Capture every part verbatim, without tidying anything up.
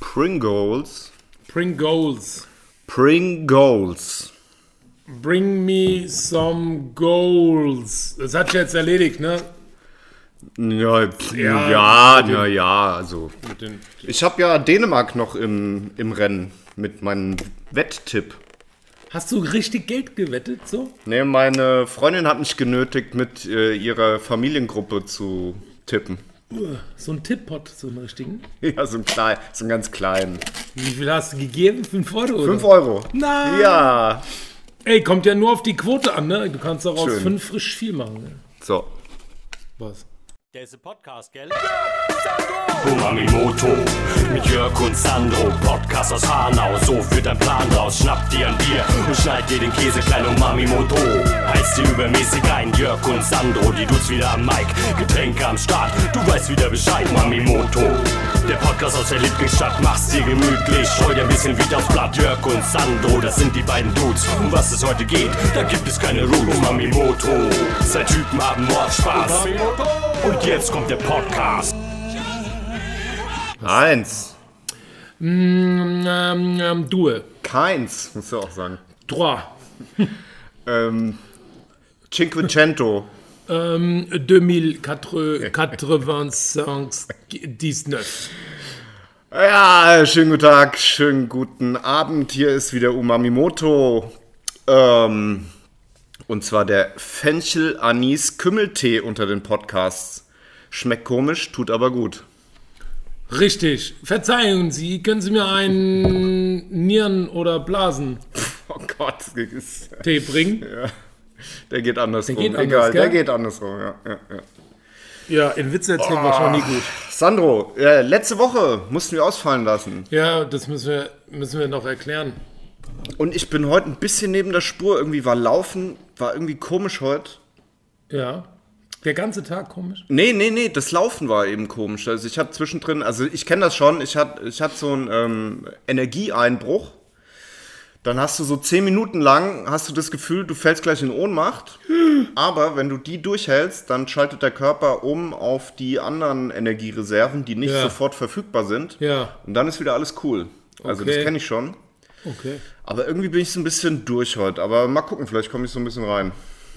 Pringles. Pringles. Pringles. Bring me some goals. Das hat sich jetzt erledigt, ne? Ja, pf, Ja, ja, mit dem- na ja, also. Mit den, Ich habe ja Dänemark noch im, im Rennen mit meinem Wetttipp. hast du richtig Geld gewettet, so? Ne, meine Freundin hat mich genötigt, mit äh, ihrer Familiengruppe zu tippen. So ein Tippot, so einen richtigen. Ja, so ein klein, so einen ganz kleinen. Wie viel hast du gegeben? fünf Euro? Oder? fünf Euro. Nein. Ja. Ey, kommt ja nur auf die Quote an, ne? Du kannst daraus Schön. fünf frisch viel machen, ne? So. Was? Der ist ein Podcast, gell? Umamimoto mit Jörg und Sandro, Podcast aus Hanau, so führt dein Plan raus. Schnapp dir ein Bier und schneid dir den Käse klein. Umamimoto heißt dir übermäßig ein. Jörg und Sandro, die Dudes wieder am Mic, Getränke am Start, du weißt wieder Bescheid. Umamimoto, der Podcast aus der Lieblingsstadt, mach's dir gemütlich, scheu dir ein bisschen wieder aufs Blatt. Jörg und Sandro, das sind die beiden Dudes, um was es heute geht, da gibt es keine Ruhe. Umamimoto, zwei Typen haben Mordspaß. Und jetzt kommt der Podcast. Eins. Mm, ähm, ähm, Due. Keins, musst du auch sagen. Trois. Ähm, Cinquecento. Ähm, zweitausendneunhundertfünfundachtzig, neunzehn. Ja, schönen guten Tag, schönen guten Abend. Hier ist wieder Umamimoto. Ähm, und zwar der Fenchel-Anis-Kümmeltee unter den Podcasts. Schmeckt komisch, tut aber gut. Richtig. Verzeihen Sie, können Sie mir einen Nieren- oder Blasentee Oh Gott, das ist, bringen? ja, der geht andersrum. Der geht anders, Egal, der gell? geht andersrum. Ja, ja, ja. Ja, in Witze erzählen war schon nie gut. Sandro, äh, letzte Woche mussten wir ausfallen lassen. Ja, das müssen wir, müssen wir noch erklären. Und ich bin heute ein bisschen neben der Spur. Irgendwie war Laufen, war irgendwie komisch heute. Ja. Der ganze Tag komisch. Nee, nee, nee, das Laufen war eben komisch. Also ich hatte zwischendrin, also ich kenne das schon, ich hatte ich hatte so einen ähm, Energieeinbruch. Dann hast du so zehn Minuten lang, hast du das Gefühl, du fällst gleich in Ohnmacht. Aber wenn du die durchhältst, dann schaltet der Körper um auf die anderen Energiereserven, die nicht Ja. sofort verfügbar sind. Ja. Und dann ist wieder alles cool. Also Okay. das kenne ich schon. Okay. Aber irgendwie bin ich so ein bisschen durch heute. Aber mal gucken, vielleicht komme ich so ein bisschen rein.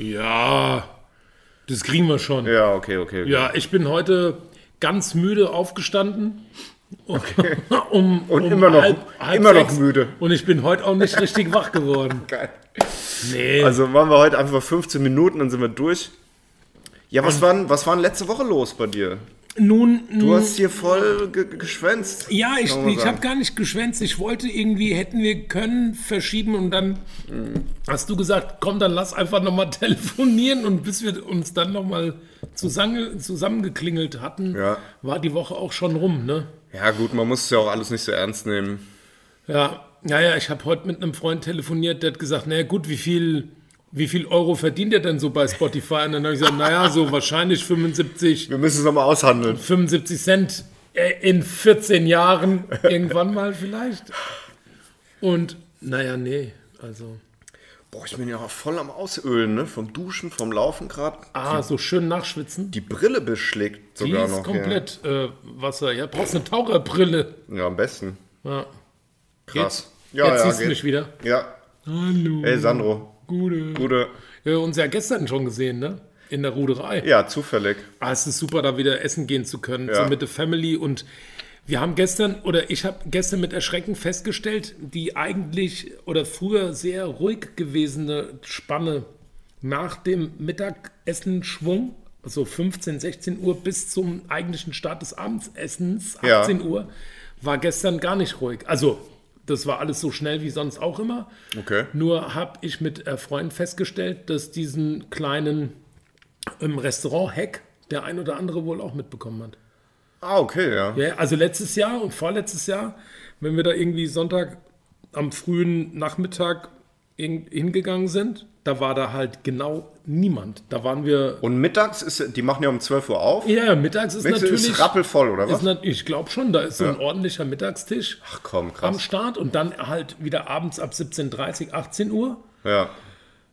Ja, das kriegen wir schon. Ja, Ja, okay, okay. okay. ich bin heute ganz müde aufgestanden. Okay. um, Und um immer noch- halb, halb immer noch sechs. müde. Und ich bin heute auch nicht richtig wach geworden. Geil. Nee. Also machen wir heute einfach fünfzehn Minuten, dann sind wir durch. Ja, was war, was war denn letzte Woche los bei dir? Nun, Du hast hier voll ge geschwänzt. ja, ich, kann man ich sagen. habe gar nicht geschwänzt. Ich wollte irgendwie, hätten wir können, verschieben und dann hast du gesagt, komm, dann lass einfach nochmal telefonieren und bis wir uns dann nochmal zusammen, zusammengeklingelt hatten, Ja. war die Woche auch schon rum, ne? Ja gut, man muss es ja auch alles nicht so ernst nehmen. Ja, ja, ja, ich habe heute mit einem Freund telefoniert, der hat gesagt, naja gut, wie viel, wie viel Euro verdient er denn so bei Spotify? Und dann habe ich gesagt, naja, so wahrscheinlich fünfundsiebzig, Wir müssen es nochmal aushandeln. fünfundsiebzig Cent äh, in vierzehn Jahren, irgendwann mal vielleicht. Und naja, nee, also, Boah, ich bin ja auch voll am Ausölen, ne? Vom Duschen, vom Laufen gerade. ah, so schön nachschwitzen. Die Brille beschlägt Die sogar ist noch. komplett äh, Wasser. Ja, brauchst eine Taucherbrille. Ja, ja am besten. Ja. Krass. Jetzt, ja, jetzt ja, siehst du geht. mich wieder. Ja. Hallo. Hey Sandro. Gute. Gute. Ja, uns ja gestern schon gesehen, ne? In der Ruderei. Ja, zufällig. Ah, es ist super, da wieder essen gehen zu können, Ja. so mit der Family. Und wir haben gestern, oder ich habe gestern mit Erschrecken festgestellt, die eigentlich oder früher sehr ruhig gewesene Spanne nach dem Mittagessen-Schwung, also fünfzehn, sechzehn Uhr bis zum eigentlichen Start des Abendessens, Ja. achtzehn Uhr, war gestern gar nicht ruhig. Also, das war alles so schnell wie sonst auch immer. Okay. Nur habe ich mit äh, Freunden festgestellt, dass diesen kleinen im Restaurant-Hack der ein oder andere wohl auch mitbekommen hat. Ah, okay, ja. Ja, also letztes Jahr und vorletztes Jahr, wenn wir da irgendwie Sonntag am frühen Nachmittag in, hingegangen sind, da war da halt genau niemand. Da waren wir. Und mittags ist, die machen ja um zwölf Uhr auf. Ja, mittags ist Mittags natürlich. ist rappelvoll, oder was? Ist nat- ich glaube schon, da ist so ein Ja. ordentlicher Mittagstisch Ach komm, am krass. Start und dann halt wieder abends ab siebzehn Uhr dreißig, achtzehn Uhr. Ja.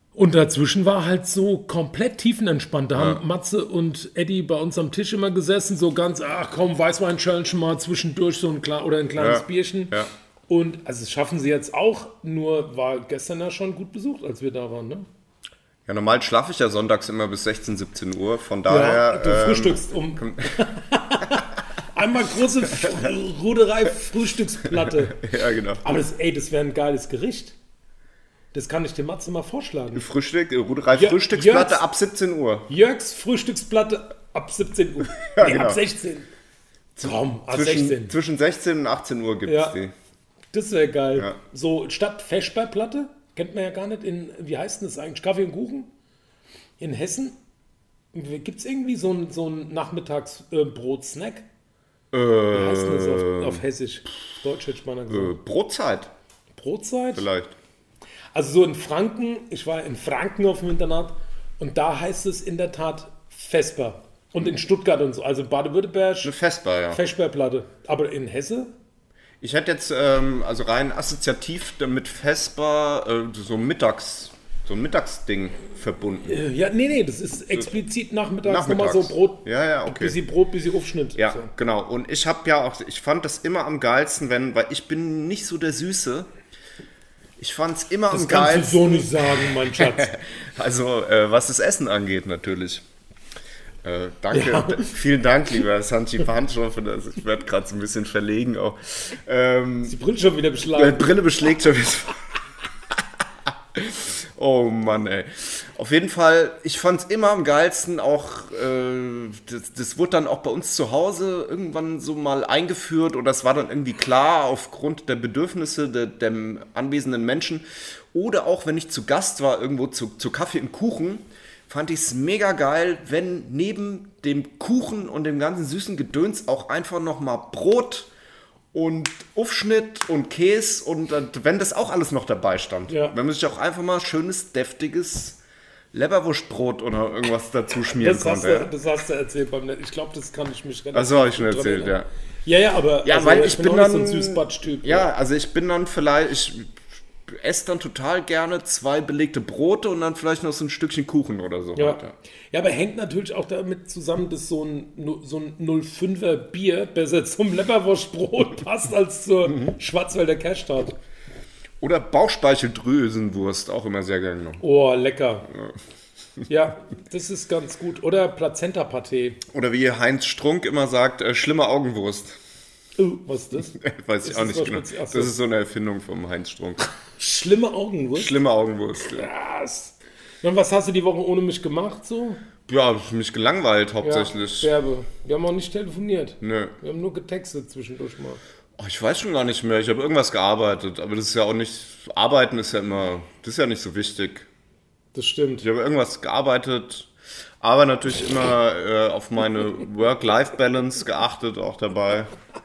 Und dazwischen war halt so komplett tiefenentspannt. Da Ja. haben Matze und Eddie bei uns am Tisch immer gesessen, so ganz, ach komm, Weißwein-Challenge mal zwischendurch so ein, kle- oder ein kleines Ja. Bierchen. Ja. Und also das schaffen sie jetzt auch, nur war gestern ja schon gut besucht, als wir da waren, ne? Ja, normal schlafe ich ja sonntags immer bis sechzehn, siebzehn Uhr, von daher... du ähm, frühstückst um... Einmal große F- Ruderei-Frühstücksplatte. ja, genau. Aber das, ey, das wäre ein geiles Gericht. Das kann ich dem Matze mal vorschlagen. Frühstück, Ruderei Ja, Frühstücksplatte Jörgs- ab siebzehn Uhr. Jörgs Frühstücksplatte ab siebzehn Uhr. Ja, nee, genau. ab sechzehn. Komm, ab Zwischen, sechzehn. zwischen sechzehn und achtzehn Uhr gibt es Ja. die. Das wäre geil. Ja. So, statt Feschbergplatte, kennt man ja gar nicht, in, wie heißt denn das eigentlich, Kaffee und Kuchen? In Hessen? Gibt es irgendwie so ein, so ein Nachmittagsbrot-Snack? Äh, Wie heißt denn das auf, auf Hessisch? Deutsch hätte ich mal gesagt. äh, Brotzeit Brotzeit? vielleicht. Also so in Franken, ich war in Franken auf dem Internat und da heißt es in der Tat Vesper. Und in Stuttgart und so, also Baden-Württemberg, Eine Vesper, ja. Vesperplatte. Aber in Hesse? Ich hätte jetzt, ähm, also rein assoziativ damit Vesper äh, so mittags, so ein Mittagsding verbunden. Äh, Ja, nee, nee, das ist explizit nachmittags, Nachmittags. nochmal so Brot. Ja, ja, okay. Bisschen Brot, bisschen Aufschnitt. Ja, So. genau. Und ich habe ja auch, ich fand das immer am geilsten, wenn, weil ich bin nicht so der Süße. Ich fand es immer Das am kannst du geilsten. so nicht sagen, mein Schatz. Also, äh, was das Essen angeht, natürlich. Äh, danke, Ja. d- vielen Dank, lieber Sanchi Pancho, für das. Ich werde gerade so ein bisschen verlegen auch. Ähm, Die Brille schon wieder Die beschlagen. Brille beschlägt schon wieder. Oh Mann, ey. Auf jeden Fall, ich fand es immer am geilsten, auch, äh, das, das wurde dann auch bei uns zu Hause irgendwann so mal eingeführt oder es war dann irgendwie klar aufgrund der Bedürfnisse der, der anwesenden Menschen oder auch wenn ich zu Gast war, irgendwo zu, zu Kaffee und Kuchen, fand ich es mega geil, wenn neben dem Kuchen und dem ganzen süßen Gedöns auch einfach nochmal Brot und Aufschnitt und Käse und äh, wenn das auch alles noch dabei stand. Ja. Wenn man sich auch einfach mal schönes, deftiges Leberwurstbrot oder irgendwas dazu schmieren Das hast, konnte. du, das hast du erzählt beim Net. Ich glaube, das kann ich mich Also habe ich schon gut dran erzählt, ja. erinnern. Ja, ja, aber Ja, also, weil ich bin auch dann so ein Süßbatsch-Typ. Ja, also ich bin dann vielleicht, ich esse dann total gerne zwei belegte Brote und dann vielleicht noch so ein Stückchen Kuchen oder so. Ja. Halt, ja. Ja, aber hängt natürlich auch damit zusammen, dass so ein, so ein null Komma fünfer Bier besser zum Leberwurstbrot passt als zur Schwarzwälder Kirschtat. Oder Bauchspeicheldrüsenwurst, auch immer sehr gerne noch. Oh, lecker. Ja, das ist ganz gut. Oder Plazenta-Paté. Oder wie Heinz Strunk immer sagt, äh, schlimme Augenwurst. Oh, was ist das? Weiß ich Das auch ist nicht was genau. speziell- ach Das so. ist so eine Erfindung vom Heinz Strunk. Schlimme Augenwurst? Schlimme Augenwurst. Ja, Krass. Und was hast du die Woche ohne mich gemacht so? ja hab ich mich gelangweilt hauptsächlich. Ja, Werbe. Wir haben auch nicht telefoniert. Nö. Wir haben nur getextet zwischendurch mal. Oh, ich weiß schon gar nicht mehr. Ich habe irgendwas gearbeitet, aber das ist ja auch nicht. Arbeiten ist ja immer. Das ist ja nicht so wichtig. Das stimmt. Ich habe irgendwas gearbeitet, aber natürlich immer äh, auf meine Work-Life-Balance geachtet, auch dabei.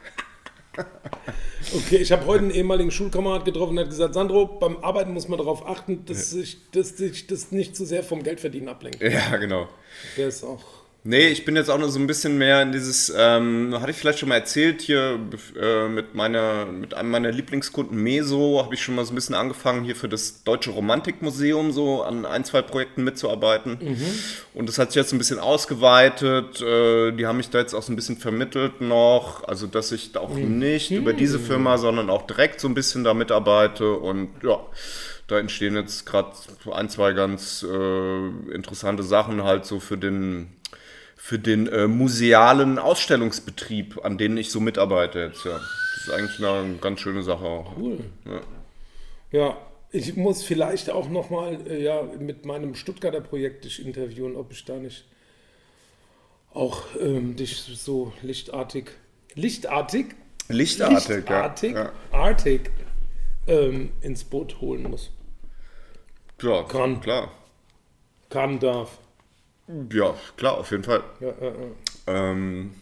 Okay, ich habe heute einen ehemaligen Schulkamerad getroffen und hat gesagt, Sandro, beim Arbeiten muss man darauf achten, dass sich dass sich das nicht zu sehr vom Geldverdienen ablenkt. Ja, genau. Der ist auch... Nee, ich bin jetzt auch noch so ein bisschen mehr in dieses, ähm, hatte ich vielleicht schon mal erzählt, hier äh, mit meiner, mit einem meiner Lieblingskunden Meso, habe ich schon mal so ein bisschen angefangen, hier für das Deutsche Romantikmuseum so an ein, zwei Projekten mitzuarbeiten. Und das hat sich jetzt ein bisschen ausgeweitet, äh, die haben mich da jetzt auch so ein bisschen vermittelt noch, also dass ich da auch nicht über diese Firma, sondern auch direkt so ein bisschen da mitarbeite und ja, da entstehen jetzt gerade ein, zwei ganz äh, interessante Sachen halt so für den für den äh, musealen Ausstellungsbetrieb, an denen ich so mitarbeite jetzt, ja. Das ist eigentlich eine ganz schöne Sache auch. Cool. Ja. Ja, ich muss vielleicht auch nochmal äh, ja, mit meinem Stuttgarter Projekt dich interviewen, ob ich da nicht auch ähm, dich so lichtartig, lichtartig, Lichtartig, lichtartig, ja. artig ähm, ins Boot holen muss. Ja, ja Kann. klar. Kann, darf. Ja, klar, auf jeden Fall. Ja, ja, ja. Ähm,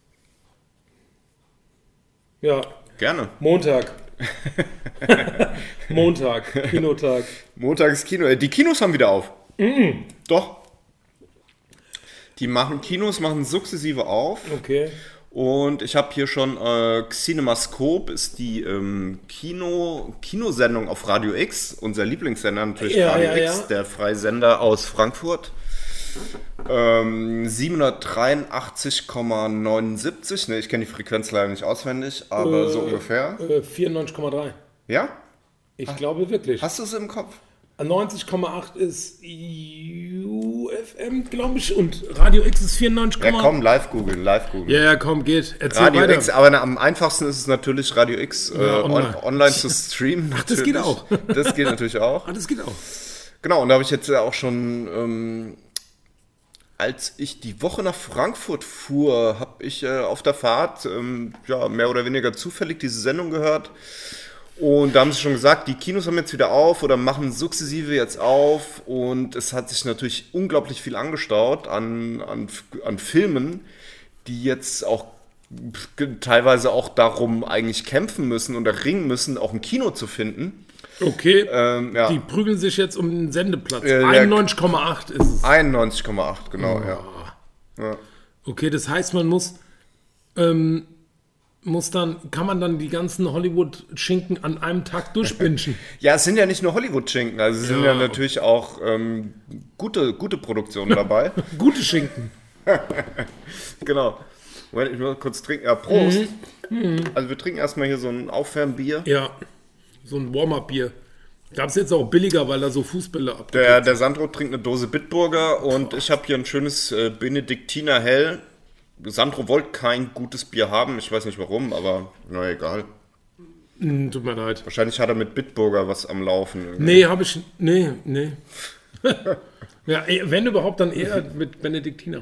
ja. gerne. Montag. Montag, Kinotag. Montag ist Kino. Äh, Die Kinos haben wieder auf. Mhm. Doch. Die machen Kinos, machen sukzessive auf. Okay. Und ich habe hier schon äh, CinemaScope, ist die ähm, Kino, Kinosendung auf Radio X, unser Lieblingssender natürlich, Ja, Radio ja, X, ja. der Freisender aus Frankfurt. Ähm, siebenhundertdreiundachtzig Komma neunundsiebzig, ne, ich kenne die Frequenz leider nicht auswendig, aber Äh, so ungefähr. Äh, vierundneunzig Komma drei. Ja? Ich glaube wirklich. Hast du es im Kopf? neunzig Komma acht ist U F M, glaube ich, und Radio X ist vierundneunzig Ja, Komma komm, live googeln, live googeln. Ja, ja, komm, geht. Erzähl Radio weiter. X, aber na, am einfachsten ist es natürlich Radio X äh, Ja, on, online. online zu streamen. Ach, das geht natürlich. auch. Das geht natürlich auch. Ah, das geht auch. Genau, und da habe ich jetzt ja auch schon, ähm, als ich die Woche nach Frankfurt fuhr, habe ich äh, auf der Fahrt ähm, ja, mehr oder weniger zufällig diese Sendung gehört. Und da haben sie schon gesagt, die Kinos haben jetzt wieder auf oder machen sukzessive jetzt auf. Und es hat sich natürlich unglaublich viel angestaut an, an, an Filmen, die jetzt auch teilweise auch darum eigentlich kämpfen müssen oder ringen müssen, auch ein Kino zu finden. Okay, Ähm, ja. die prügeln sich jetzt um den Sendeplatz. Äh, der- einundneunzig Komma acht ist es. einundneunzig Komma acht, genau, ja. ja. Okay, das heißt, man muss, ähm, muss dann, kann man dann die ganzen Hollywood-Schinken an einem Tag durchbingen? Ja, es sind ja nicht nur Hollywood-Schinken, also es sind Ja. ja natürlich auch ähm, gute, gute Produktionen dabei. Gute Schinken. Genau. Moment, ich muss kurz trinken. Ja, Prost. Mhm. Also wir trinken erstmal hier so ein Aufwärmbier. Ja, so ein Warm-Up-Bier. Gab es jetzt auch billiger, weil da so Fußbälle ab. Der, der Sandro trinkt eine Dose Bitburger und ich habe hier ein schönes äh, Benediktiner Hell. Sandro wollte kein gutes Bier haben, ich weiß nicht warum, aber na egal. Hm, tut mir leid. Wahrscheinlich hat er mit Bitburger was am Laufen. irgendwie. Nee, habe ich. Nee, nee. Ja, eh, wenn überhaupt, dann eher mit Benediktiner.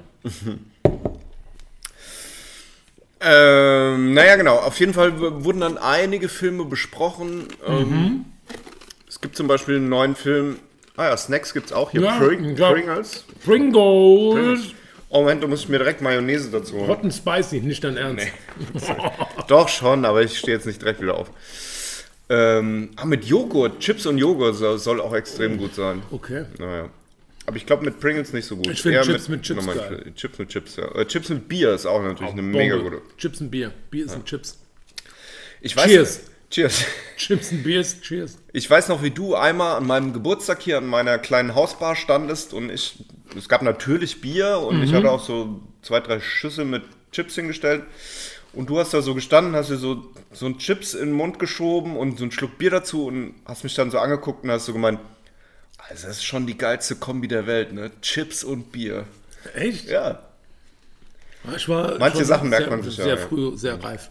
Ähm, naja, genau. Auf jeden Fall w- wurden dann einige Filme besprochen. Ähm, es gibt zum Beispiel einen neuen Film. Ah ja, Snacks gibt es auch hier. Ja, Pring, klar. Pringles. Pringles. Oh Moment, da muss ich mir direkt Mayonnaise dazu holen. Hot and spicy, nicht dein Ernst. Doch schon, aber ich stehe jetzt nicht direkt wieder auf. Ähm, ah, mit Joghurt. Chips und Joghurt soll, soll auch extrem gut sein. Okay. Naja. Aber ich glaube mit Pringles nicht so gut. Ich finde Eher Chips mit Chips nochmal, geil. Chips mit Chips, ja. Äh, Chips mit Bier ist auch natürlich eine mega Bombe. gute. Chips und Bier. Bier ist ein Chips. Ich weiß, Cheers. Cheers. Chips und Biers, cheers. Ich weiß noch, wie du einmal an meinem Geburtstag hier an meiner kleinen Hausbar standest und ich, es gab natürlich Bier und Mhm. ich hatte auch so zwei, drei Schüssel mit Chips hingestellt und du hast da so gestanden, hast dir so, so ein Chips in den Mund geschoben und so einen Schluck Bier dazu und hast mich dann so angeguckt und hast so gemeint, also das ist schon die geilste Kombi der Welt, ne? Chips und Bier. Echt? Ja. Ich war Manche schon Sachen merkt sehr, man sich ja, sehr ja. früh, sehr reif.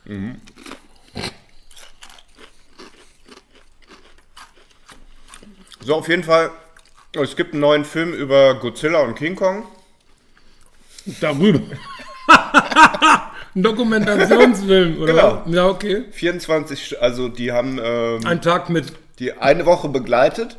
So, auf jeden Fall, es gibt einen neuen Film über Godzilla und King Kong. Darüber. Ein Dokumentationsfilm, oder? Genau. Ja, okay. vierundzwanzig, also die haben ähm, Ein Tag mit. die eine Woche begleitet.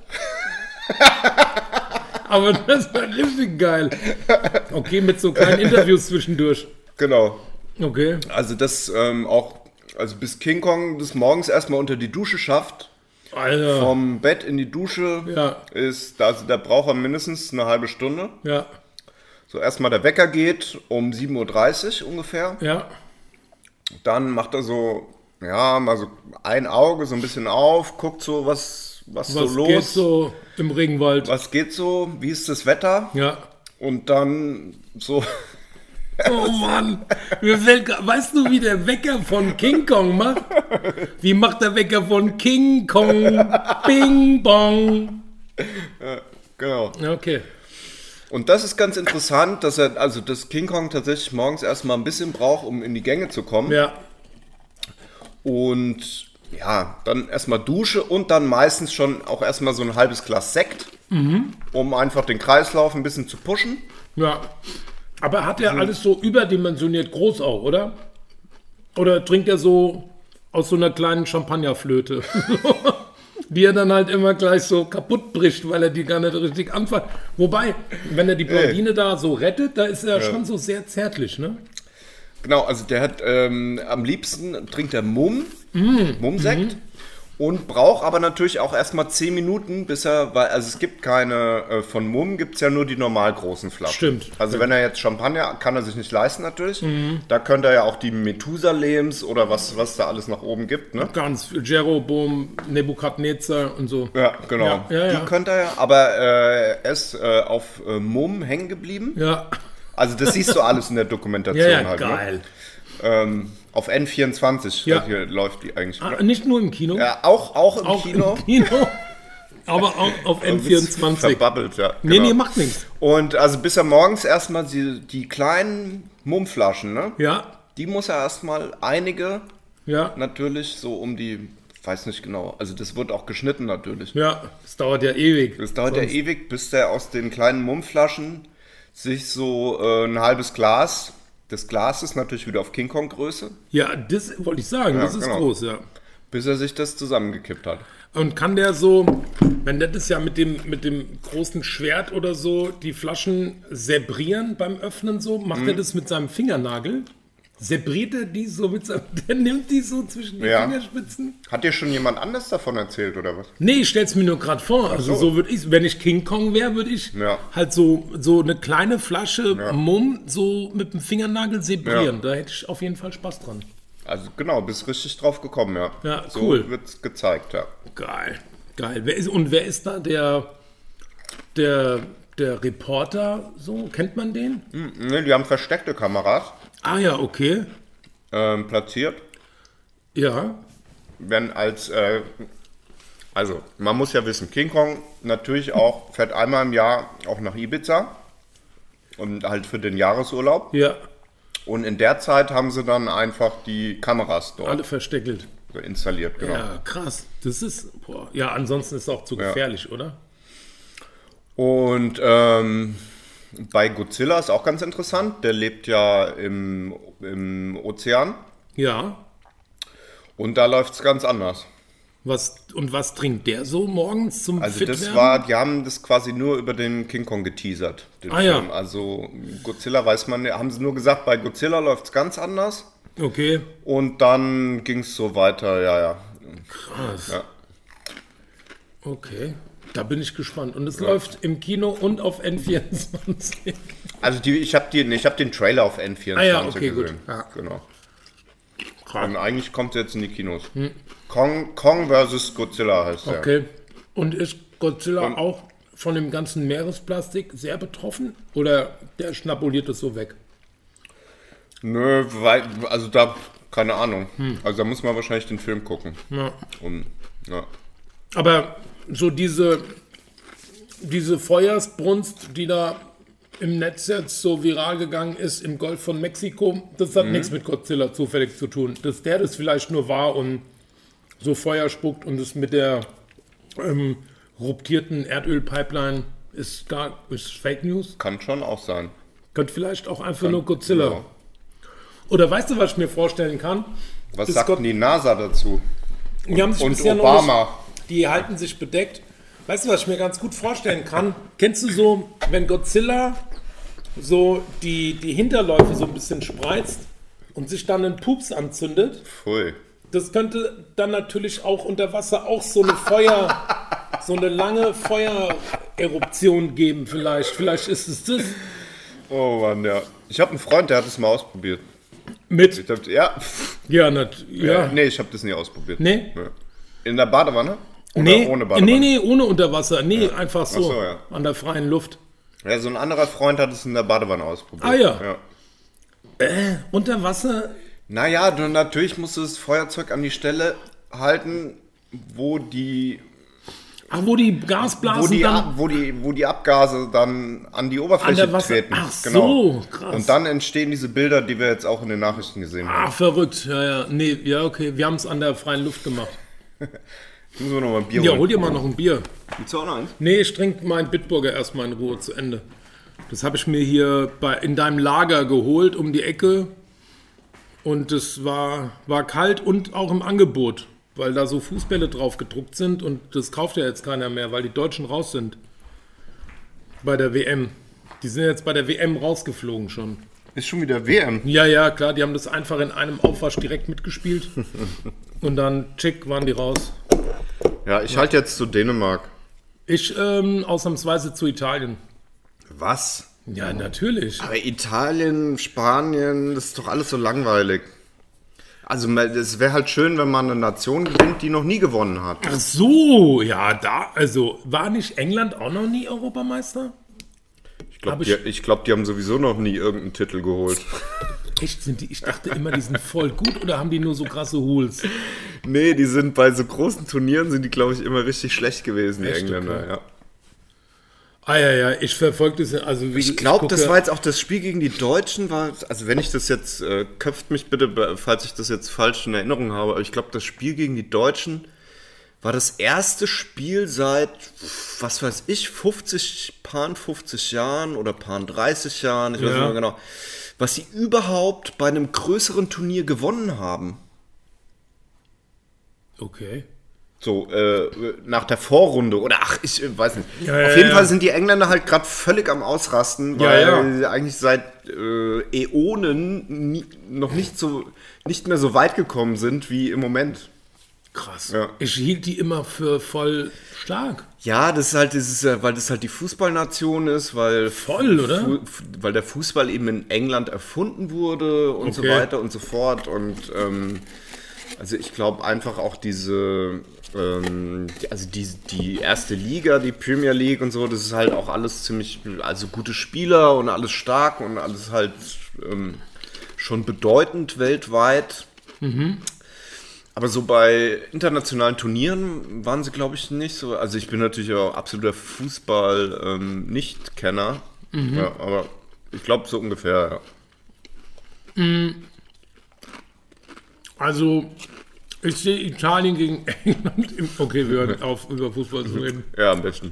Aber das war richtig geil. Okay, mit so kleinen Interviews zwischendurch. Genau. Okay. Also das ähm, auch, also bis King Kong des Morgens erstmal unter die Dusche schafft, Alter. vom Bett in die Dusche, Ja. ist, also da braucht er mindestens eine halbe Stunde. Ja. So erstmal der Wecker geht um sieben Uhr dreißig ungefähr. Ja. Dann macht er so, ja, mal so ein Auge so ein bisschen auf, guckt so, was, was, Was so los, geht so im Regenwald? was geht so, wie ist das Wetter? Ja. Und dann so, Oh Mann. Mir fällt, gra- weißt du, wie der Wecker von King Kong macht? Wie macht der Wecker von King Kong? Bing Bong. genau. Ja, okay. Und das ist ganz interessant, dass er, also dass King Kong tatsächlich morgens erstmal ein bisschen braucht, um in die Gänge zu kommen. Ja. Und ja, dann erstmal Dusche und dann meistens schon auch erstmal so ein halbes Glas Sekt, um einfach den Kreislauf ein bisschen zu pushen. Ja. Aber hat er alles so überdimensioniert groß auch, oder? Oder trinkt er so aus so einer kleinen Champagnerflöte? Die er dann halt immer gleich so kaputt bricht, weil er die gar nicht richtig anfängt. Wobei, wenn er die Blondine da so rettet, da ist er schon so sehr zärtlich, ne? Genau, also der hat ähm, am liebsten trinkt er Mumm, Mummsekt. Und braucht aber natürlich auch erstmal zehn Minuten, bis er, weil, also es gibt keine, äh, von Mumm gibt es ja nur die normal großen Flaschen. Stimmt. Also wenn er jetzt Champagner, kann er sich nicht leisten natürlich. Mhm. Da könnte er ja auch die Methusalems oder was was da alles nach oben gibt, ne? Ganz, Jeroboam, Nebukadnezar und so. Ja, genau. Ja, ja, ja. Die könnte er ja, aber äh, er ist äh, auf äh, Mumm hängen geblieben. Ja. Also das siehst du alles in der Dokumentation Ja, ja, halt. geil. Ne? Ähm, auf N vierundzwanzig Ja. hier läuft die eigentlich. Ah, nicht nur im Kino? Ja, auch, auch im auch Kino. im Kino. Aber auch auf N vierundzwanzig. Verbabbelt, ja. Nee, genau. nee, macht nichts. Und also bis er morgens erstmal die, die kleinen Mummflaschen, ne? Ja, Die muss er erstmal einige, ja, natürlich so um die, weiß nicht genau, also das wird auch geschnitten natürlich. ja. Das dauert ja ewig. Das dauert Sonst- ja ewig, bis der aus den kleinen Mummflaschen sich so äh, ein halbes Glas, das Glas ist natürlich wieder auf King Kong Größe, Ja, das wollte ich sagen. Ja, das ist genau. groß, ja. bis er sich das zusammengekippt hat. Und kann der so, wenn der das ja mit dem, mit dem großen Schwert oder so, die Flaschen sebrieren beim Öffnen so, macht Mhm. er das mit seinem Fingernagel? Sebriert er die so mit seinem, der nimmt die so zwischen die Ja. Fingerspitzen? Hat dir schon jemand anders davon erzählt oder was? Nee, ich stell's mir nur gerade vor. Also so. so würde ich, wenn ich King Kong wäre, würde ich Ja. halt so, so eine kleine Flasche Ja. Mumm so mit dem Fingernagel sebrieren. Da hätte ich auf jeden Fall Spaß dran. Also genau, bist richtig drauf gekommen, ja. Ja, so cool. wird's gezeigt, ja. Geil, geil. Wer ist, und wer ist da der, der, der Reporter? So, kennt man den? Ne, die haben versteckte Kameras Ah ja, okay. ähm, platziert. Ja, Wenn als, äh, also man muss ja wissen, King Kong natürlich auch fährt einmal im Jahr auch nach Ibiza und halt für den Jahresurlaub. ja, Und in der Zeit haben sie dann einfach die Kameras dort alle versteckelt. installiert, genau. Ja, krass. Das ist, boah. Ja, ansonsten ist es auch zu Ja. gefährlich, oder? Und ähm, bei Godzilla ist auch ganz interessant, der lebt ja im, im Ozean Ja. und da läuft es ganz anders. Was, und was trinkt der so morgens zum Also Fit das werden? war, die haben das quasi nur über den King Kong geteasert, den Ah, ja. Film. Also Godzilla weiß man, haben sie nur gesagt, bei Godzilla läuft es ganz anders. Okay, Und dann ging es so weiter, ja, ja. krass. Ja. Okay, da bin ich gespannt. Und es läuft im Kino und auf N vierundzwanzig. Also die, ich habe hab den Trailer auf N vierundzwanzig Ah ja, okay, gut. gesehen. Ja. Genau. Krass. Und eigentlich kommt er jetzt in die Kinos. Kong, Kong versus Godzilla heißt der. Okay. Und ist Godzilla Und- auch von dem ganzen Meeresplastik sehr betroffen? Oder der schnabuliert es so weg? Nö, weil, also da, keine Ahnung. Also da muss man wahrscheinlich den Film gucken. Ja. Und, ja. Aber so diese, diese Feuersbrunst, die da im Netz jetzt so viral gegangen ist im Golf von Mexiko, das hat nichts mit Godzilla zufällig zu tun. Dass der das vielleicht nur war und so Feuer spuckt und es mit der ähm, ruptierten Erdölpipeline ist gar ist Fake News. Kann schon auch sein. Könnte vielleicht auch einfach nur Godzilla. Ja. Oder weißt du, was ich mir vorstellen kann? Was Ist sagt Gott- denn die NASA dazu? Die haben sich Und bisher Obama. noch nicht, die halten sich bedeckt. Weißt du, was ich mir ganz gut vorstellen kann? Kennst du so, wenn Godzilla so die, die Hinterläufe so ein bisschen spreizt und sich dann ein Pups anzündet? Pfui. Das könnte dann natürlich auch unter Wasser auch so eine Feuer, so eine lange Feuereruption geben vielleicht. Vielleicht ist es das. Oh Mann, ja. Ich habe einen Freund, der hat es mal ausprobiert. Mit, Ich hab, ja, ja, nat, ja. ja. Nee, ich habe das nie ausprobiert. Nee? Ja. In der Badewanne? Oder Nee, ohne Badewanne? nee, nee, ohne Unterwasser. Nee, einfach so, Ach so, ja. an der freien Luft. Ja, so ein anderer Freund hat es in der Badewanne ausprobiert. Ah, ja. ja. Unter Wasser, Naja, du, natürlich musst du das Feuerzeug an die Stelle halten, wo die, ah, wo die Gasblasen wo die, dann... Ab- wo die, wo die Abgase dann an die An Oberfläche der Wasser- treten. Ach so, krass. Und dann entstehen diese Bilder, die wir jetzt auch in den Nachrichten gesehen haben. Ah, verrückt. Ja, ja. Nee, ja, okay. Wir haben es an der freien Luft gemacht. Ich muss mir noch mal ein Bier Ja, holen. hol dir mal noch ein Bier. Gibt's auch noch eins? Nee, ich trinke meinen Bitburger erstmal in Ruhe zu Ende. Das habe ich mir hier bei, in deinem Lager geholt, um die Ecke. Und es war, war kalt und auch im Angebot, weil da so Fußbälle drauf gedruckt sind. Und das kauft ja jetzt keiner mehr, weil die Deutschen raus sind. Bei der W M. Die sind jetzt bei der W M rausgeflogen schon. Ist schon wieder W M. Ja, ja, klar, die haben das einfach in einem Aufwasch direkt mitgespielt. Und dann, tschick, waren die raus. Ja, ich halte jetzt zu Dänemark. Ich ähm, ausnahmsweise zu Italien. Was? Ja, natürlich. Aber Italien, Spanien, das ist doch alles so langweilig. Also es wäre halt schön, wenn man eine Nation gewinnt, die noch nie gewonnen hat. Ach so, ja, da, also war nicht England auch noch nie Europameister? Ich glaube, die, ich glaub, die haben sowieso noch nie irgendeinen Titel geholt. Echt, sind die? Ich dachte immer, die sind voll gut oder haben die nur so krasse Hools? Nee, die sind bei so großen Turnieren, sind die, glaube ich, immer richtig schlecht gewesen, die Echt? Engländer, Okay. ja. Ah ja, ja, ich verfolge das, also wie Ich glaube, das gucke- war jetzt auch das Spiel gegen die Deutschen, war, also wenn ich das jetzt, äh, köpft mich bitte, falls ich das jetzt falsch in Erinnerung habe, aber ich glaube, das Spiel gegen die Deutschen war das erste Spiel seit, was weiß ich, fünfzig, Paaren fünfzig Jahren oder Paaren dreißig Jahren, ich weiß Ja. nicht mehr genau, was sie überhaupt bei einem größeren Turnier gewonnen haben. Okay. So, äh, nach der Vorrunde oder ach, ich äh, weiß nicht. Ja, ja, Auf jeden ja. Fall sind die Engländer halt gerade völlig am Ausrasten, Ja, weil ja. sie eigentlich seit äh, Äonen nie, noch nicht so nicht mehr so weit gekommen sind wie im Moment. Krass. Ja. Ich hielt die immer für voll stark. Ja, das ist halt, das ist, äh, weil das halt die Fußballnation ist, weil Voll, oder? Fu- weil der Fußball eben in England erfunden wurde und so Okay. weiter und so fort und ähm, also ich glaube einfach auch diese, ähm, die, also die, die erste Liga, die Premier League und so, das ist halt auch alles ziemlich, also gute Spieler und alles stark und alles halt ähm, schon bedeutend weltweit. Aber so bei internationalen Turnieren waren sie, glaube ich, nicht so. Also ich bin natürlich auch absoluter Fußball-Nicht-Kenner, ja, aber ich glaube so ungefähr, ja. Also, ich sehe Italien gegen England. Im, okay, wir hören auf, über Fußball zu reden. Ja, am besten.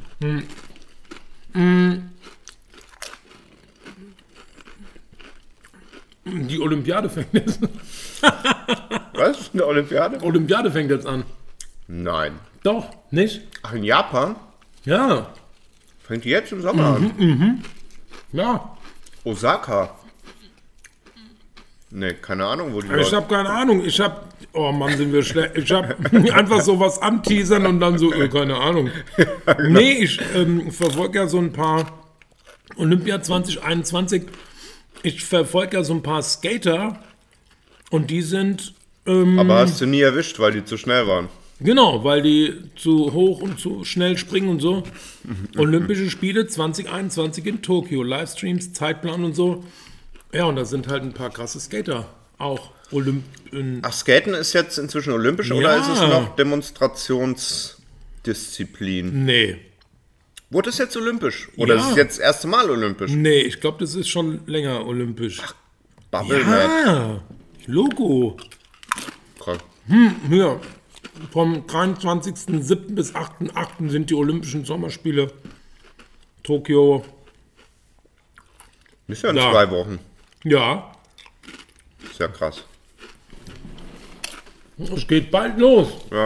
Die Olympiade fängt jetzt, Was? Eine Olympiade? Olympiade fängt jetzt an. Nein. Doch, nicht? Ach, in Japan? Ja, Fängt die jetzt im Sommer an? ja. Osaka? Ne, keine Ahnung, wo die Ich Leute... habe keine Ahnung. Ich habe, oh Mann, sind wir schlecht. Ich habe einfach sowas anteasern und dann so, äh, keine Ahnung. Nee, ich ähm, verfolge ja so ein paar Olympia zwanzig einundzwanzig. Ich verfolge ja so ein paar Skater und die sind, ähm, Aber hast du nie erwischt, weil die zu schnell waren. genau, weil die zu hoch und zu schnell springen und so. Olympische Spiele zwanzig einundzwanzig in Tokio, Livestreams, Zeitplan und so. Ja, und da sind halt ein paar krasse Skater auch. Olymp in, Ach, Skaten ist jetzt inzwischen olympisch oder Ja. ist es noch Demonstrationsdisziplin? nee, Wurde es jetzt olympisch? Oder Ja. ist es jetzt das erste Mal olympisch? nee, ich glaube, das ist schon länger olympisch. Bubble Ja, Logo. Krass. Ja, vom dreiundzwanzigsten siebten bis achten achten sind die Olympischen Sommerspiele. Tokio. Ist ja in Ja. zwei Wochen. Ja, Ist ja krass. es geht bald los. Ja.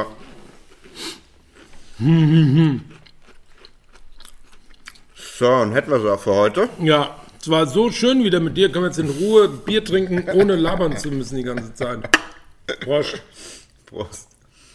So, und hätten wir es auch für heute. Ja, es war so schön wieder mit dir. Können wir jetzt in Ruhe Bier trinken, ohne labern zu müssen die ganze Zeit. Prost. Prost.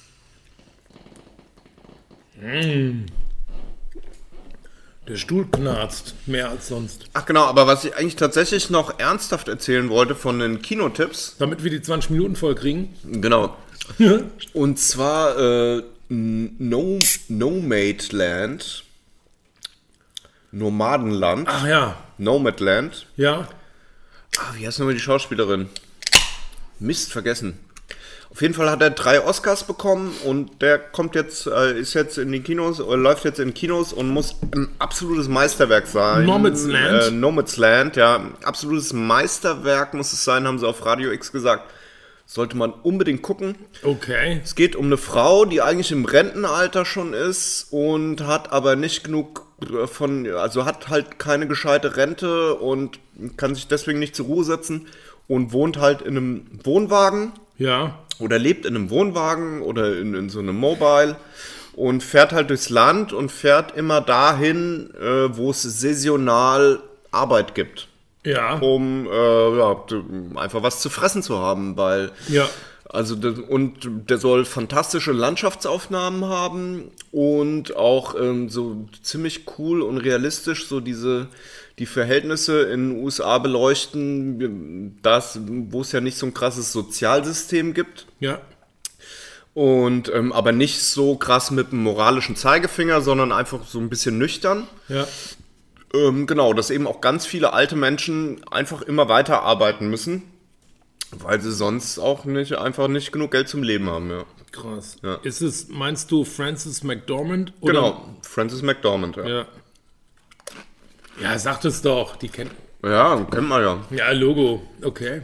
Der Stuhl knarzt, mehr als sonst. Ach genau, aber was ich eigentlich tatsächlich noch ernsthaft erzählen wollte von den Kinotipps. Damit wir die zwanzig Minuten voll kriegen. Genau. Und zwar äh, no, Nomadland. Nomadenland. Ach ja, Nomadland. ja. Ah, wie heißt nochmal die Schauspielerin? Mist, vergessen. Auf jeden Fall hat er drei Oscars bekommen und der kommt jetzt, äh, ist jetzt in die Kinos, oder läuft jetzt in Kinos und muss ein absolutes Meisterwerk sein. Nomadland? Äh, Nomadland, ja. Absolutes Meisterwerk muss es sein, haben sie auf Radio X gesagt. Sollte man unbedingt gucken. Okay. Es geht um eine Frau, die eigentlich im Rentenalter schon ist und hat aber nicht genug von, also hat halt keine gescheite Rente und kann sich deswegen nicht zur Ruhe setzen und wohnt halt in einem Wohnwagen Ja. oder lebt in einem Wohnwagen oder in, in so einem Mobile und fährt halt durchs Land und fährt immer dahin, äh, wo es saisonal Arbeit gibt. Ja. Um äh, ja, einfach was zu fressen zu haben, weil Ja. Also das, und der soll fantastische Landschaftsaufnahmen haben und auch ähm, so ziemlich cool und realistisch so diese die Verhältnisse in den U S A beleuchten, das, wo es ja nicht so ein krasses Sozialsystem gibt. Ja. Und ähm, aber nicht so krass mit dem moralischen Zeigefinger, sondern einfach so ein bisschen nüchtern. Ja. Ähm, genau, dass eben auch ganz viele alte Menschen einfach immer weiter arbeiten müssen. Weil sie sonst auch nicht einfach nicht genug Geld zum Leben haben, ja. Krass. Ja. Ist es, meinst du Frances McDormand? Oder? Genau, Frances McDormand, ja. Ja. Ja, sag das doch. Die kennt. Ja, kennt man ja. Ja, Logo. Okay.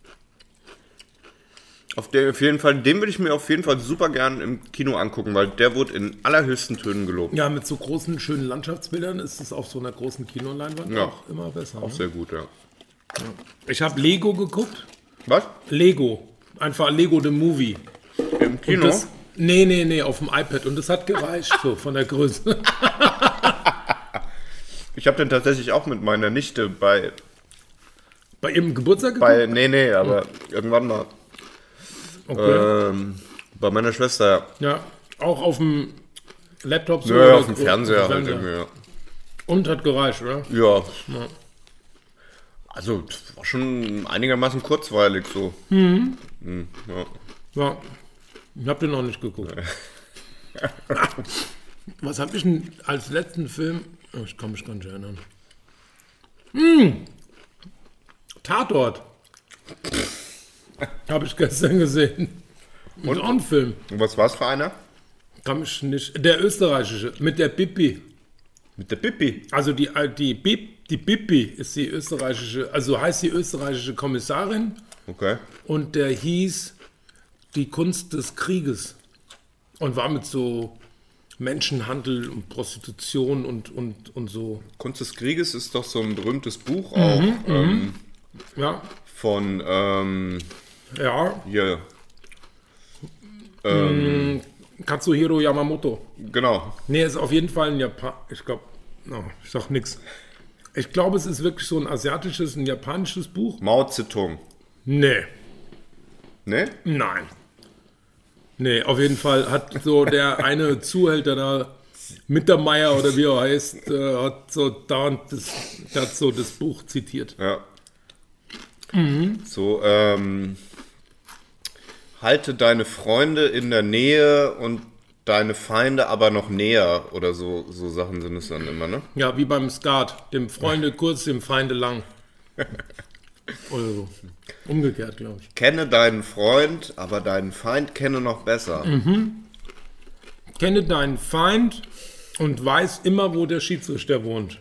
Auf, der, auf jeden Fall, den würde ich mir auf jeden Fall super gern im Kino angucken, weil der wurde in allerhöchsten Tönen gelobt. Ja, mit so großen, schönen Landschaftsbildern ist es auf so einer großen Kinoleinwand Ja. auch immer besser. Auch Ne? sehr gut, ja. Ich habe Lego geguckt. Was? Lego. Einfach Lego the Movie. Im Und Kino? das, nee, nee, nee, auf dem iPad. Und das hat gereicht, so von der Größe. Ich habe den tatsächlich auch mit meiner Nichte bei, Bei ihrem Geburtstag geguckt? bei nee, nee, aber irgendwann mal, Okay. ähm, bei meiner Schwester, ja. Ja, auch auf dem Laptop so. Ja, oder auf dem gro- Fernseher auf dem halt irgendwie, ja. Und hat gereicht, oder? Ja. Also, das war schon einigermaßen kurzweilig so. Mhm. Mhm, ja. Ja, ich hab den noch nicht geguckt. Was habe ich denn als letzten Film? Oh, ich kann mich gar nicht erinnern. Hm. Tatort. Habe ich gestern gesehen. Und auch ein Film. Und was war's für einer? Kann mich nicht. Der österreichische mit der Bibi. Mit der Pippi. Also die die Bib, die Bibi ist die österreichische, also heißt die österreichische Kommissarin. Okay. Und der hieß Die Kunst des Krieges und war mit so Menschenhandel und Prostitution und, und, und so. Kunst des Krieges ist doch so ein berühmtes Buch auch ähm, Ja, von ähm, ja. hier. Katsuhiro Yamamoto. Genau. Nee, ist auf jeden Fall ein Japan. Ich glaube, no, ich sag nix. Ich glaube, es ist wirklich so ein asiatisches, ein japanisches Buch. Mao Zedong. Nee, Ne? nein. Nee, auf jeden Fall hat so der eine Zuhälter da, Mittermeier oder wie er heißt, äh, hat so dauernd das, der hat so das Buch zitiert. Ja. So, ähm, halte deine Freunde in der Nähe und deine Feinde aber noch näher oder so, so Sachen sind es dann immer, ne? Ja, wie beim Skat, dem Freunde kurz, dem Feinde lang. Oder so. Umgekehrt, glaube ich. Kenne deinen Freund, aber deinen Feind kenne noch besser. Kenne deinen Feind und weiß immer, wo der Schiedsrichter wohnt.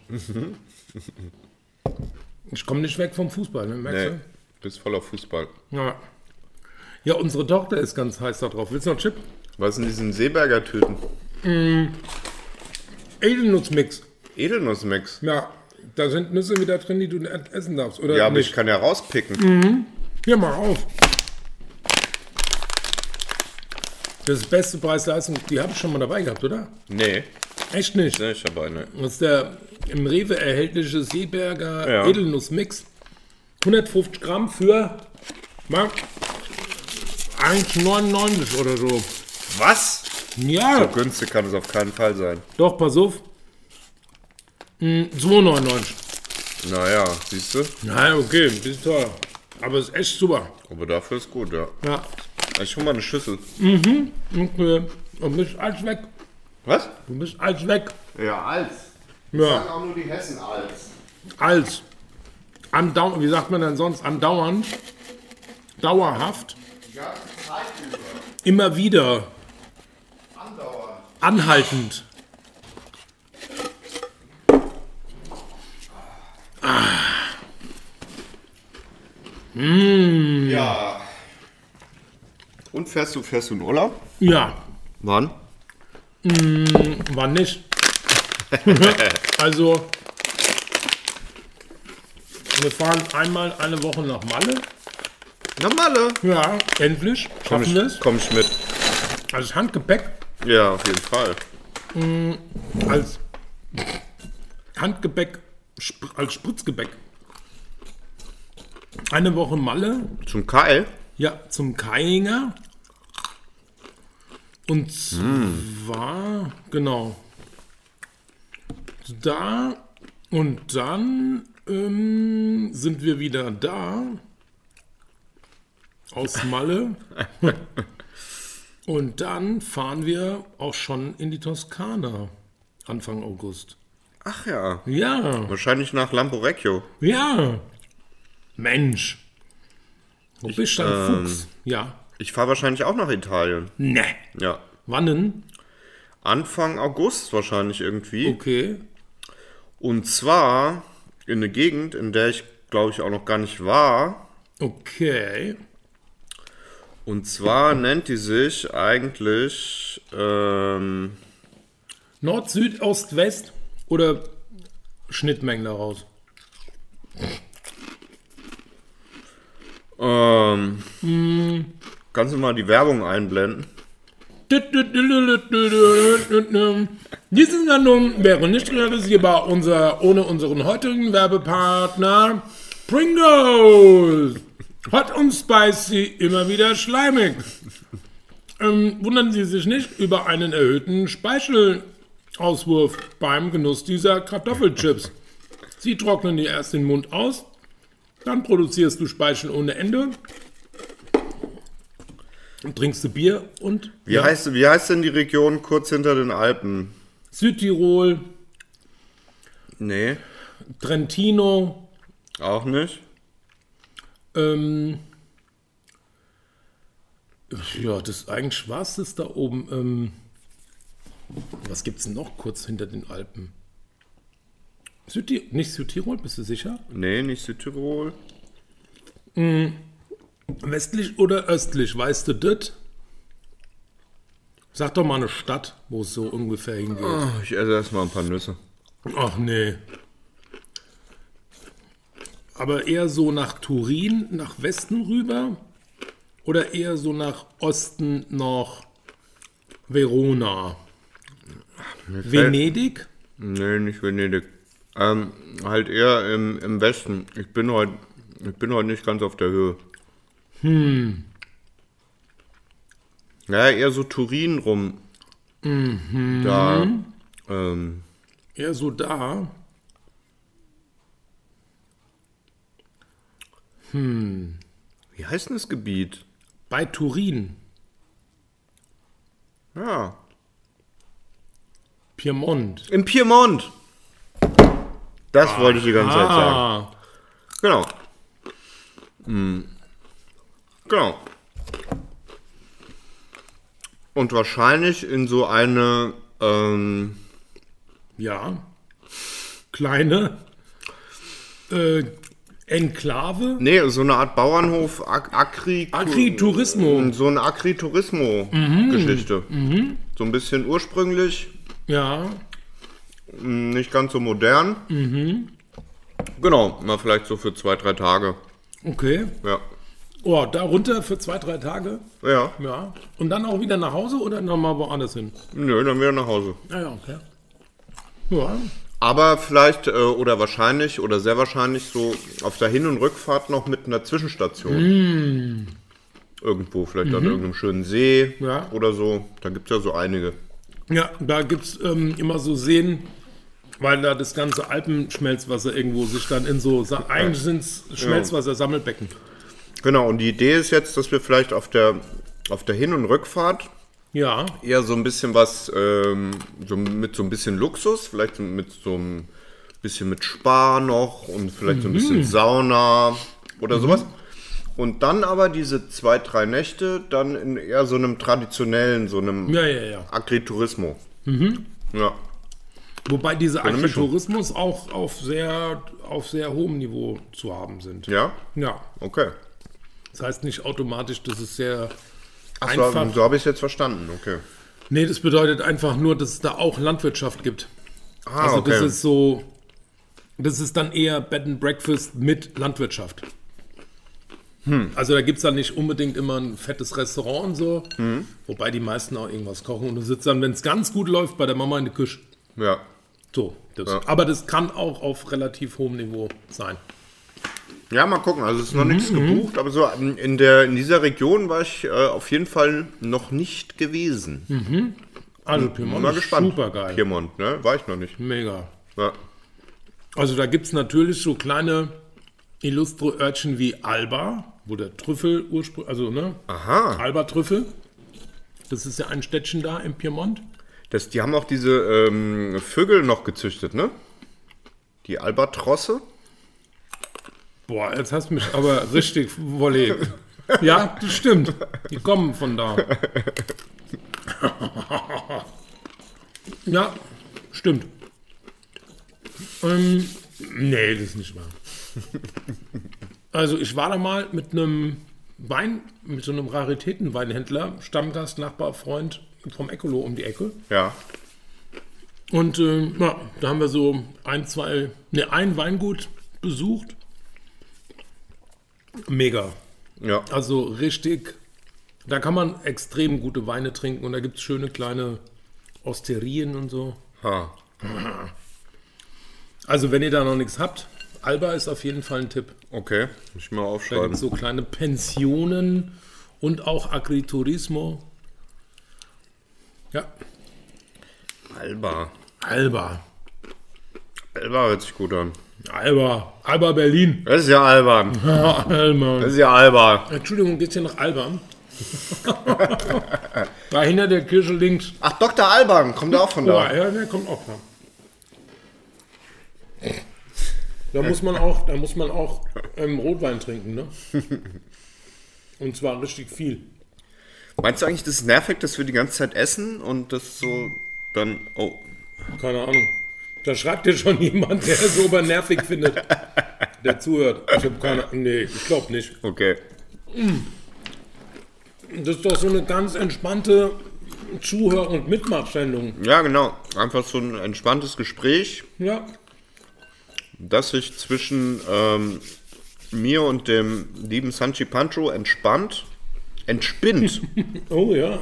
Ich komme nicht weg vom Fußball, ne? Merkst Nee, bist voll auf Fußball. du? Ja. Ja, unsere Tochter ist ganz heiß da drauf. Willst du noch einen Chip? Was in diesen Seeberger-Tüten? Edelnussmix. Edelnussmix. Ja, da sind Nüsse wieder drin, die du nicht essen darfst, oder Ja, aber nicht? ich kann ja rauspicken. Hier, mal auf. Das ist beste Preis-Leistung, die habe ich schon mal dabei gehabt, oder? Nee, Echt nicht. nee, ich dabei, ne. Das ist der im Rewe erhältliche Seeberger Ja. Edelnussmix. hundertfünfzig Gramm für mal eins neunundneunzig oder so. Was? Ja, So günstig kann es auf keinen Fall sein. doch, pass auf. Hm, zwei neunundneunzig. Naja, siehst du? Nein, okay, ein bisschen teuer. Aber ist echt super. Aber dafür ist gut, ja. Ja, Ich hol mal eine Schüssel. okay. Du bist alles weg. Was? Du bist alles weg. Ja, als. Ja, auch nur die Hessen als. als. Andau wie sagt man denn sonst? Andauernd. Dauerhaft. Ja, Zeit über. Immer wieder. Andauernd. Anhaltend. Ja. Und fährst du, fährst du in Urlaub? Ja, Wann? war nicht. Also, wir fahren einmal eine Woche nach Malle. Na Malle. Ja, endlich. Komm Schaffen wir ich, es. komm ich mit. Als Handgepäck. Ja, auf jeden Fall. Als Handgepäck, Sp als Spritzgebäck. Eine Woche Malle, Zum Kai? ja, zum Kaiinger Und zwar, genau, da und dann ähm, sind wir wieder da aus Malle. Und dann fahren wir auch schon in die Toskana Anfang August. Ach ja. Ja, Wahrscheinlich nach Lamporecchio. ja. Mensch. Wo bist du ein Fuchs? Ja. Ich fahre wahrscheinlich auch nach Italien. Ne. Ja. Wann denn? Anfang August wahrscheinlich irgendwie. Okay. Und zwar in eine Gegend, in der ich, glaube ich, auch noch gar nicht war. Okay. Und zwar nennt die sich eigentlich ähm, Nord, Süd, Ost, West oder Schnittmengen daraus? ähm, hm. Kannst du mal die Werbung einblenden? Diese Sendung wäre nicht realisierbar unser, ohne unseren heutigen Werbepartner Pringles. Hot und spicy, immer wieder schleimig. Ähm, wundern Sie sich nicht über einen erhöhten Speichelauswurf beim Genuss dieser Kartoffelchips. Sie trocknen dir erst den Mund aus, dann produzierst du Speichel ohne Ende und trinkst du Bier und... Wie, ja. heißt, wie heißt denn die Region kurz hinter den Alpen? Südtirol, Nee, Trentino, auch nicht. ähm, ja, das eigentlich war es das da oben. Ähm, was gibt es denn noch kurz hinter den Alpen? Südtirol, nicht Südtirol, bist du sicher? Nee, nicht Südtirol. Westlich oder östlich, weißt du das? Sag doch mal eine Stadt, wo es so ungefähr hingeht. Oh, ich esse erstmal ein paar Nüsse. Ach nee. Aber eher so nach Turin, nach Westen rüber? Oder eher so nach Osten, nach Verona? Mir fällt- Venedig? Nee, nicht Venedig. Ähm, halt eher im, im Westen. Ich bin heute ich bin heute nicht ganz auf der Höhe. Hm. Ja, eher so Turin rum. Mhm. Da. Ähm, Eher so da. wie heißt denn das Gebiet? Bei Turin. Ja. Piemont. Im Piemont. Das wollte ich die ganze Zeit sagen. Ah, Genau. Hm. Genau. Und wahrscheinlich in so eine, ähm, ja. Kleine äh, Enklave. nee, so eine Art Bauernhof, Ag Agri Agriturismo. so eine Agriturismo-Geschichte. So ein bisschen ursprünglich, Ja. nicht ganz so modern. Genau, mal vielleicht so für zwei, drei Tage. Okay. Ja. Oh, da runter für zwei, drei Tage. Ja. Ja. Und dann auch wieder nach Hause oder nochmal woanders hin? Nö, dann wieder nach Hause. Ja, ja, okay. Ja. Aber vielleicht äh, oder wahrscheinlich oder sehr wahrscheinlich so auf der Hin- und Rückfahrt noch mit einer Zwischenstation. Irgendwo, vielleicht an irgendeinem schönen See Ja. oder so. Da gibt es ja so einige. Ja, da gibt es ähm, immer so Seen, weil da das ganze Alpenschmelzwasser irgendwo sich dann in so, Sa- eigentlich sind es Schmelzwasser-Sammelbecken. Genau, und die Idee ist jetzt, dass wir vielleicht auf der, auf der Hin- und Rückfahrt Ja, eher so ein bisschen was, ähm, so mit so ein bisschen Luxus, vielleicht mit so ein bisschen mit Spa noch und vielleicht so ein bisschen Sauna oder sowas. Und dann aber diese zwei, drei Nächte dann in eher so einem traditionellen, so einem ja, ja, ja. Agriturismo. Ja. Wobei diese eine Mischung. Agriturismus auch auf sehr, auf sehr hohem Niveau zu haben sind. Ja? Ja, Okay. das heißt nicht automatisch, dass es sehr Ach so, einfach... so habe ich es jetzt verstanden. Okay. Nee, das bedeutet einfach nur, dass es da auch Landwirtschaft gibt. Ah, Also okay. das ist so, das ist dann eher Bed and Breakfast mit Landwirtschaft. Hm. Also da gibt es dann nicht unbedingt immer ein fettes Restaurant und so, wobei die meisten auch irgendwas kochen und du sitzt dann, wenn es ganz gut läuft, bei der Mama in der Küche. Ja. So, das. Ja. Aber das kann auch auf relativ hohem Niveau sein. Ja, mal gucken. Also es ist noch nichts gebucht, aber so in, der, in dieser Region war ich äh, auf jeden Fall noch nicht gewesen. Also Piemont Mal ist gespannt. super geil. Piemont, ne? War ich noch nicht. Mega. Ja. Also da gibt es natürlich so kleine illustre Örtchen wie Alba, wo der Trüffel ursprünglich, also ne? Aha. Alba-Trüffel. Das ist ja ein Städtchen da im Piemont. Das, die haben auch diese ähm, Vögel noch gezüchtet, ne? Die Albatrosse. Boah, jetzt hast du mich aber richtig Volley. Ja, das stimmt. Die kommen von da. Ja, stimmt. Ähm, nee, das ist nicht wahr. Also ich war da mal mit einem Wein, mit so einem Raritätenweinhändler, Stammgast, Nachbar, Freund vom Ecolo um die Ecke. Ja. Und äh, ja, da haben wir so ein, zwei, ne, ein Weingut besucht. Mega. Ja. Also richtig, da kann man extrem gute Weine trinken und da gibt es schöne kleine Osterien und so. Ha. Also wenn ihr da noch nichts habt, Alba ist auf jeden Fall ein Tipp. Okay, muss ich mal Da aufschreiben. gibt es so kleine Pensionen und auch Agriturismo. Ja, Alba. Alba. Alba hört sich gut an. Alba. Alba Berlin. Das ist ja Alba. Ja, Alba. Das ist ja Alba. Entschuldigung, geht's hier nach Alba? Da hinter der Kirche links. Ach, Doktor Alban, kommt auch von da. Ja, ja, der kommt auch da. Da muss man auch, da muss man auch ähm, Rotwein trinken, ne? Und zwar richtig viel. Meinst du eigentlich, das ist nervig, dass wir die ganze Zeit essen und das so dann... Oh, Keine Ahnung. Da schreibt dir schon jemand, der es so nervig findet, der zuhört. Ich habe keine Nee, ich glaube nicht. okay. Das ist doch so eine ganz entspannte Zuhör- und Mitmachsendung. Ja, genau. Einfach so ein entspanntes Gespräch, Ja. das sich zwischen ähm, mir und dem lieben Sanchi Pancho entspannt, entspinnt. Oh ja.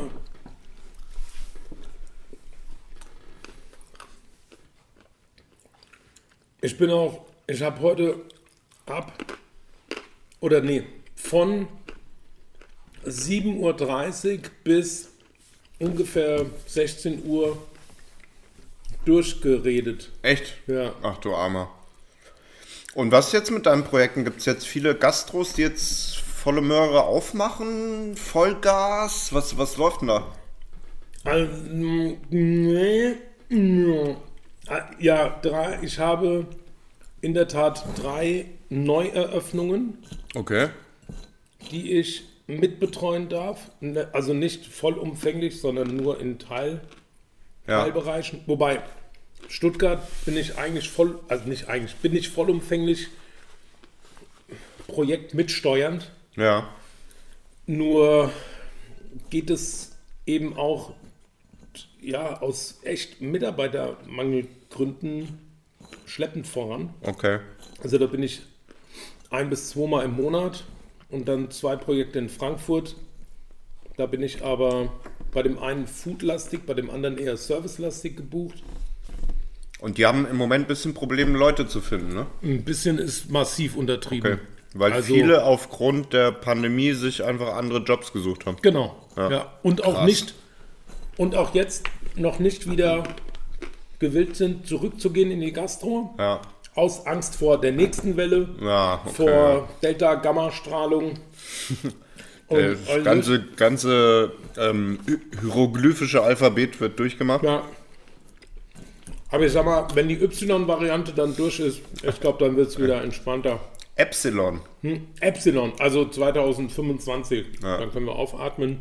Ich bin auch, ich habe heute ab, oder nee, von sieben Uhr dreißig bis ungefähr sechzehn Uhr durchgeredet. Echt? Ja. Ach du Armer. Und was jetzt mit deinen Projekten? Gibt es jetzt viele Gastros, die jetzt volle Möhre aufmachen? Vollgas? Was, was läuft denn da? Also, nee, ja. Ja, drei, ich habe in der Tat drei Neueröffnungen, Okay. die ich mitbetreuen darf. Ne- Also nicht vollumfänglich, sondern nur in Teil, Ja. Teilbereichen. Wobei Stuttgart bin ich eigentlich voll, also nicht eigentlich, bin ich vollumfänglich Projekt mitsteuernd. Ja. Nur geht es eben auch ja, aus echt Mitarbeitermangelgründen schleppend voran. Okay. Also da bin ich ein bis zweimal im Monat und dann zwei Projekte in Frankfurt. Da bin ich aber bei dem einen foodlastig, bei dem anderen eher servicelastig gebucht. Und die haben im Moment ein bisschen Probleme, Leute zu finden, ne? Ein bisschen ist massiv untertrieben. Okay. Weil Also- viele aufgrund der Pandemie sich einfach andere Jobs gesucht haben. Genau. Ja. Ja. Und auch Krass. nicht und auch jetzt noch nicht wieder gewillt sind, zurückzugehen in die Gastro. Ja. Aus Angst vor der nächsten Welle, Ja, okay. vor Delta-Gamma-Strahlung. Und Das also- ganze, ganze ähm, hy- hieroglyphische Alphabet wird durchgemacht. Ja. Aber ich sag mal, wenn die Y-Variante dann durch ist, ich glaube, dann wird es wieder entspannter. Epsilon. Hm, Epsilon, also zwanzig fünfundzwanzig. Ja. Dann können wir aufatmen.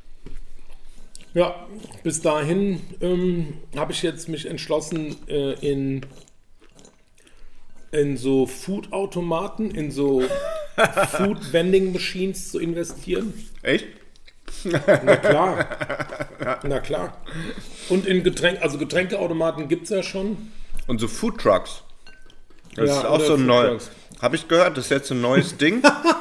Ja, bis dahin ähm, habe ich jetzt mich entschlossen, äh, in, in so Food-Automaten, in so Food-Vending-Machines zu investieren. Echt? Na klar. Na klar. Und in Getränk, also Getränkeautomaten gibt es ja schon. Und so Food Trucks. Das Ja, ist auch oder so ein Food neues. Trucks. Habe ich gehört, das ist jetzt ein neues Ding.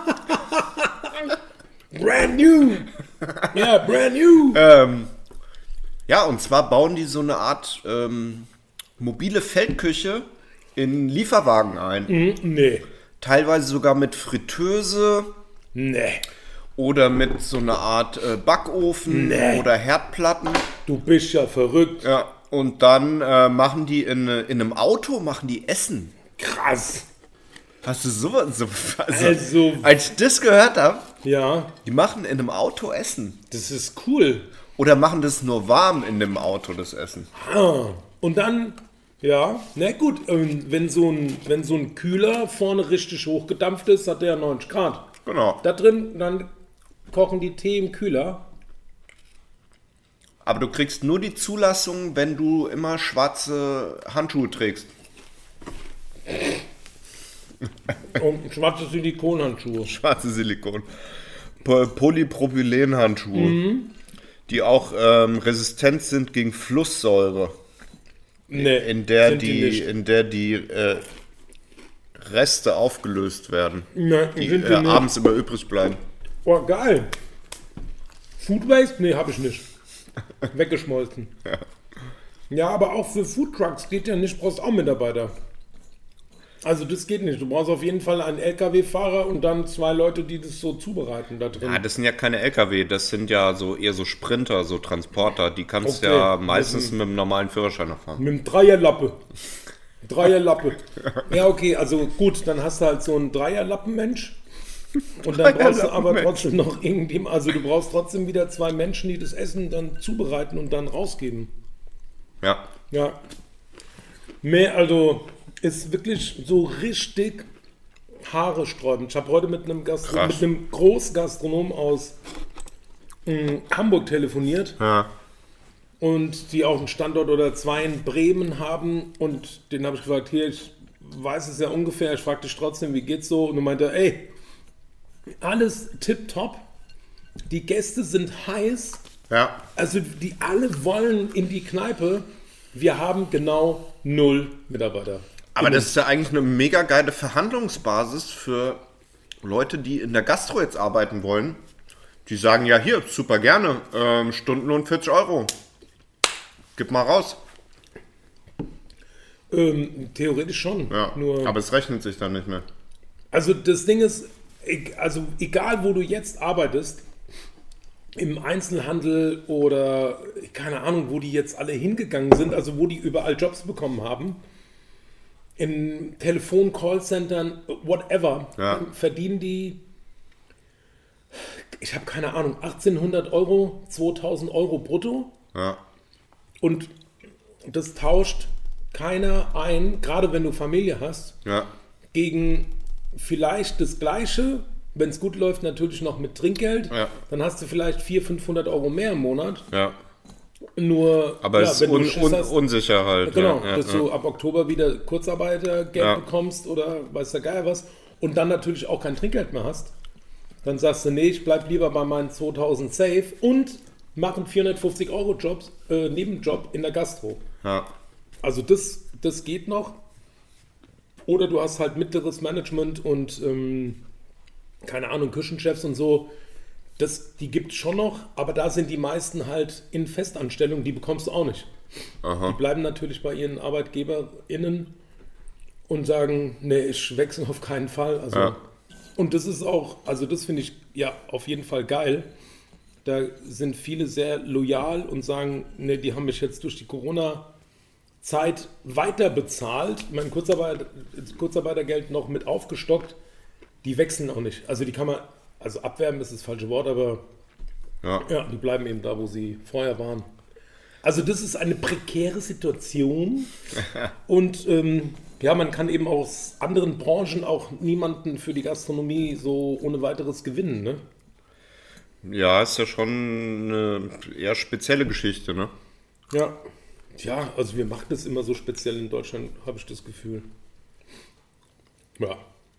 Brand new! Ja, brand new! ähm, ja, und zwar bauen die so eine Art ähm, mobile Feldküche in Lieferwagen ein. Hm, nee. teilweise sogar mit Fritteuse Nee, oder mit so einer Art äh, Backofen Nee. oder Herdplatten. du bist ja verrückt. Ja, und dann äh, machen die in, in einem Auto, machen die Essen. Krass. Hast du sowas? So, also, Also- als ich das gehört habe, Ja, die machen in einem Auto Essen. das ist cool. Oder machen das nur warm in dem Auto, das Essen. Ah, und dann, ja, na gut, ähm, wenn so, ein, wenn so ein Kühler vorne richtig hochgedampft ist, hat der ja neunzig Grad. Genau. Da drin, dann kochen die Tee im Kühler. Aber du kriegst nur die Zulassung, wenn du immer schwarze Handschuhe trägst. Und schwarze Silikonhandschuhe. Schwarze Silikon. Po- Polypropylenhandschuhe. Die auch ähm, resistent sind gegen Flusssäure. Nee, In der sind die, nicht. in der die äh, Reste aufgelöst werden. Nein, Die sind die äh, nicht. abends immer übrig bleiben. Oh, geil. Food Waste? Nee, hab ich nicht. Weggeschmolzen. Ja. Ja, aber auch für Food Trucks geht ja nicht, brauchst auch Mitarbeiter. Also das geht nicht. Du brauchst auf jeden Fall einen L K W-Fahrer und dann zwei Leute, die das so zubereiten da drin. Ja, das sind ja keine L K W, das sind ja so eher so Sprinter, so Transporter. Die kannst Okay. ja meistens mit einem normalen Führerschein noch fahren. Mit einem Dreierlappe. Dreierlappe. Ja, okay, also gut, dann hast du halt so einen Dreierlappen-Mensch. Und dann brauchst du aber Dreierlappen-Mensch. trotzdem noch irgendjemand, also du brauchst trotzdem wieder zwei Menschen, die das Essen dann zubereiten und dann rausgeben. Ja. Ja. Nee, also ist wirklich so richtig Haare sträubend. Ich habe heute mit einem, Gastro Krass. mit einem Großgastronom aus mh, Hamburg telefoniert. Ja. Und die auch einen Standort oder zwei in Bremen haben. Und den habe ich gefragt, hier, ich weiß es ja ungefähr, ich frage dich trotzdem, wie geht's so? Und er meinte, ey, alles tipptopp. Die Gäste sind heiß. Ja. Also die alle wollen in die Kneipe. Wir haben genau null Mitarbeiter. Aber das ist ja eigentlich eine mega geile Verhandlungsbasis für Leute, die in der Gastro jetzt arbeiten wollen. Die sagen, ja hier, super gerne, ähm, Stundenlohn vierzig Euro. Gib mal raus. Ähm, theoretisch schon. Ja, Nur, aber es rechnet sich dann nicht mehr. also das Ding ist, e- also egal wo du jetzt arbeitest, im Einzelhandel oder keine Ahnung, wo die jetzt alle hingegangen sind, also wo die überall Jobs bekommen haben, in Telefon, Callcentern, whatever, Ja. verdienen die, ich habe keine Ahnung, achtzehnhundert Euro, zweitausend Euro brutto. Ja. Und das tauscht keiner ein, gerade wenn du Familie hast, Ja. gegen vielleicht das Gleiche, wenn es gut läuft, natürlich noch mit Trinkgeld. Ja. Dann hast du vielleicht vierhundert, fünfhundert Euro mehr im Monat. Ja. Nur, Aber ja, es ist wenn du un, Schiss un, hast, unsicher halt. genau, ja, ja, dass ja. du ab Oktober wieder Kurzarbeitergeld Ja. bekommst oder weiß der Geier was und dann natürlich auch kein Trinkgeld mehr hast. Dann sagst du, nee, ich bleib lieber bei meinen zweitausend safe und mache einen vierhundertfünfzig Euro Jobs, äh, Nebenjob in der Gastro. Ja. Also das, das geht noch. Oder du hast halt mittleres Management und ähm, keine Ahnung, Küchenchefs und so. Das, die gibt es schon noch, aber da sind die meisten halt in Festanstellung, die bekommst du auch nicht. Aha. Die bleiben natürlich bei ihren ArbeitgeberInnen und sagen, nee, ich wechsle auf keinen Fall. Also, Ja. Und das ist auch, also das finde ich ja auf jeden Fall geil. Da sind viele sehr loyal und sagen, nee, die haben mich jetzt durch die Corona-Zeit weiter bezahlt, mein Kurzarbeit, Kurzarbeitergeld noch mit aufgestockt. Die wechseln auch nicht. Also die kann man, also abwerben ist das falsche Wort, aber Ja. ja, die bleiben eben da, wo sie vorher waren. Also das ist eine prekäre Situation und ähm, ja, man kann eben aus anderen Branchen auch niemanden für die Gastronomie so ohne weiteres gewinnen, ne? Ja, ist ja schon eine eher spezielle Geschichte, ne? Ja. Ja, also wir machen das immer so speziell in Deutschland, habe ich das Gefühl. Ja.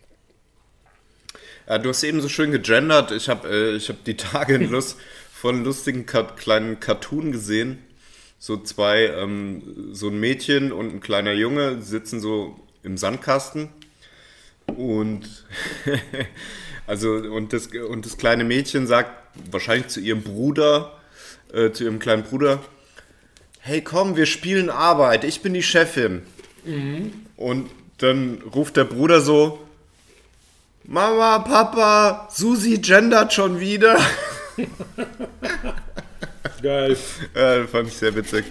Ja, du hast eben so schön gegendert. Ich habe äh, ich hab die Tage einen Lust, von lustigen Kat- kleinen Cartoon gesehen. So zwei, ähm, so ein Mädchen und ein kleiner Junge sitzen so im Sandkasten. Und also und das, und das kleine Mädchen sagt wahrscheinlich zu ihrem Bruder, äh, zu ihrem kleinen Bruder, hey komm, wir spielen Arbeit, ich bin die Chefin. Und dann ruft der Bruder so, Mama, Papa, Susi gendert schon wieder. Geil. Ja, das fand ich sehr witzig.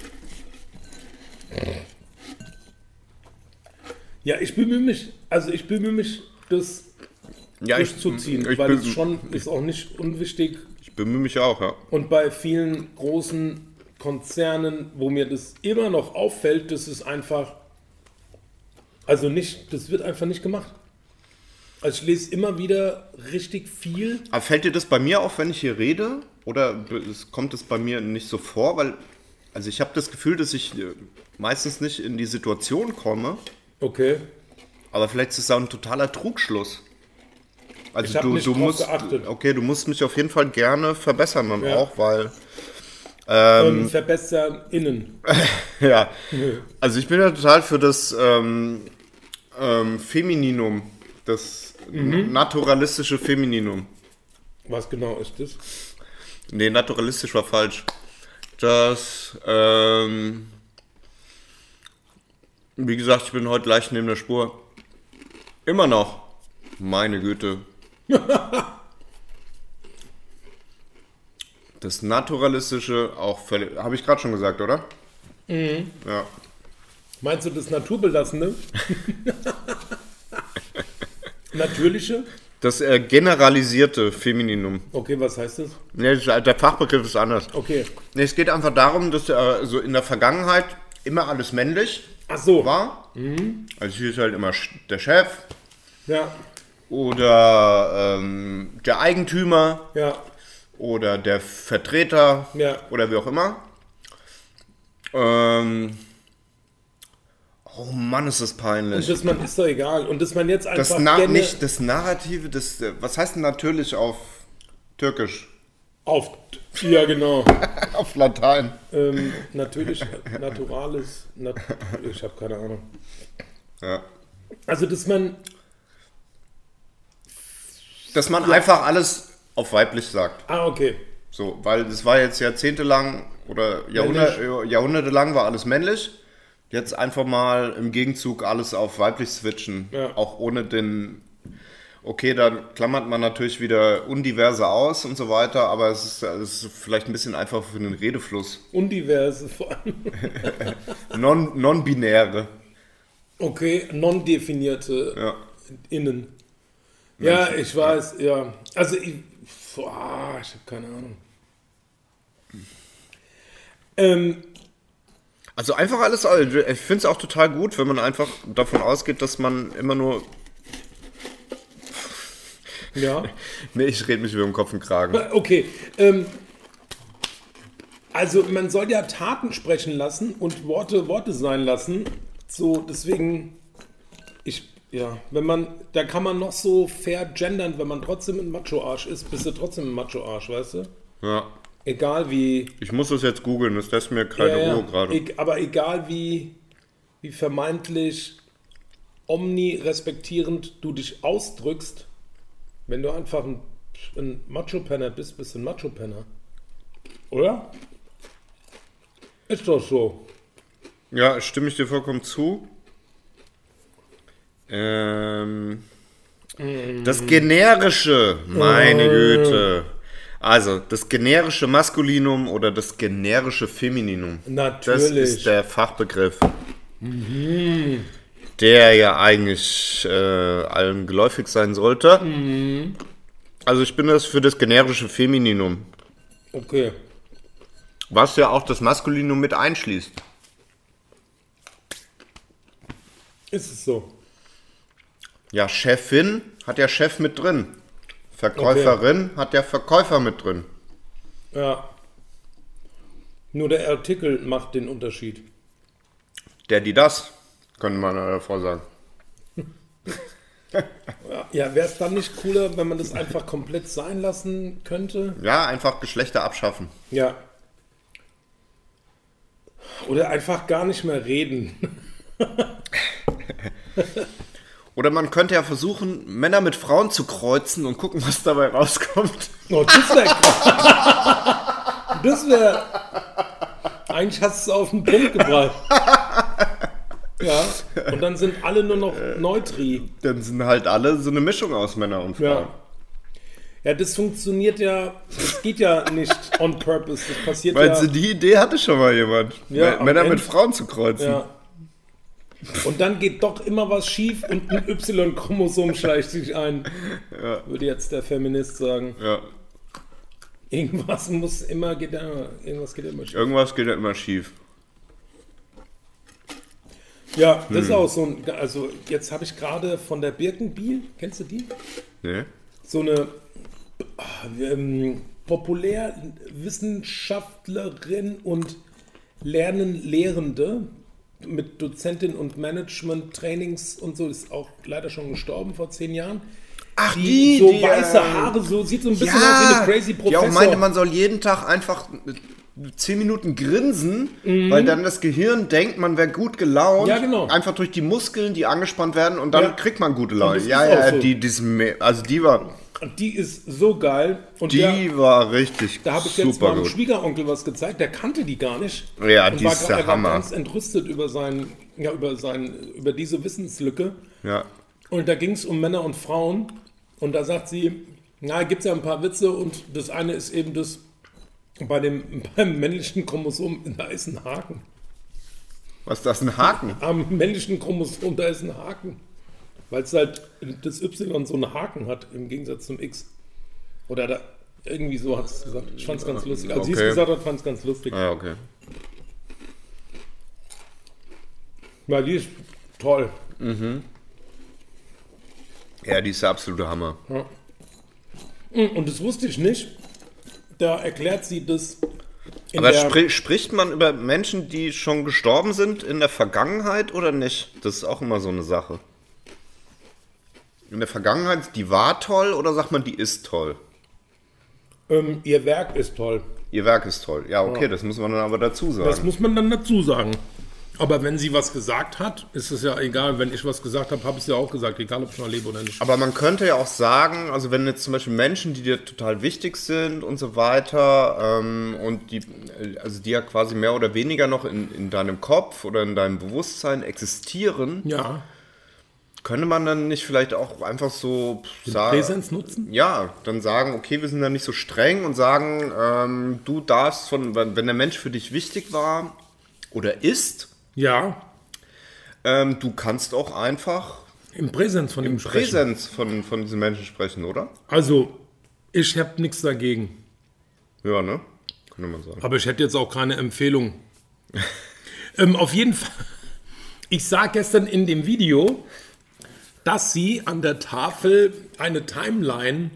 Ja, ich bemühe mich, also ich bemühe mich, das Ja, ich, durchzuziehen, ich, weil bem- es schon ist auch nicht unwichtig. ich bemühe mich auch, ja. Und bei vielen großen Konzernen, wo mir das immer noch auffällt, das ist einfach, also nicht, das wird einfach nicht gemacht. Also ich lese immer wieder richtig viel. Aber fällt dir das bei mir auf, wenn ich hier rede? Oder es- kommt es bei mir nicht so vor? Weil, also ich habe das Gefühl, dass ich äh, meistens nicht in die Situation komme. Okay. Aber vielleicht ist es auch ein totaler Trugschluss. Also Ich hab du, nicht du drauf musst, geachtet. okay, du musst mich auf jeden Fall gerne verbessern dann Ja. auch, weil, Ähm, verbessern innen. ja, also ich bin ja total für das ähm, ähm, Femininum, das Mhm. naturalistische Femininum. Was genau ist das? Nee, naturalistisch war falsch. Das, ähm, wie gesagt, ich bin heute leicht neben der Spur. Immer noch. Meine Güte. Das Naturalistische auch völlig. Habe ich gerade schon gesagt, oder? Mhm. Ja. Meinst du das Naturbelassene? Natürliche? Das äh, generalisierte Femininum. Okay, was heißt das? Nee, das, der Fachbegriff ist anders. Okay. Nee, es geht einfach darum, dass äh, so in der Vergangenheit immer alles männlich Ach so. war. Also hier ist halt immer sch- der Chef Ja, oder ähm, der Eigentümer ja, oder der Vertreter ja. oder wie auch immer. Ähm, oh Mann, ist das Und peinlich. das man ist doch egal. Und dass man jetzt einfach Das, Na gerne nicht, das Narrative, das, äh, was heißt denn natürlich auf Türkisch? auf. Ja, genau. Auf Latein. ähm, natürlich, naturales. Nat ich habe keine Ahnung. Ja. Also, dass man. Dass man einfach alles auf weiblich sagt. Ah, okay. So, weil das war jetzt jahrzehntelang oder Jahrhundert, jahrhundertelang war alles männlich. Jetzt einfach mal im Gegenzug alles auf weiblich switchen. Ja. Auch ohne den. Okay, dann klammert man natürlich wieder Undiverse aus und so weiter, aber es ist, es ist vielleicht ein bisschen einfacher für den Redefluss. Undiverse vor allem. Non, non-binäre. Okay, non-definierte Ja. Innen. Ja, ich weiß, ja. Also, ich, boah, ich habe keine Ahnung. Ähm, Also einfach alles, ich finde es auch total gut, wenn man einfach davon ausgeht, dass man immer nur. ja. Nee, ich rede mich über den Kopf und Kragen. Okay. Ähm, also man soll ja Taten sprechen lassen und Worte Worte sein lassen. So, deswegen, ich, ja, wenn man, da kann man noch so fair gendern, wenn man trotzdem ein Macho-Arsch ist, bist du trotzdem ein Macho-Arsch, weißt du? Ja. Egal wie. Ich muss das jetzt googeln, das lässt mir keine Ja, ja. Ruhe gerade. E aber egal wie, wie vermeintlich omnirespektierend du dich ausdrückst, wenn du einfach ein, ein Macho-Penner bist, bist du ein Macho-Penner. Oder? Ist doch so. Ja, stimme ich dir vollkommen zu. Ähm, das generische, meine Güte. Also, das generische Maskulinum oder das generische Femininum. Natürlich. Das ist der Fachbegriff. Der ja eigentlich äh, allen geläufig sein sollte. Also, ich bin das für das generische Femininum. Okay. Was ja auch das Maskulinum mit einschließt. Ist es so? Ja, Chefin hat ja Chef mit drin. Verkäuferin hat ja Verkäufer mit drin. Ja. Nur der Artikel macht den Unterschied. Der, die, das, könnte man davor sagen. Ja, wäre es dann nicht cooler, wenn man das einfach komplett sein lassen könnte? Ja, einfach Geschlechter abschaffen. Ja. Oder einfach gar nicht mehr reden. Oder man könnte ja versuchen, Männer mit Frauen zu kreuzen und gucken, was dabei rauskommt. Oh, das wäre Das wäre. Eigentlich hast du es auf den Punkt gebracht. Ja. Und dann sind alle nur noch Neutri. Dann sind halt alle so eine Mischung aus Männern und Frauen. Ja. Ja, das funktioniert ja, das geht ja nicht on purpose, das passiert Meinst ja... du, die Idee hatte schon mal jemand? Ja, M- Männer am mit Ende- Frauen zu kreuzen. Ja. Und dann geht doch immer was schief und ein Y-Chromosom schleicht sich ein, Ja. würde jetzt der Feminist sagen. Ja. Irgendwas muss immer, geht immer, irgendwas geht immer schief. Irgendwas geht ja immer schief. Ja, das ist Hm. auch so ein, also jetzt habe ich gerade von der Birkenbiel, kennst du die? Nee? So eine ähm, Populärwissenschaftlerin und Lernen-Lehrende mit Dozentin und Management-Trainings und so, ist auch leider schon gestorben vor zehn Jahren. Ach, die, die, so die, weiße äh, Haare, so sieht so ein bisschen Ja, aus wie eine crazy die Professor. auch meinte, man soll jeden Tag einfach zehn Minuten grinsen, weil dann das Gehirn denkt, man wäre gut gelaunt. Ja, genau. Einfach durch die Muskeln, die angespannt werden und dann Ja. kriegt man gute Und Laune. das Ja, ist auch ja, so. die, die ist me- also die war, Und die ist so geil. Und die der, war richtig da habe ich jetzt super meinem gut. Schwiegeronkel was gezeigt, der kannte die gar nicht. Ja, und die war, ist gra- der er war Hammer. ganz entrüstet über, sein, ja, über, sein, über diese Wissenslücke. Ja. Und da ging es um Männer und Frauen. Und da sagt sie, na, gibt es ja ein paar Witze. Und das eine ist eben das, bei dem, beim männlichen Chromosom, da ist ein Haken. Was ist das, ein Haken? Am männlichen Chromosom, da ist ein Haken. Weil es halt das Y so einen Haken hat, im Gegensatz zum X. Oder da, irgendwie so hat es gesagt. Ich fand es ganz lustig. Als sie es Okay. gesagt hat, fand es ganz lustig. Ah, okay. Ja, die ist toll. Ja, die ist der absolute Hammer. Und das wusste ich nicht. Da erklärt sie das in Aber der... spri spricht man über Menschen, die schon gestorben sind in der Vergangenheit oder nicht? Das ist auch immer so eine Sache. In der Vergangenheit, die war toll oder sagt man, die ist toll? ähm, ihr Werk ist toll. Ihr Werk ist toll. Ja, okay, das muss man dann aber dazu sagen. Das muss man dann dazu sagen. Aber wenn sie was gesagt hat, ist es ja egal. Wenn ich was gesagt habe, habe ich es ja auch gesagt. Egal, ob ich noch lebe oder nicht. Aber man könnte ja auch sagen, also wenn jetzt zum Beispiel Menschen, die dir total wichtig sind und so weiter, ähm, und die, also die ja quasi mehr oder weniger noch in, in deinem Kopf oder in deinem Bewusstsein existieren, Ja, könnte man dann nicht vielleicht auch einfach so sagen, Präsenz nutzen? ja, dann sagen, okay, wir sind da nicht so streng und sagen, ähm, du darfst von, wenn wenn der Mensch für dich wichtig war oder ist, Ja, ähm, du kannst auch einfach im Präsenz von ihm sprechen. Präsenz von, von diesen Menschen sprechen, oder? Also, ich habe nichts dagegen. Ja, ne? Könnte man sagen. Aber ich hätte jetzt auch keine Empfehlung. ähm, auf jeden Fall. Ich sah gestern in dem Video, dass sie an der Tafel eine Timeline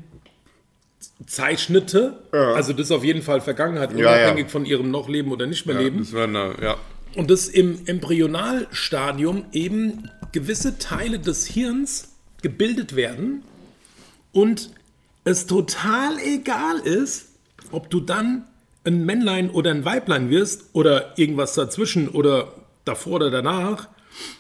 zeichnete. Ja. Also das ist auf jeden Fall Vergangenheit, Ja, unabhängig ja. von ihrem noch Leben oder nicht mehr Leben. Das war eine, ja. Und dass im Embryonalstadium eben gewisse Teile des Hirns gebildet werden und es total egal ist, ob du dann ein Männlein oder ein Weiblein wirst oder irgendwas dazwischen oder davor oder danach,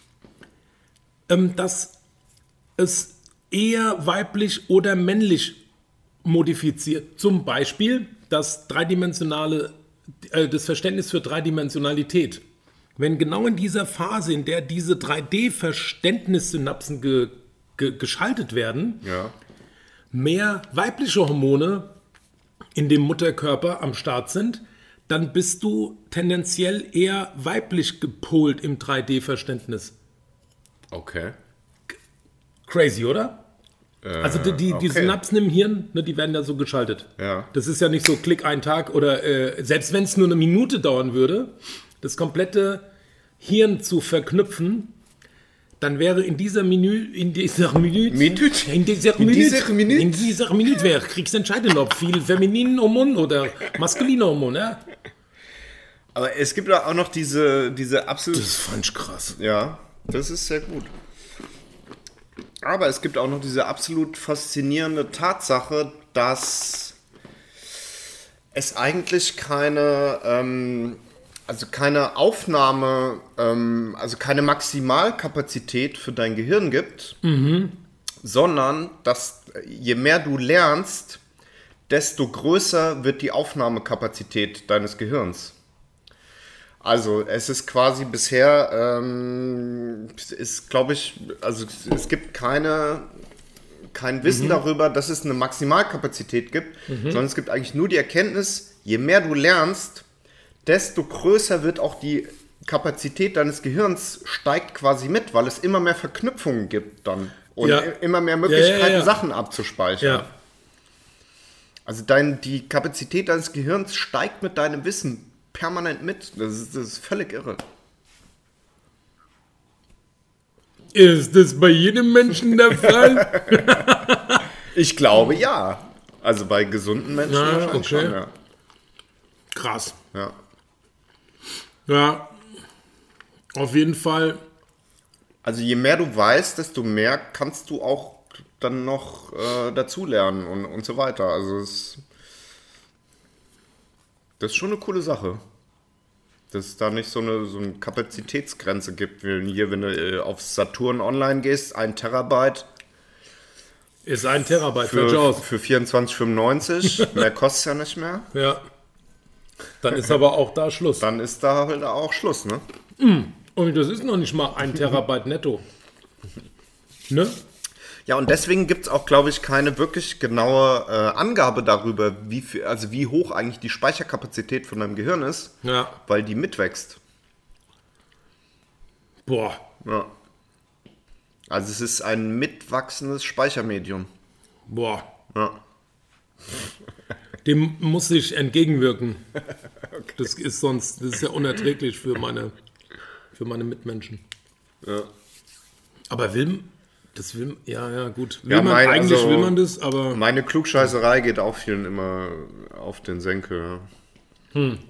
ähm, dass es eher weiblich oder männlich modifiziert. Zum Beispiel das dreidimensionale, äh, das Verständnis für Dreidimensionalität. Wenn genau in dieser Phase, in der diese drei D-Verständnissynapsen ge, ge, geschaltet werden, Ja. mehr weibliche Hormone in dem Mutterkörper am Start sind, dann bist du tendenziell eher weiblich gepolt im drei D-Verständnis. Okay. Crazy, oder? Also die, die, die okay. Synapsen im Hirn, ne, die werden ja so geschaltet. Ja. Das ist ja nicht so Klick ein Tag oder äh, selbst wenn es nur eine Minute dauern würde, das komplette Hirn zu verknüpfen, dann wäre in dieser Minute, in dieser Minute, Minute? in dieser In Minute, dieser Minute? in dieser Minute wäre kriegsentscheidend, ob viel femininen Hormon oder maskulinen Hormon, ja? Aber es gibt auch noch diese, diese absolut. Das fand ich krass. Ja, das ist sehr gut. Aber es gibt auch noch diese absolut faszinierende Tatsache, dass es eigentlich keine, ähm, also keine Aufnahme, ähm, also keine Maximalkapazität für dein Gehirn gibt, sondern dass je mehr du lernst, desto größer wird die Aufnahmekapazität deines Gehirns. Also es ist quasi bisher, ähm, ist glaube ich, also es gibt keine, kein Wissen mhm. darüber, dass es eine Maximalkapazität gibt, mhm. sondern es gibt eigentlich nur die Erkenntnis, je mehr du lernst, desto größer wird auch die Kapazität deines Gehirns, steigt quasi mit, weil es immer mehr Verknüpfungen gibt dann und ja. immer mehr Möglichkeiten, ja, ja, ja. Sachen abzuspeichern. Ja. Also dein, die Kapazität deines Gehirns steigt mit deinem Wissen permanent mit. Das ist, das ist völlig irre. Ist das bei jedem Menschen der Fall? Ich glaube, ja. Also bei gesunden Menschen Na, wahrscheinlich okay. schon, ja. Krass. Ja. Ja, auf jeden Fall. Also je mehr du weißt, desto mehr kannst du auch dann noch äh, dazulernen und, und so weiter. Also es, das ist schon eine coole Sache. Dass es da nicht so eine, so eine Kapazitätsgrenze gibt, wie hier, wenn du äh, auf Saturn online gehst, ein Terabyte. Ist ein Terabyte, für, aus. für vierundzwanzig fünfundneunzig. Mehr kostet es ja nicht mehr. Ja. Dann ist aber auch da Schluss. Dann ist da halt auch Schluss, ne? Und das ist noch nicht mal ein Terabyte netto. Ne? Ja, und deswegen gibt es auch, glaube ich, keine wirklich genaue äh, Angabe darüber, wie viel, also wie hoch eigentlich die Speicherkapazität von deinem Gehirn ist, ja. weil die mitwächst. Boah. Ja. Also es ist ein mitwachsendes Speichermedium. Boah. Ja. Dem muss ich entgegenwirken. Okay. Das ist sonst, das ist ja unerträglich für meine, für meine Mitmenschen. Ja. Aber will, das will, ja, ja, gut. Will Ja, man, mein, eigentlich also, will man das, aber... Meine Klugscheißerei geht auch vielen immer auf den Senkel. Hm.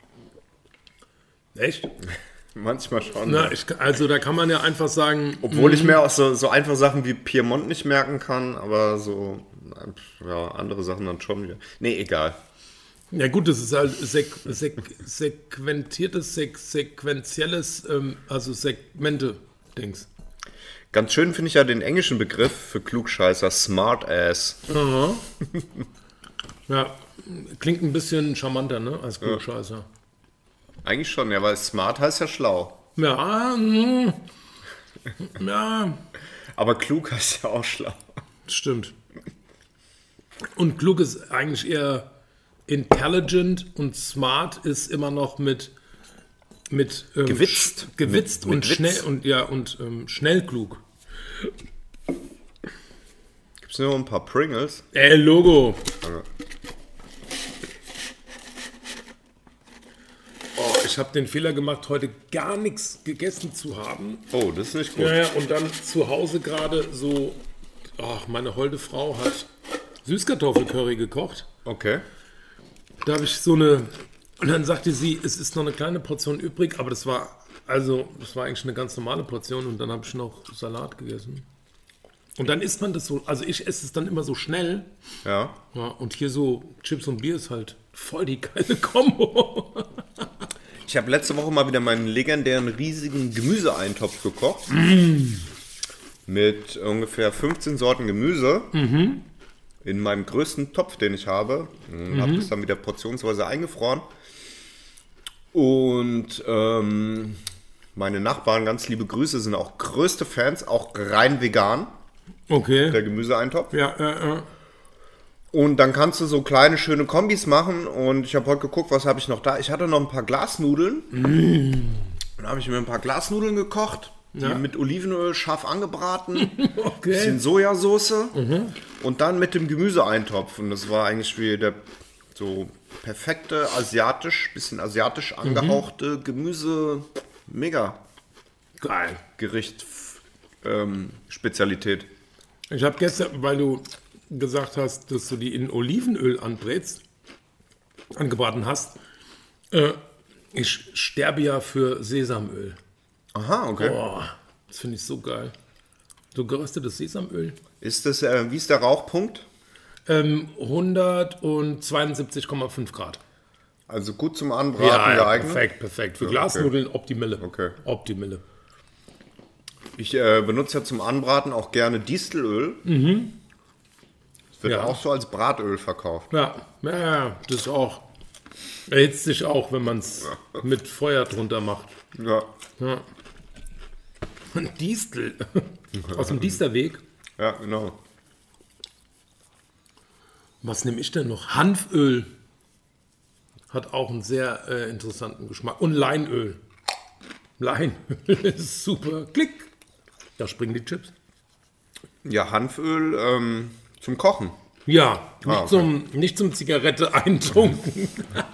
Echt? Manchmal schon. Na, ich, also da kann man ja einfach sagen... Obwohl ich mir auch so, so einfache Sachen wie Piemont nicht merken kann, aber so ja, andere Sachen dann schon wieder. Nee, egal. Ja gut, das ist halt sek, sek, sequentiertes, sek, sequenzielles, ähm, also Segmente-Dings. Ganz schön finde ich ja den englischen Begriff für Klugscheißer, Smartass. Aha. Ja, klingt ein bisschen charmanter, ne, als Klugscheißer. Ja. Eigentlich schon, ja, weil smart heißt ja schlau. Ja, mh. Ja. Aber klug heißt ja auch schlau. Stimmt. Und klug ist eigentlich eher intelligent und smart ist immer noch mit mit ähm, gewitzt, sch- gewitzt mit, und mit schnell und ja und ähm, schnell klug. Gibt's nur ein paar Pringles? Ey, Logo. Okay. Oh, ich habe den Fehler gemacht, heute gar nichts gegessen zu haben. Oh, das ist nicht gut. Ja, ja, und dann zu Hause gerade so, ach, meine holde Frau hat Süßkartoffelcurry gekocht. Okay. Da habe ich so eine, und dann sagte sie, es ist noch eine kleine Portion übrig, aber das war, also, das war eigentlich eine ganz normale Portion und dann habe ich noch Salat gegessen. Und dann isst man das so, also ich esse es dann immer so schnell. Ja. Ja, und hier so Chips und Bier ist halt voll die geile Kombo. Ich habe letzte Woche mal wieder meinen legendären riesigen Gemüseeintopf gekocht. Mm. Mit ungefähr fünfzehn Sorten Gemüse. Mhm. In meinem größten Topf, den ich habe. Mhm. Habe das dann wieder portionsweise eingefroren. Und ähm, meine Nachbarn, ganz liebe Grüße, sind auch größte Fans, auch rein vegan. Okay. Der Gemüseeintopf. Ja, ja, ja. Und dann kannst du so kleine, schöne Kombis machen. Und ich habe heute geguckt, was habe ich noch da. Ich hatte noch ein paar Glasnudeln. Mm. Dann habe ich mir ein paar Glasnudeln gekocht. Die Ja. mit Olivenöl scharf angebraten. Okay. Bisschen Sojasauce. Mhm. Und dann mit dem Gemüseeintopf. Und das war eigentlich wie der so perfekte asiatisch, bisschen asiatisch angehauchte Gemüse. Mega Geil. Gericht. Ähm, Spezialität. Ich habe gestern, weil du gesagt hast, dass du die in Olivenöl anbrätst, angebraten hast, äh, ich sterbe ja für Sesamöl. Aha, okay. Boah, das finde ich so geil. So geröstetes Sesamöl. Ist das, äh, wie ist der Rauchpunkt? Ähm, hundertzweiundsiebzig Komma fünf Grad. Also gut zum Anbraten geeignet? perfekt, perfekt. Für Ja, Glasnudeln Optimille. Okay. Optimille. Ich äh, benutze ja zum Anbraten auch gerne Distelöl. Mhm. Das wird Ja. auch so als Bratöl verkauft. Ja, ja, ja, das ist auch Erhitzt sich auch, wenn man es ja. mit Feuer drunter macht. Ja. ja. Distel. Aus dem Diesterweg. Ja, genau. Was nehme ich denn noch? Hanföl. Hat auch einen sehr äh, interessanten Geschmack. Und Leinöl. Leinöl ist super. Klick. Da springen die Chips. Ja, Hanföl ähm, zum Kochen. Ja, nicht, ah, okay. zum, nicht zum Zigarette eintunken.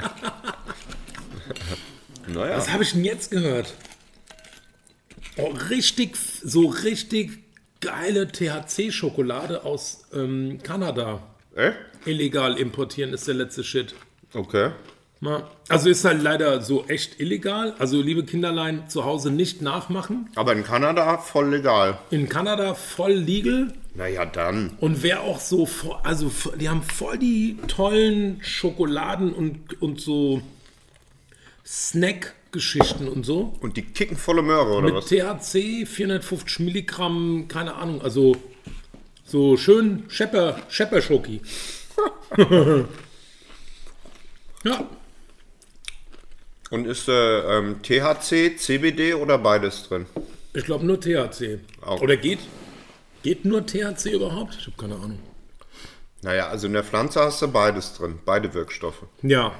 Naja. Was habe ich denn jetzt gehört? Oh, richtig, so richtig geile T H C-Schokolade aus ähm, Kanada. Äh? Illegal importieren ist der letzte Shit. Okay. Na, also ist halt leider so echt illegal. Also liebe Kinderlein, zu Hause nicht nachmachen. Aber in Kanada voll legal. In Kanada voll legal. Naja, dann. Und wer auch so, also die haben voll die tollen Schokoladen und, und so Snack-Geschichten und so. Und die kicken volle Möhre, oder Mit was? T H C, vierhundertfünfzig Milligramm, keine Ahnung, also so schön Schepper, Schepper-Schoki. Ja. Und ist äh, ähm, T H C, C B D oder beides drin? Ich glaube nur T H C. Auch. Oder geht, geht nur T H C überhaupt? Ich habe keine Ahnung. Naja, also in der Pflanze hast du beides drin, beide Wirkstoffe. Ja.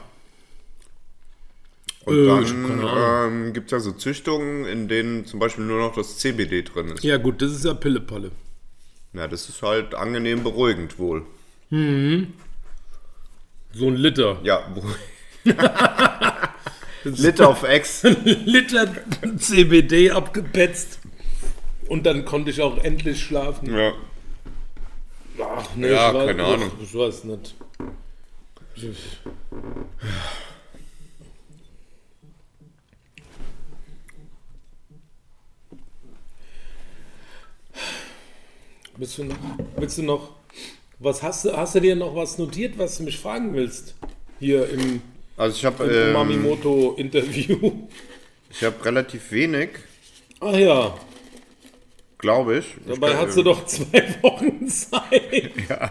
Und Äh, ich hab keine dann ähm, gibt es ja so Züchtungen, in denen zum Beispiel nur noch das C B D drin ist. Ja gut, das ist ja Pillepalle. Ja, das ist halt angenehm beruhigend wohl. So ein Liter. Ja, Liter auf Ex. Liter C B D abgepetzt. Und dann konnte ich auch endlich schlafen. Ja. Ach, nee, Ja, ich weiß, keine ach, Ahnung. Ich weiß nicht. Ich, Willst du noch, willst du noch, was hast du, hast du dir noch was notiert, was du mich fragen willst? Hier im, Also ich habe im ähm, Umamimoto-Interview. ich habe relativ wenig, Ach ja, glaube ich. dabei ich hast du doch zwei Wochen Zeit.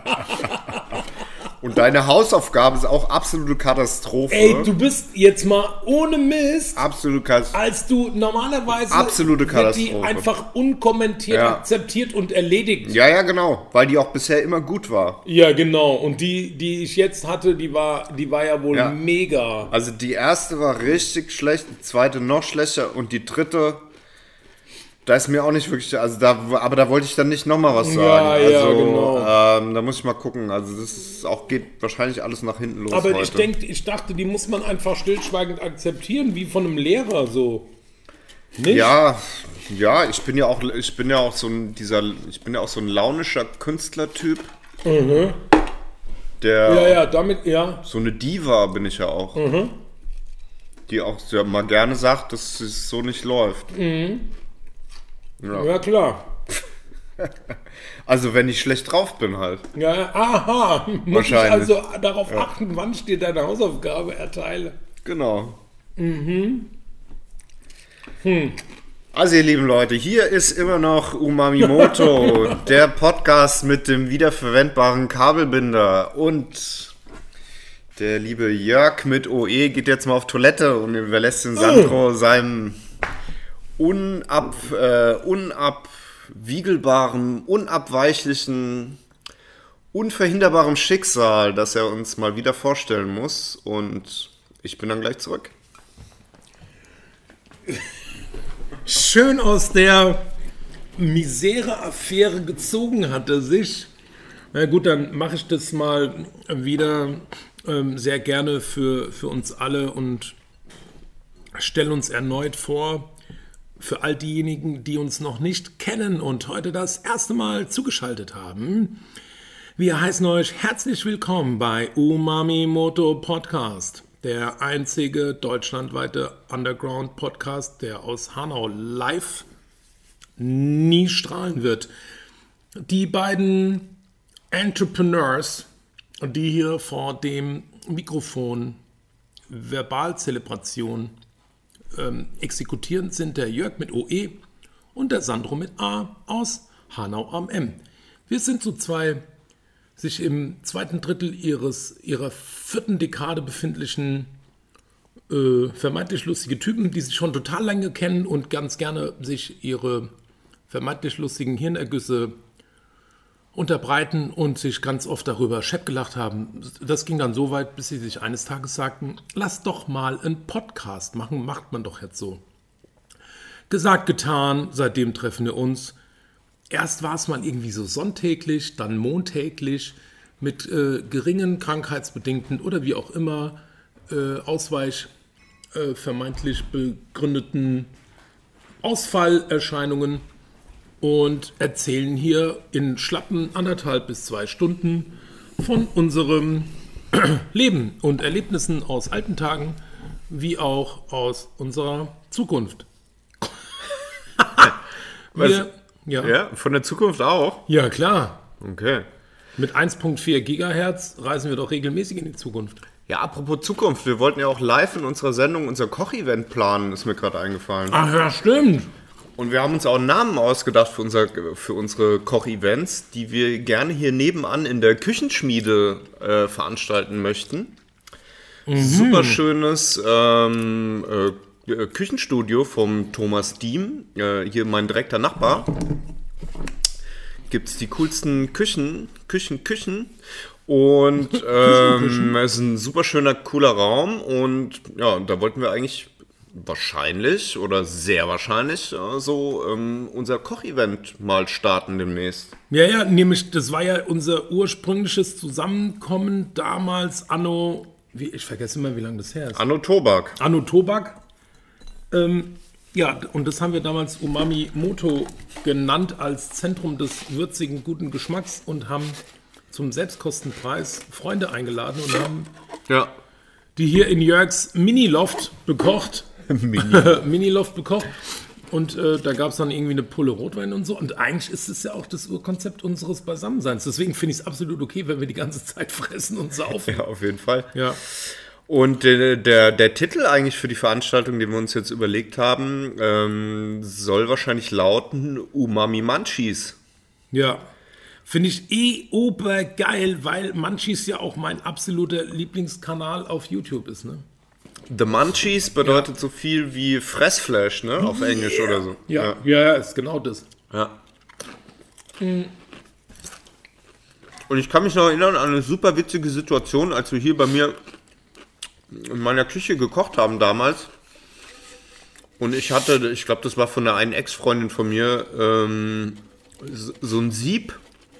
Und deine Hausaufgabe ist auch absolute Katastrophe. Ey, du bist jetzt mal ohne Mist, Absolute Katastrophe. als du normalerweise Absolute wird die Katastrophe. einfach unkommentiert Ja. akzeptiert und erledigt. Ja, ja, genau. Weil die auch bisher immer gut war. Ja, genau. Und die, die ich jetzt hatte, die war, die war ja wohl Ja. mega. Also die erste war richtig schlecht, die zweite noch schlechter und die dritte, da ist mir auch nicht wirklich, also da, aber da wollte ich dann nicht nochmal was sagen. Ja, ja, also, genau. ähm, da muss ich mal gucken. Also das ist auch, geht wahrscheinlich alles nach hinten los Aber heute. ich denke, ich dachte, die muss man einfach stillschweigend akzeptieren, wie von einem Lehrer so. Nicht? Ja, ja, ich bin ja auch, ich bin ja auch so ein, dieser, ich bin ja auch so ein launischer Künstlertyp. Mhm. Der, Ja, ja, damit, ja. so eine Diva bin ich ja auch. Mhm. Die auch ja, mal gerne sagt, dass es so nicht läuft. Mhm. Ja. Ja, klar. Also wenn ich schlecht drauf bin halt. Ja, aha. Muss ich Wahrscheinlich. also darauf achten, wann ich dir deine Hausaufgabe erteile. Genau. Mhm. Hm. Also ihr lieben Leute, hier ist immer noch Umamimoto, der Podcast mit dem wiederverwendbaren Kabelbinder. Und der liebe Jörg mit O E geht jetzt mal auf Toilette und überlässt den Sandro oh. seinem unab, äh, unabwiegelbaren, unabweichlichen, unverhinderbarem Schicksal, das er uns mal wieder vorstellen muss. Und ich bin dann gleich zurück. Schön aus der Misere-Affäre gezogen hat er sich. Na gut, dann mache ich das mal wieder ähm, sehr gerne für, für uns alle und stelle uns erneut vor, für all diejenigen, die uns noch nicht kennen und heute das erste Mal zugeschaltet haben. Wir heißen euch herzlich willkommen bei Umamimoto Podcast, der einzige deutschlandweite Underground-Podcast, der aus Hanau live nie strahlen wird. Die beiden Entrepreneurs, die hier vor dem Mikrofon Verbalzelebration ähm, exekutieren, sind der Jörg mit O E und der Sandro mit A aus Hanau am M. Wir sind so zwei sich im zweiten Drittel ihres, ihrer vierten Dekade befindlichen äh, vermeintlich lustige Typen, die sich schon total lange kennen und ganz gerne sich ihre vermeintlich lustigen Hirnergüsse unterbreiten und sich ganz oft darüber schepp gelacht haben. Das ging dann so weit, bis sie sich eines Tages sagten, lass doch mal einen Podcast machen, macht man doch jetzt so. Gesagt, getan, seitdem treffen wir uns. Erst war es mal irgendwie so sonntäglich, dann montäglich mit äh, geringen krankheitsbedingten oder wie auch immer äh, Ausweich äh, vermeintlich begründeten Ausfallerscheinungen und erzählen hier in schlappen anderthalb bis zwei Stunden von unserem Leben und Erlebnissen aus alten Tagen wie auch aus unserer Zukunft. Wir, ja. Ja, von der Zukunft auch? Ja, klar. Okay. Mit eins Komma vier Gigahertz reisen wir doch regelmäßig in die Zukunft. Ja, apropos Zukunft, wir wollten ja auch live in unserer Sendung unser Koch-Event planen, ist mir gerade eingefallen. Ach ja, stimmt. Und wir haben uns auch einen Namen ausgedacht für, unser, für unsere Koch-Events, die wir gerne hier nebenan in der Küchenschmiede äh, veranstalten möchten. Mhm. Super schönes ähm, äh, Küchenstudio vom Thomas Diem, äh, hier mein direkter Nachbar. Gibt es die coolsten Küchen, Küchen, Küchen. Und ähm, es ist ein super schöner, cooler Raum. Und ja, da wollten wir eigentlich wahrscheinlich oder sehr wahrscheinlich äh, so ähm, unser Kochevent mal starten demnächst. Ja, ja, nämlich, das war ja unser ursprüngliches Zusammenkommen damals anno, wie, ich vergesse immer, wie lange das her ist. Anno Tobak. Anno Tobak. Ähm, ja, und das haben wir damals Umami Moto genannt als Zentrum des würzigen, guten Geschmacks und haben zum Selbstkostenpreis Freunde eingeladen und haben ja. die hier in Jörgs Mini-Loft bekocht. Mini. Mini-Loft bekocht. Und äh, da gab es dann irgendwie eine Pulle Rotwein und so. Und eigentlich ist es ja auch das Urkonzept unseres Beisammenseins. Deswegen finde ich es absolut okay, wenn wir die ganze Zeit fressen und saufen. Ja, auf jeden Fall. Ja. Und der, der, der Titel eigentlich für die Veranstaltung, den wir uns jetzt überlegt haben, ähm, soll wahrscheinlich lauten Umami Munchies. Ja. Finde ich eh obergeil, weil Munchies ja auch mein absoluter Lieblingskanal auf YouTube ist, ne? The Munchies bedeutet ja. so viel wie Fressflash, ne? Auf Englisch yeah. oder so. Ja, ja, ja, ist genau das. Ja. Mhm. Und ich kann mich noch erinnern an eine super witzige Situation, als wir hier bei mir in meiner Küche gekocht haben damals. Und ich hatte, ich glaube, das war von der einen Ex-Freundin von mir, ähm, so ein Sieb.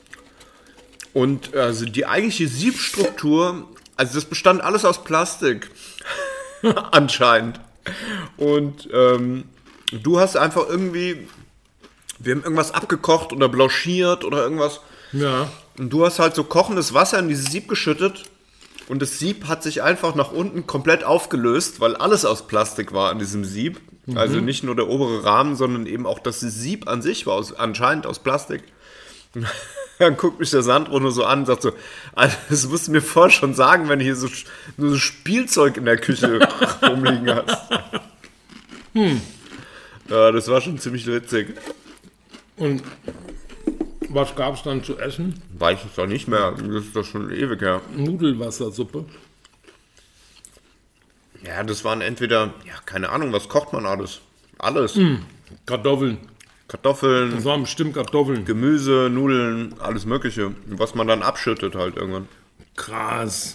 Und also die eigentliche Siebstruktur, also das bestand alles aus Plastik. Anscheinend. Und ähm, du hast einfach irgendwie, wir haben irgendwas abgekocht oder blanchiert oder irgendwas. Ja. Und du hast halt so kochendes Wasser in dieses Sieb geschüttet. Und das Sieb hat sich einfach nach unten komplett aufgelöst, weil alles aus Plastik war an diesem Sieb. Mhm. Also nicht nur der obere Rahmen, sondern eben auch das Sieb an sich war aus, anscheinend aus Plastik. Dann guckt mich der Sandro nur so an und sagt so, Alter, das musst du mir vorher schon sagen, wenn du hier so, nur so Spielzeug in der Küche rumliegen hast. Hm. Ja, das war schon ziemlich witzig. Und was gab es dann zu essen? Weiß ich doch nicht mehr, das ist doch schon ewig her. Nudelwassersuppe. Ja, das waren entweder, ja, keine Ahnung, was kocht man alles? Alles. Mm, Kartoffeln. Kartoffeln. Das waren bestimmt Kartoffeln. Gemüse, Nudeln, alles Mögliche. Was man dann abschüttet halt irgendwann. Krass.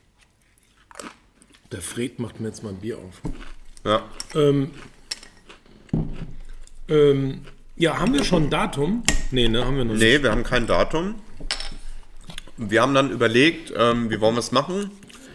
Der Fred macht mir jetzt mal ein Bier auf. Ja. Ähm, ähm, ja, haben wir schon ein Datum? Nee, ne, haben wir noch nicht. Nee, wir haben kein Datum. Wir haben dann überlegt, ähm, wie wollen wir es machen?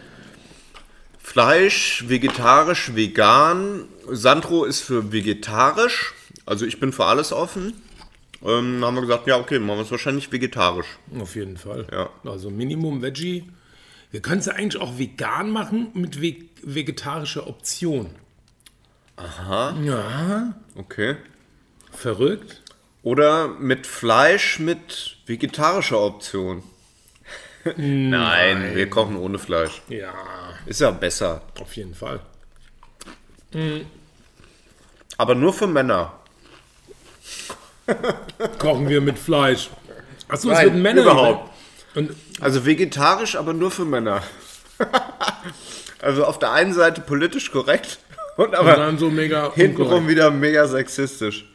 Fleisch, vegetarisch, vegan. Sandro ist für vegetarisch. Also ich bin für alles offen. Ähm, dann haben wir gesagt, ja okay, machen wir es wahrscheinlich vegetarisch. Auf jeden Fall. Ja. Also Minimum Veggie. Wir können es ja eigentlich auch vegan machen mit ve- vegetarischer Option. Aha. Ja. Okay. Verrückt. Oder mit Fleisch mit vegetarischer Option. Nein, Nein, wir kochen ohne Fleisch. Ja. Ist ja besser. Auf jeden Fall. Mhm. Aber nur für Männer. Kochen wir mit Fleisch. Achso, es Nein, wird ein Männer. überhaupt. Und also vegetarisch, aber nur für Männer. Also auf der einen Seite politisch korrekt und aber Und dann so mega hintenrum unkorrekt. wieder mega sexistisch.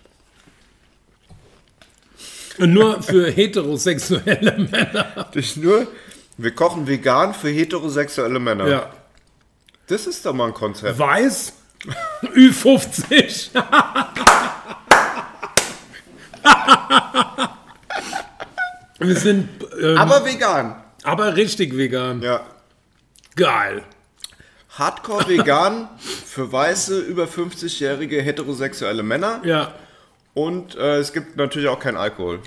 Und nur für heterosexuelle Männer. Das ist nur, wir kochen vegan für heterosexuelle Männer. Ja. Das ist doch mal ein Konzept. Weiß, Ü fünfzig. Wir sind ähm, aber, Aber vegan. aber richtig vegan. Ja. Geil. Hardcore vegan für weiße, über fünfzigjährige heterosexuelle Männer. Ja. Und äh, es gibt natürlich auch keinen Alkohol.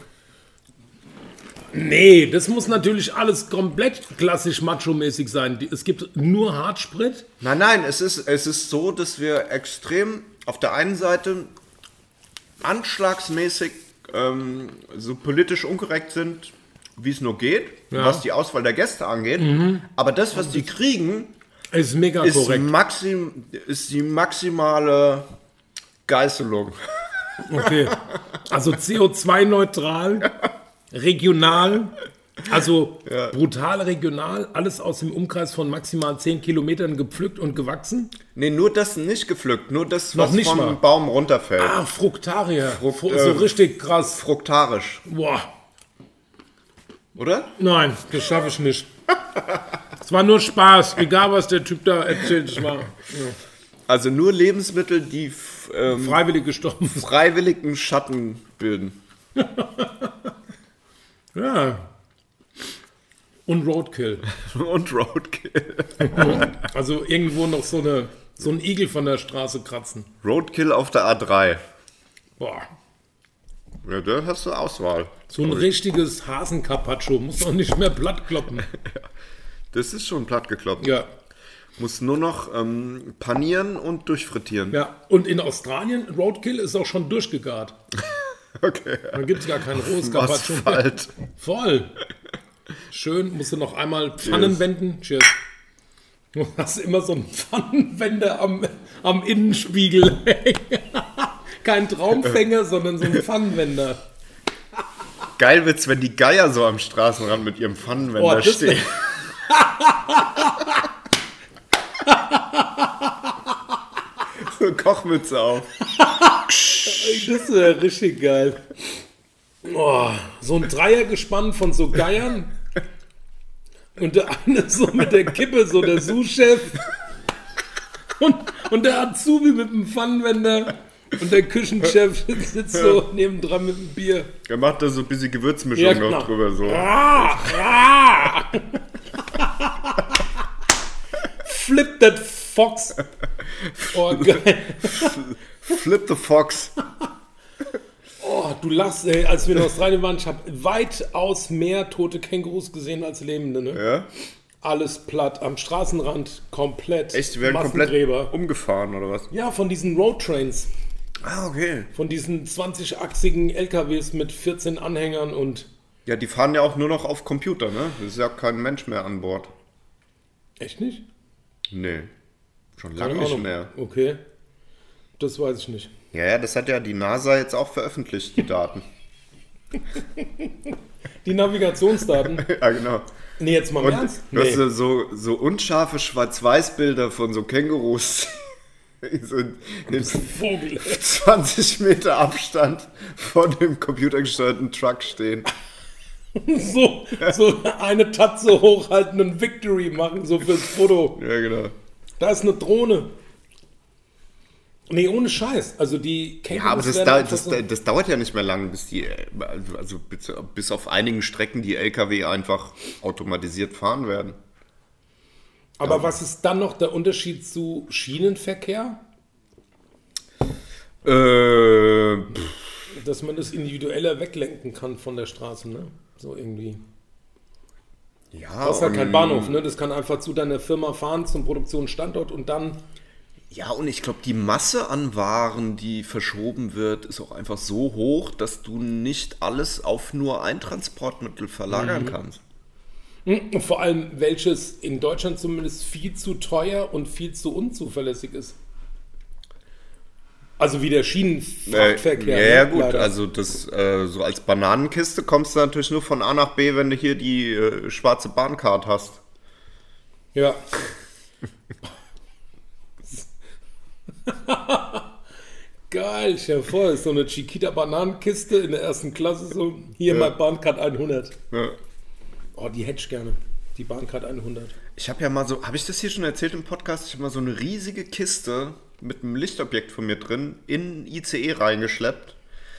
Nee, das muss natürlich alles komplett klassisch macho-mäßig sein. Die- Es gibt nur Hartsprit. Nein, nein, es ist, es ist so, dass wir extrem auf der einen Seite anschlagsmäßig ähm, so politisch unkorrekt sind, wie es nur geht, Ja. was die Auswahl der Gäste angeht. Aber das, was die kriegen, Ist mega ist, korrekt. maxim, ist die maximale Geißelung. Okay. Also C O zwei neutral, regional, also brutal regional, alles aus dem Umkreis von maximal zehn Kilometern gepflückt und gewachsen. Nee, nur das nicht gepflückt, nur das, Noch was nicht vom mal. Baum runterfällt. Ah, Fruktarier. Frucht, Fru- äh, so richtig krass. Fruktarisch, Boah. oder? Nein, das schaffe ich nicht. Es war nur Spaß, egal was der Typ da erzählt. Es war ja, Also nur Lebensmittel, die f- ähm, freiwillig gestorben. freiwilligen Schatten bilden. Ja. Und Roadkill. Und Roadkill. Also irgendwo noch so, eine, so ein Igel von der Straße kratzen. Roadkill auf der A drei. Boah. Ja, da hast du Auswahl. So ein richtiges Hasencarpaccio. Muss auch nicht mehr platt kloppen. Das ist schon platt gekloppt. Ja. Muss nur noch ähm, panieren und durchfrittieren. Ja. Und in Australien, Roadkill ist auch schon durchgegart. Okay. Dann gibt es gar kein rohes Carpaccio mehr. Asphalt. Voll. Schön, musst du noch einmal Pfannen Cheers. wenden. Cheers. Du hast immer so einen Pfannenwender am, am Innenspiegel. Kein Traumfänger, sondern so ein Pfannenwender. Geil wird's, wenn die Geier so am Straßenrand mit ihrem Pfannenwender Oh, das stehen. So Kochmütze auf. Das wäre richtig geil. Oh, so ein Dreiergespann von so Geiern. Und der eine so mit der Kippe, so der Sous-Chef. Und, und der Azubi mit dem Pfannenwender. Und der Küchenchef sitzt so nebendran mit dem Bier. Er macht da so ein bisschen Gewürzmischung Ja, noch genau. drüber. So. Ah, ah. Flip that Fox. Oh, geil. Flip the Fox. Oh, du lachst, ey, als wir in Australien waren, ich habe weitaus mehr tote Kängurus gesehen als lebende, ne? Ja? Alles platt, am Straßenrand, komplett. Echt, die werden komplett Massengräber. umgefahren oder was? Ja, von diesen Roadtrains, Ah, okay. von diesen zwanzig-achsigen L K Ws mit vierzehn Anhängern und... Ja, die fahren ja auch nur noch auf Computer, ne? Das ist ja kein Mensch mehr an Bord. Echt nicht? Nee. Schon lange Keine nicht Ahnung. mehr. Okay, das weiß ich nicht. Ja, ja, das hat ja die NASA jetzt auch veröffentlicht, die Daten. Die Navigationsdaten. Ja, genau. Nee, jetzt mal im Und Ernst? du hast Nee. so- so, so unscharfe Schwarz-Weiß-Bilder von so Kängurus, die so in in Vogel. zwanzig Meter Abstand vor dem computergesteuerten Truck stehen. So, so eine Tatze hochhalten und Victory machen, so fürs Foto. Ja, genau. Da ist eine Drohne. Nee, ohne Scheiß. Also die Kängurus Ja, aber das, werden da, einfach das, so- das dauert ja nicht mehr lang, bis die, also bis, bis auf einigen Strecken die L K W einfach automatisiert fahren werden. Aber was ist dann noch der Unterschied zu Schienenverkehr? Äh, pff, Dass man das individueller weglenken kann von der Straße, ne? So irgendwie. ja, Das ist halt kein und- Bahnhof, ne? Das kann einfach zu deiner Firma fahren, zum Produktionsstandort und dann... Ja, und ich glaube, die Masse an Waren, die verschoben wird, ist auch einfach so hoch, dass du nicht alles auf nur ein Transportmittel verlagern kannst. Und vor allem, welches in Deutschland zumindest viel zu teuer und viel zu unzuverlässig ist. Also wie der Schienenfrachtverkehr. Äh, ja, ja, ne? gut, Leider. also das äh, so als Bananenkiste kommst du natürlich nur von A nach B, wenn du hier die äh, schwarze Bahncard hast. Ja. Geil, stell dir vor, ist so eine Chiquita-Bananenkiste in der ersten Klasse, so, hier Ja. mal Bahncard hundert. Ja. Oh, die hätte ich gerne, die Bahncard hundert. Ich habe ja mal so, habe ich das hier schon erzählt im Podcast? Ich habe mal so eine riesige Kiste mit einem Lichtobjekt von mir drin in I C E reingeschleppt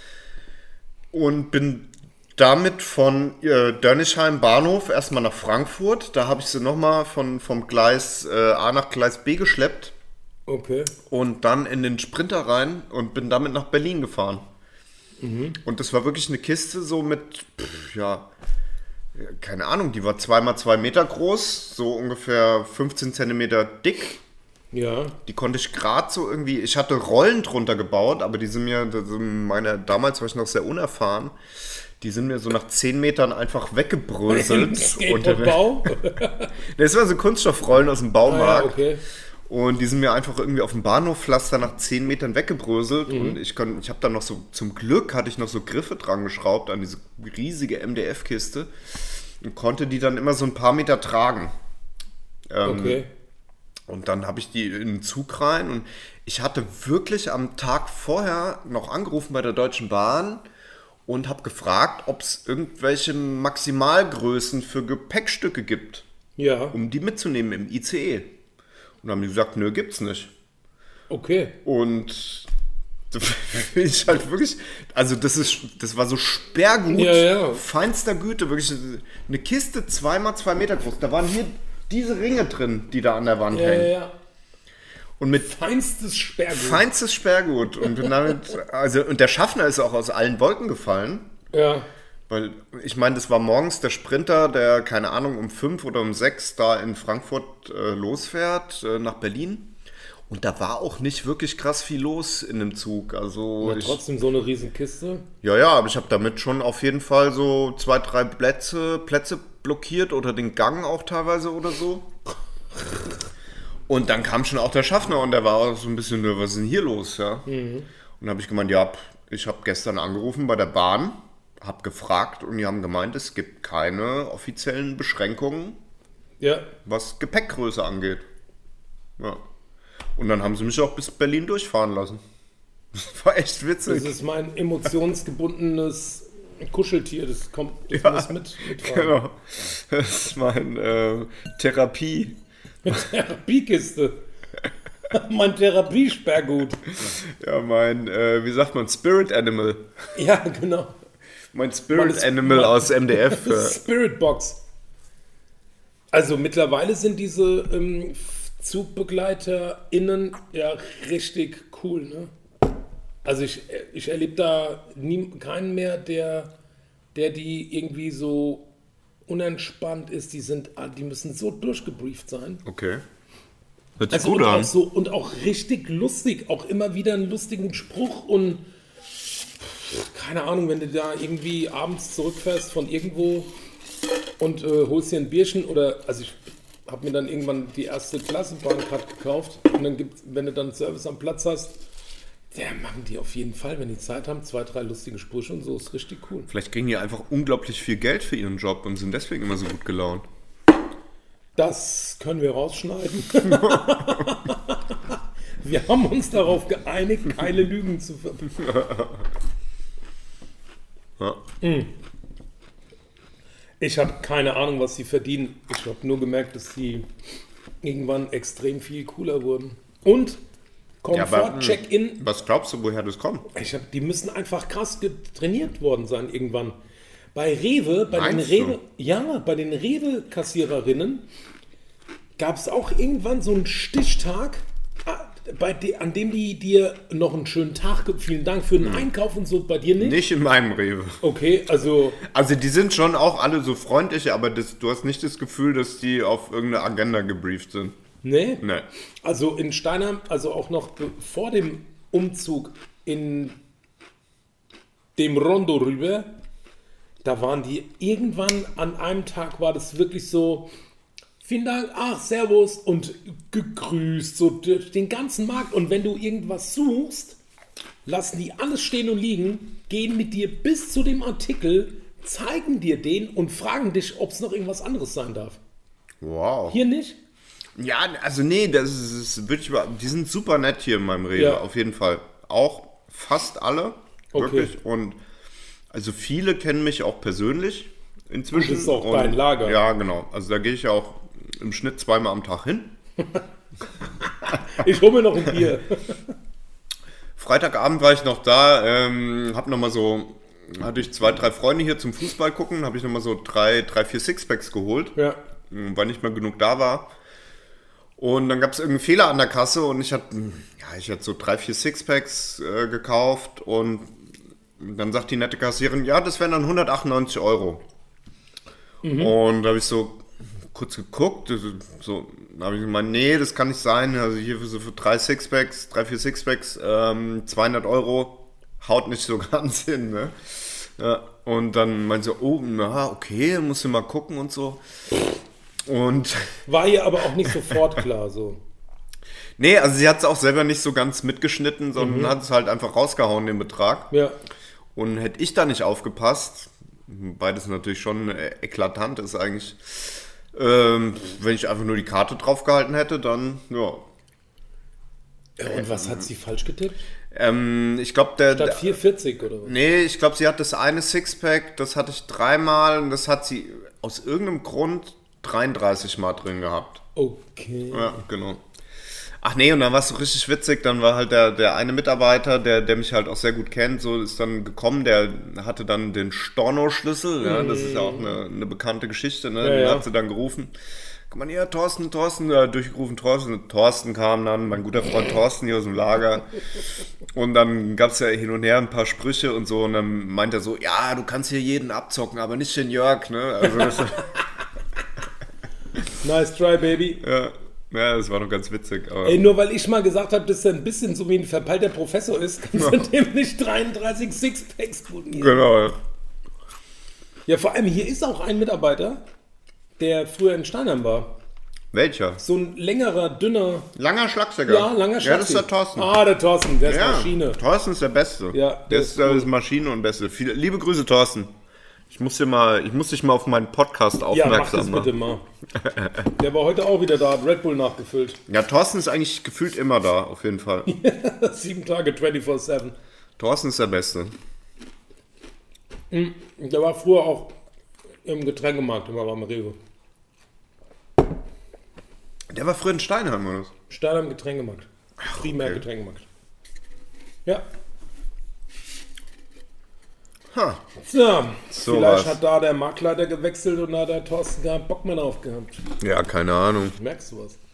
und bin damit von äh, Dörnichheim Bahnhof erstmal nach Frankfurt. Da habe ich sie nochmal von, vom Gleis äh, A nach Gleis B geschleppt Okay. und dann in den Sprinter rein und bin damit nach Berlin gefahren. Mhm. Und das war wirklich eine Kiste so mit, pff, ja, keine Ahnung, die war zwei mal zwei Meter groß, so ungefähr fünfzehn Zentimeter dick. Ja. Die konnte ich gerade so irgendwie, ich hatte Rollen drunter gebaut, aber die sind mir, das sind meine, damals war ich noch sehr unerfahren, die sind mir so nach zehn Metern einfach weggebröselt. Skateboardbau? Das waren so Kunststoffrollen aus dem Baumarkt. Ah, okay. Und die sind mir einfach irgendwie auf dem Bahnhofpflaster nach zehn Metern weggebröselt. Mhm. Und ich, kon- ich habe dann noch so, zum Glück hatte ich noch so Griffe dran geschraubt an diese riesige M D F-Kiste und konnte die dann immer so ein paar Meter tragen. Ähm, Okay. Und dann habe ich die in den Zug rein und ich hatte wirklich am Tag vorher noch angerufen bei der Deutschen Bahn und habe gefragt, ob es irgendwelche Maximalgrößen für Gepäckstücke gibt, Ja. um die mitzunehmen im I C E. Und dann haben die gesagt, nö, gibt's nicht. Okay. Und da bin ich halt wirklich, also das ist, das war so Sperrgut, Ja, ja. feinster Güte, wirklich eine Kiste zwei mal zwei Meter groß. Da waren hier diese Ringe drin, die da an der Wand Ja, hängen. ja, ja. Und mit Feinstes Sperrgut. feinstes Sperrgut. Und bin damit, also, und der Schaffner ist auch aus allen Wolken gefallen. Ja. Weil, ich meine, das war morgens der Sprinter, der, keine Ahnung, um fünf oder um sechs da in Frankfurt äh, losfährt, äh, nach Berlin. Und da war auch nicht wirklich krass viel los in dem Zug. Also Aber ich, trotzdem so eine Riesenkiste. ja, ja, aber ich habe damit schon auf jeden Fall so zwei, drei Plätze, Plätze blockiert oder den Gang auch teilweise oder so. Und dann kam schon auch der Schaffner und der war auch so ein bisschen, ne, was ist denn hier los, ja? Mhm. Und dann habe ich gemeint, ja, ich habe gestern angerufen bei der Bahn, habe gefragt und die haben gemeint, es gibt keine offiziellen Beschränkungen, Ja. was Gepäckgröße angeht. Ja. Und dann haben sie mich auch bis Berlin durchfahren lassen. Das war echt witzig. Das ist mein emotionsgebundenes Kuscheltier. Das kommt, das Ja, muss mit, mitfahren. Genau. Das ist mein äh, Therapie. Therapiekiste. Mein Therapiesperrgut. Ja, mein, äh, wie sagt man, Spirit Animal. Ja, genau. Mein Spirit Mein- Animal mein- aus M D F. Äh. Spirit Box. Also mittlerweile sind diese ähm, ZugbegleiterInnen ja richtig cool, ne? Also ich, ich erlebe da nie, keinen mehr, der, der die irgendwie so unentspannt ist. Die sind, die müssen so durchgebrieft sein. Okay. Hört sich Also gut und an. auch so und auch richtig lustig, auch immer wieder einen lustigen Spruch und keine Ahnung, wenn du da irgendwie abends zurückfährst von irgendwo und äh, holst dir ein Bierchen oder, also ich habe mir dann irgendwann die erste Klasse Bahncard gekauft und dann gibt's, wenn du dann Service am Platz hast, ja, machen die auf jeden Fall, wenn die Zeit haben, zwei, drei lustige Sprüche und so, ist richtig cool. Vielleicht kriegen die einfach unglaublich viel Geld für ihren Job und sind deswegen immer so gut gelaunt. Das können wir rausschneiden. Wir haben uns darauf geeinigt, keine Lügen zu ver... Ja. Ich habe keine Ahnung, was sie verdienen. Ich habe nur gemerkt, dass sie irgendwann extrem viel cooler wurden. Und Ja, aber, Komfort-Check-In. Was glaubst du, woher das kommt? Ich hab, die müssen einfach krass trainiert worden sein irgendwann. Bei Rewe, bei den Meinst du? Rewe, ja, bei den Rewe-Kassiererinnen gab es auch irgendwann so einen Stichtag, ah, bei de, an dem die dir noch einen schönen Tag, ge- vielen Dank für den Einkauf und so, bei dir nicht? Nicht in meinem Rewe. Okay, also Also die sind schon auch alle so freundlich, aber das, du hast nicht das Gefühl, dass die auf irgendeine Agenda gebrieft sind. nee. Nee. Also in Steinheim, also auch noch be- vor dem Umzug in dem Rondo rüber, da waren die irgendwann an einem Tag, war das wirklich so, vielen Dank, ach, servus und gegrüßt, so durch den ganzen Markt. Und wenn du irgendwas suchst, lassen die alles stehen und liegen, gehen mit dir bis zu dem Artikel, zeigen dir den und fragen dich, ob es noch irgendwas anderes sein darf. Wow. Hier nicht? Ja, also nee, das ist, das ist wirklich, die sind super nett hier in meinem Rewe, Ja. auf jeden Fall. Auch fast alle, Okay. wirklich. Und also viele kennen mich auch persönlich inzwischen. Das ist auch Und, dein Lager. Ja, genau. Also da gehe ich ja auch im Schnitt zweimal am Tag hin. Ich hole mir noch ein Bier. Freitagabend war ich noch da, ähm, hab nochmal so, hatte ich zwei, drei Freunde hier zum Fußball gucken, habe ich nochmal so drei, drei, vier Sixpacks geholt, Ja. weil nicht mehr genug da war. Und dann gab es irgendeinen Fehler an der Kasse und ich hatte, ja, ich hatte so drei, vier Sixpacks äh, gekauft und dann sagt die nette Kassiererin, ja, das wären dann hundertachtundneunzig Euro. Mhm. Und da habe ich so kurz geguckt, so, da habe ich gemeint, nee, das kann nicht sein, also hier für so für drei Sixpacks, drei, vier Sixpacks, ähm, zweihundert Euro, haut nicht so ganz hin, ne? Ja, und dann meinte sie, oh, na, okay, musst du mal gucken und so. Und War ihr aber auch nicht sofort klar so. nee, also sie hat es auch selber nicht so ganz mitgeschnitten, sondern mhm. hat es halt einfach rausgehauen, den Betrag. Ja. Und hätte ich da nicht aufgepasst, beides natürlich schon eklatant ist eigentlich, ähm, wenn ich einfach nur die Karte draufgehalten hätte, dann, ja. Und was hat sie falsch getippt? Ähm, ich glaube, der... Statt vier vierzig oder was? Nee, ich glaube, sie hat das eine Sixpack, das hatte ich dreimal und das hat sie aus irgendeinem Grund dreiunddreißig Mal drin gehabt. Okay. Ja, genau. Ach nee, und dann war es so richtig witzig, dann war halt der, der eine Mitarbeiter, der, der mich halt auch sehr gut kennt, so ist dann gekommen, der hatte dann den Storno-Schlüssel, ja, das ist ja auch eine, eine bekannte Geschichte, ne, Ja, den ja. hat sie dann gerufen. Guck mal, ja, Thorsten, Thorsten, ja, durchgerufen, Thorsten, Thorsten kam dann, mein guter Freund Thorsten hier aus dem Lager und dann gab es ja hin und her ein paar Sprüche und so und dann meint er so, ja, du kannst hier jeden abzocken, aber nicht den Jörg, ne, also das, Nice try, baby. ja. Ja, das war noch ganz witzig. Aber Ey, nur weil ich mal gesagt habe, dass er ein bisschen so wie ein verpeilter Professor ist, kannst du dem nicht dreiunddreißig Sixpacks bonieren. genau, ja. Ja, vor allem hier ist auch ein Mitarbeiter, der früher in Steinheim war. Welcher? So ein längerer, dünner, Langer Schlagzeuger. ja, langer Ja, das ist der Schlagzeug. Thorsten. Ah, der Thorsten, der ist ja, Maschine. Thorsten ist der Beste. Ja, der, der ist, ist der cool. ist Maschine und Beste. Viele, liebe Grüße, Thorsten. Ich muss, dir mal, ich muss dich mal auf meinen Podcast Ja, mach das aufmerksam bitte machen. mal. Der war heute auch wieder da, hat Red Bull nachgefüllt. Ja, Thorsten ist eigentlich gefühlt immer da, auf jeden Fall. Sieben Tage, vierundzwanzig sieben. Thorsten ist der Beste. Der war früher auch im Getränkemarkt, immer beim Rewe. Der war früher in Steinheim, oder? Steinheim Getränkemarkt. Primär okay. Getränkemarkt. Ja. Ha. Ja, So vielleicht was. hat da der Marktleiter gewechselt und da hat der Thorsten keinen Bock mehr drauf gehabt. Ja, keine Ahnung. Merkst du was?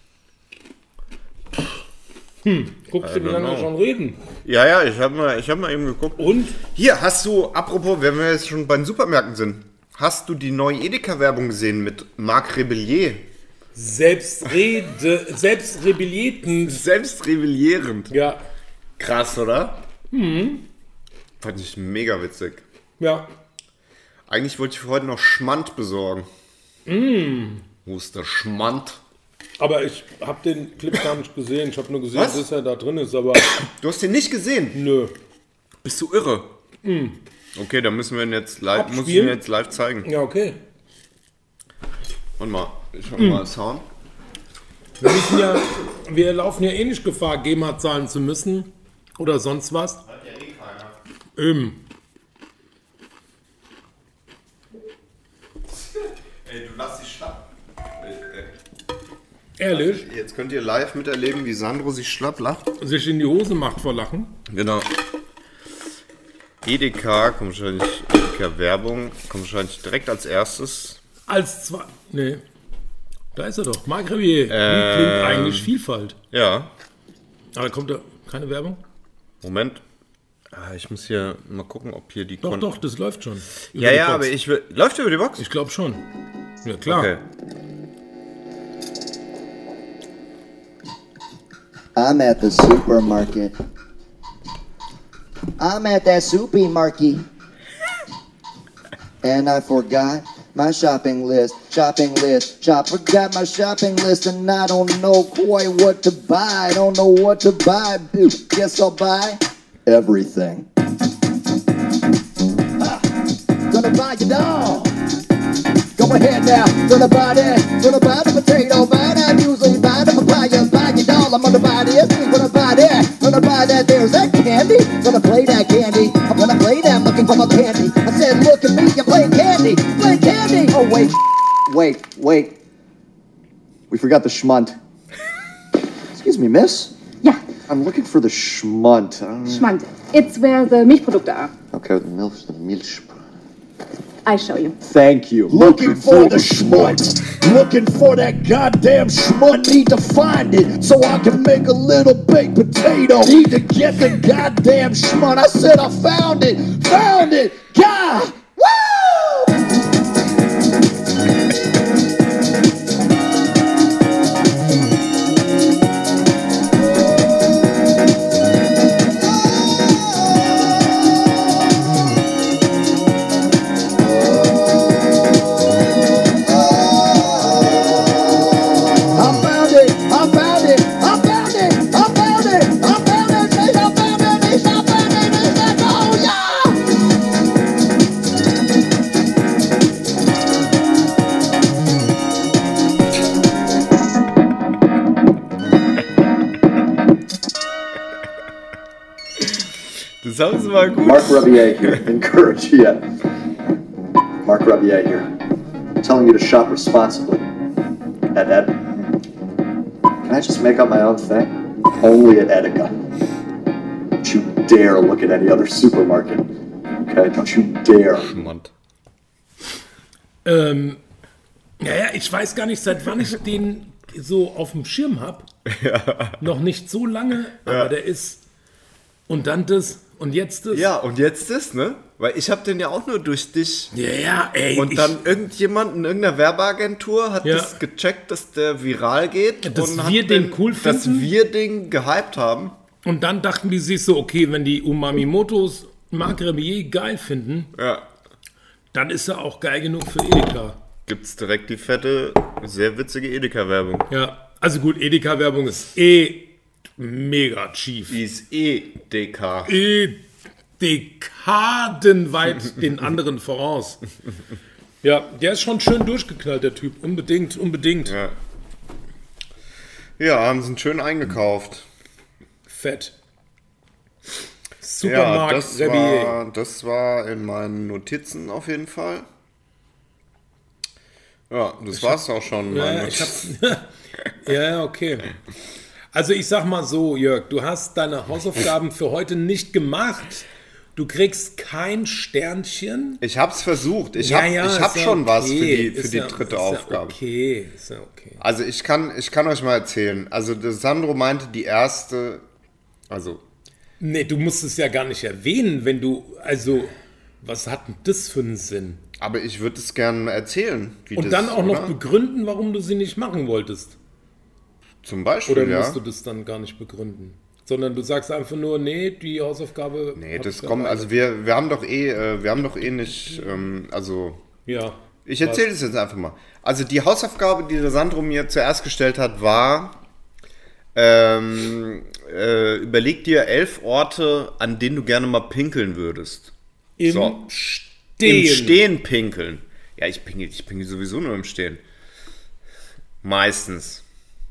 Hm, guckst du, I wie don't lange wir know. schon reden? Ja, ja, ich habe mal, ich hab mal eben geguckt. Und? Hier, hast du, apropos, wenn wir jetzt schon bei den Supermärkten sind, hast du die neue Edeka-Werbung gesehen mit Marc Rebellier? Selbstrede, selbstrebellierten. Selbstrebellierend. Ja, Krass, oder? Mhm. Fand ich mega witzig. ja. Eigentlich wollte ich für heute noch Schmand besorgen. Mm. Wo ist der Schmand? Aber ich habe den Clip gar nicht gesehen. Ich habe nur gesehen, Was? dass er da drin ist, aber Du hast den nicht gesehen? nö. Bist du irre? Okay, dann müssen wir ihn jetzt live, muss ich Abspielen? ihn jetzt live zeigen. Ja, okay. Warte mal, ich mach mal Sound. Wir müssen ja, wir laufen ja eh nicht Gefahr, GEMA zahlen zu müssen oder sonst was. Hat ja eh keiner. Eben. Ey, du lass dich schlapp. Ehrlich? Jetzt könnt ihr live miterleben, wie Sandro sich schlapp lacht. Sich in die Hose macht vor Lachen. Genau. Edeka, kommt wahrscheinlich, Edeka Werbung, kommt wahrscheinlich direkt als erstes. Als zwei. Nee. Da ist er doch. Marc Rebier. Wie Ähm. klingt eigentlich Vielfalt? Ja, Aber kommt da keine Werbung? Moment. Ah, ich muss hier mal gucken, ob hier die Doch, Kon- doch, das läuft schon. Über Ja, die ja, Box. aber ich will. Läuft über die Box? Ich glaube schon. Ja, klar. Okay. I'm at the supermarket. I'm at that supermarket. And I forgot my shopping list. Shopping list. Shop forgot my shopping list and I don't know quite what to buy. I don't know what to buy. Guess I'll buy everything. Ah, gonna buy it all. Gonna overhead now. Gonna buy that, gonna buy the potato, buy that usually, buy the papaya, buy your doll. I'm gonna buy this, gonna buy that, gonna buy that. There's that candy, gonna play that candy. I'm gonna play that, looking for my candy. I said, look at me, you're playing candy, playing candy. Oh wait, wait, wait. We forgot the schmunt. Excuse me, miss. Ja, I'm looking for the schmunt. Um, Schmand. It's where the Milchprodukte are. okay, the milk, the milk. I show you. Thank you. Looking for the schmunt. Looking for that goddamn schmunt. Need to find it so I can make a little baked potato. Need to get the goddamn schmunt. I said I found it. Found it. God. Woo! Das haben sie mal gut. Mark Rebier here. Encourage, yeah. Mark Rebier here. I'm telling you to shop responsibly. At Ed. Can I just make up my own thing? Only at Edeka. Don't you dare look at any other supermarket. Okay? Don't you dare. Schmand. Ähm, naja, ich weiß gar nicht, seit wann ich den so auf dem Schirm habe. Ja. Noch nicht so lange, aber Ja. der ist. Und dann das. Und jetzt das. Ja, und jetzt das, ne? Weil ich habe den ja auch nur durch dich. Ja, ja, ey. Und ich, dann irgendjemand in irgendeiner Werbeagentur hat Ja. das gecheckt, dass der viral geht. Dass und wir hat den cool Dass finden. wir den gehypt haben. Und dann dachten die sich so, okay, wenn die Umami-Motos Marc Rebier geil finden, Ja. dann ist er auch geil genug für Edeka. Gibt's direkt die fette, sehr witzige Edeka-Werbung. Ja, also gut, Edeka-Werbung ist eh mega chief. Die ist E D K. Eh dekadenweit den anderen voraus. Ja, der ist schon schön durchgeknallt, der Typ. Unbedingt, unbedingt. Ja. Ja, haben sie ihn schön eingekauft. Fett. Ja, Supermarkt das Rebier. war, das war in meinen Notizen auf jeden Fall. Ja, das war's auch schon. Ja, meine ja, ich Notizen. hab, ja, ja, okay. Also ich sag mal so, Jörg, du hast deine Hausaufgaben für heute nicht gemacht. Du kriegst kein Sternchen. Ich hab's versucht. Ich Ja, hab, ja, ich hab ist ja schon was für okay. die, für Ist die ja- dritte ist Aufgabe. Ja okay, ist ja okay. Also ich kann, ich kann euch mal erzählen. Also der Sandro meinte, die erste, also Nee, du musst es ja gar nicht erwähnen, wenn du, also, was hat denn das für einen Sinn? aber ich würde es gerne erzählen. Wie Und das, dann auch noch oder? begründen, warum du sie nicht machen wolltest. Zum Beispiel, Oder ja. musst du das dann gar nicht begründen? Sondern du sagst einfach nur, nee, die Hausaufgabe... Nee, hab das ich kommt, dabei. also wir, wir haben doch eh, äh, wir haben doch eh nicht, ähm, also Ja. ich erzähle das jetzt einfach mal. Also die Hausaufgabe, die der Sandro mir zuerst gestellt hat, war, ähm, äh, überleg dir elf Orte, an denen du gerne mal pinkeln würdest. Im So. Stehen. Im Stehen pinkeln. Ja, ich pinkel, ich pinkel sowieso nur im Stehen. Meistens.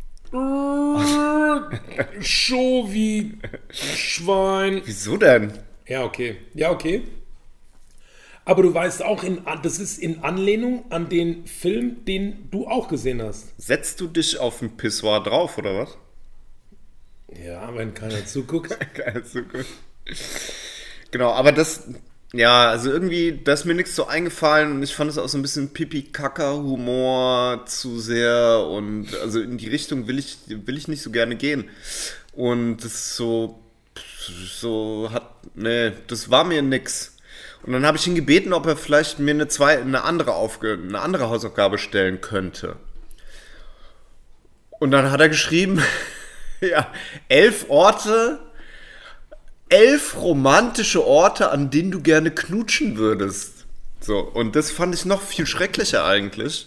Show wie Schwein. Wieso denn? Ja, okay. Ja, okay. Aber du weißt auch, in, das ist in Anlehnung an den Film, den du auch gesehen hast. Setzt du dich auf ein Pissoir drauf, oder was? Ja, wenn keiner zuguckt. Geil, so gut. Genau, aber das, ja, also irgendwie, da ist mir nichts so eingefallen und ich fand es auch so ein bisschen Pipi-Kaka-Humor zu sehr und also in die Richtung will ich, will ich nicht so gerne gehen. Und das ist so, so hat, nee, das war mir nix. Und dann habe ich ihn gebeten, ob er vielleicht mir eine, zwei, eine, andere, Aufge, eine andere Hausaufgabe stellen könnte. Und dann hat er geschrieben, ja, elf Orte, elf romantische Orte, an denen du gerne knutschen würdest. So, und das fand ich noch viel schrecklicher eigentlich,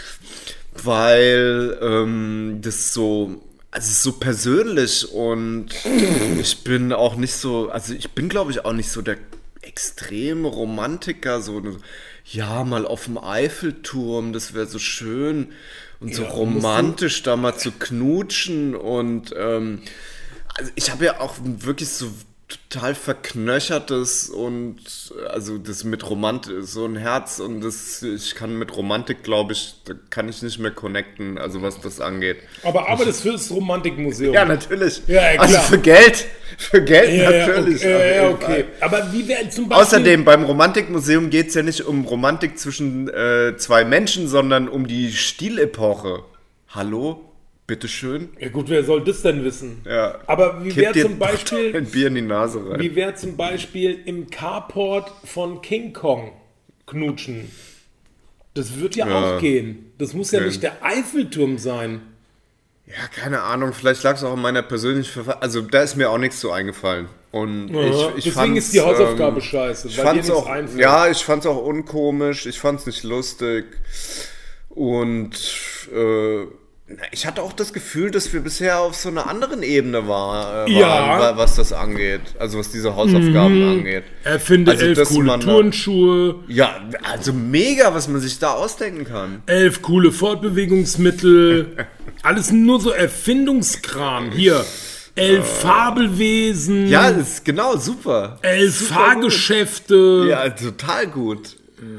weil ähm, das so, also es ist so persönlich und ich bin auch nicht so, also ich bin glaube ich auch nicht so der extreme Romantiker, so, ja, mal auf dem Eiffelturm, das wäre so schön und so Ja, romantisch da mal zu knutschen und ähm, also ich habe ja auch wirklich so total verknöchertes und also das mit Romantik, so ein Herz und das, ich kann mit Romantik, glaube ich, da kann ich nicht mehr connecten, also was das angeht. Aber arbeitest fürs Romantikmuseum. Ja, natürlich. Ja, ja, klar. Also für Geld, für Geld Ja, ja, natürlich. okay, auf ja, ja, jeden okay. Fall. Aber wie wäre zum Beispiel... Außerdem, beim Romantikmuseum geht es ja nicht um Romantik zwischen äh, zwei Menschen, sondern um die Stilepoche. Hallo? Bitteschön? Ja gut, wer soll das denn wissen? Ja. Aber wie Kipp wäre dir zum Beispiel... ein Bier in die Nase rein. Wie wäre zum Beispiel im Carport von King Kong knutschen? Das wird ja, Ja. auch gehen. Das muss ja Okay. nicht der Eiffelturm sein. Ja, keine Ahnung, vielleicht lag es auch in meiner persönlichen Verfassung. Also da ist mir auch nichts so eingefallen. Und Ja, ich, ich deswegen fand's, ist die Hausaufgabe ähm, scheiße, Ich weil dir fand's nichts auch, einfällt. ja, ich fand's auch unkomisch, ich fand's nicht lustig. Und äh, na, ich hatte auch das Gefühl, dass wir bisher auf so einer anderen Ebene war, äh, Ja. waren, wa- was das angeht. Also was diese Hausaufgaben angeht. Erfinde Also, elf dass coole man da- Turnschuhe, Ja, also mega, was man sich da ausdenken kann. elf coole Fortbewegungsmittel. Alles nur so Erfindungskram. Hier, elf Fabelwesen, Ja, das ist genau super. elf Super Fahrgeschäfte. Ja, total gut.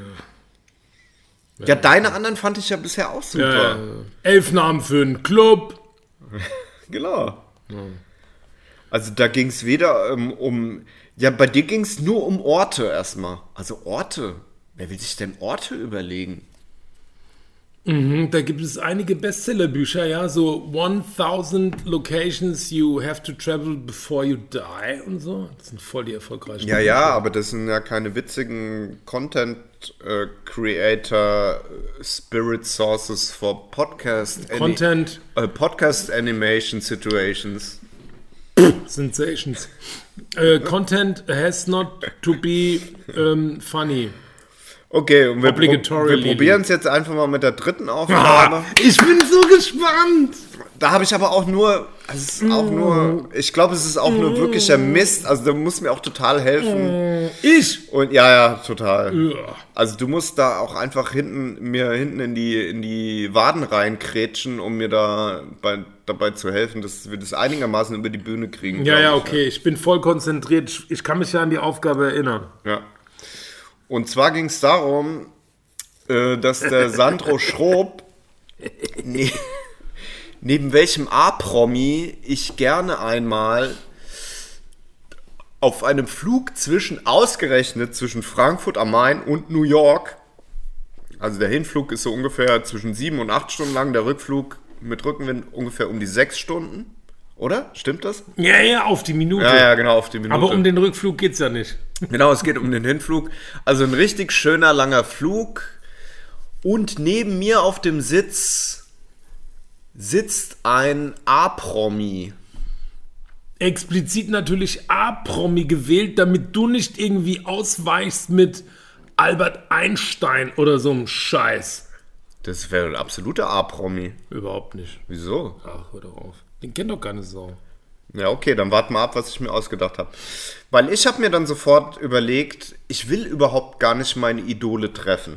Ja, deine anderen fand ich ja bisher auch super. Äh, elf Namen für einen Club. Genau. Also da ging es weder ähm, um... Ja, bei dir ging es nur um Orte erstmal. Also Orte. Wer will sich denn Orte überlegen? Da gibt es einige Bestsellerbücher, ja, so tausend Locations you have to travel before you die und so. Das sind voll die erfolgreichen Ja, Bücher. ja, aber das sind ja keine witzigen Content äh, Creator äh, Spirit Sources for Podcast. Ani- Content äh, Podcast Animation Situations. Sensations. Äh, Content has not to be ähm, funny. Okay, und wir, pro Obligatorily. wir probieren es jetzt einfach mal mit der dritten Aufnahme. Ich bin so gespannt. Da habe ich aber auch nur, also es ist auch nur, ich glaube, es ist auch nur wirklicher Mist. Also da muss mir auch total helfen. Ich? Und ja, ja, total. Ja. Also du musst da auch einfach hinten, mir hinten in die, in die Waden reinkrätschen, um mir da bei, dabei zu helfen, dass wir das einigermaßen über die Bühne kriegen. Ja, glaub ja, ich, okay. Ich bin voll konzentriert. Ich- Ich kann mich ja an die Aufgabe erinnern. Ja. Und zwar ging es darum, äh, dass der Sandro Schrob ne, neben welchem A-Promi ich gerne einmal auf einem Flug zwischen, ausgerechnet zwischen Frankfurt am Main und New York, also der Hinflug ist so ungefähr zwischen sieben und acht Stunden lang, der Rückflug mit Rückenwind ungefähr um die sechs Stunden, oder? Stimmt das? Ja, ja, auf die Minute. Ja, ja, genau, auf die Minute. Aber um den Rückflug geht's ja nicht. Genau, es geht um den Hinflug. Also ein richtig schöner, langer Flug. Und neben mir auf dem Sitz sitzt ein A-Promi. Explizit natürlich A-Promi gewählt, damit du nicht irgendwie ausweichst mit Albert Einstein oder so einem Scheiß. Das wäre ein absoluter A-Promi. Überhaupt nicht. Wieso? Ach, hör doch auf. Den kennt doch keine Sau. Ja, okay, dann warten wir ab, was ich mir ausgedacht habe. Weil ich habe mir dann sofort überlegt, ich will überhaupt gar nicht meine Idole treffen.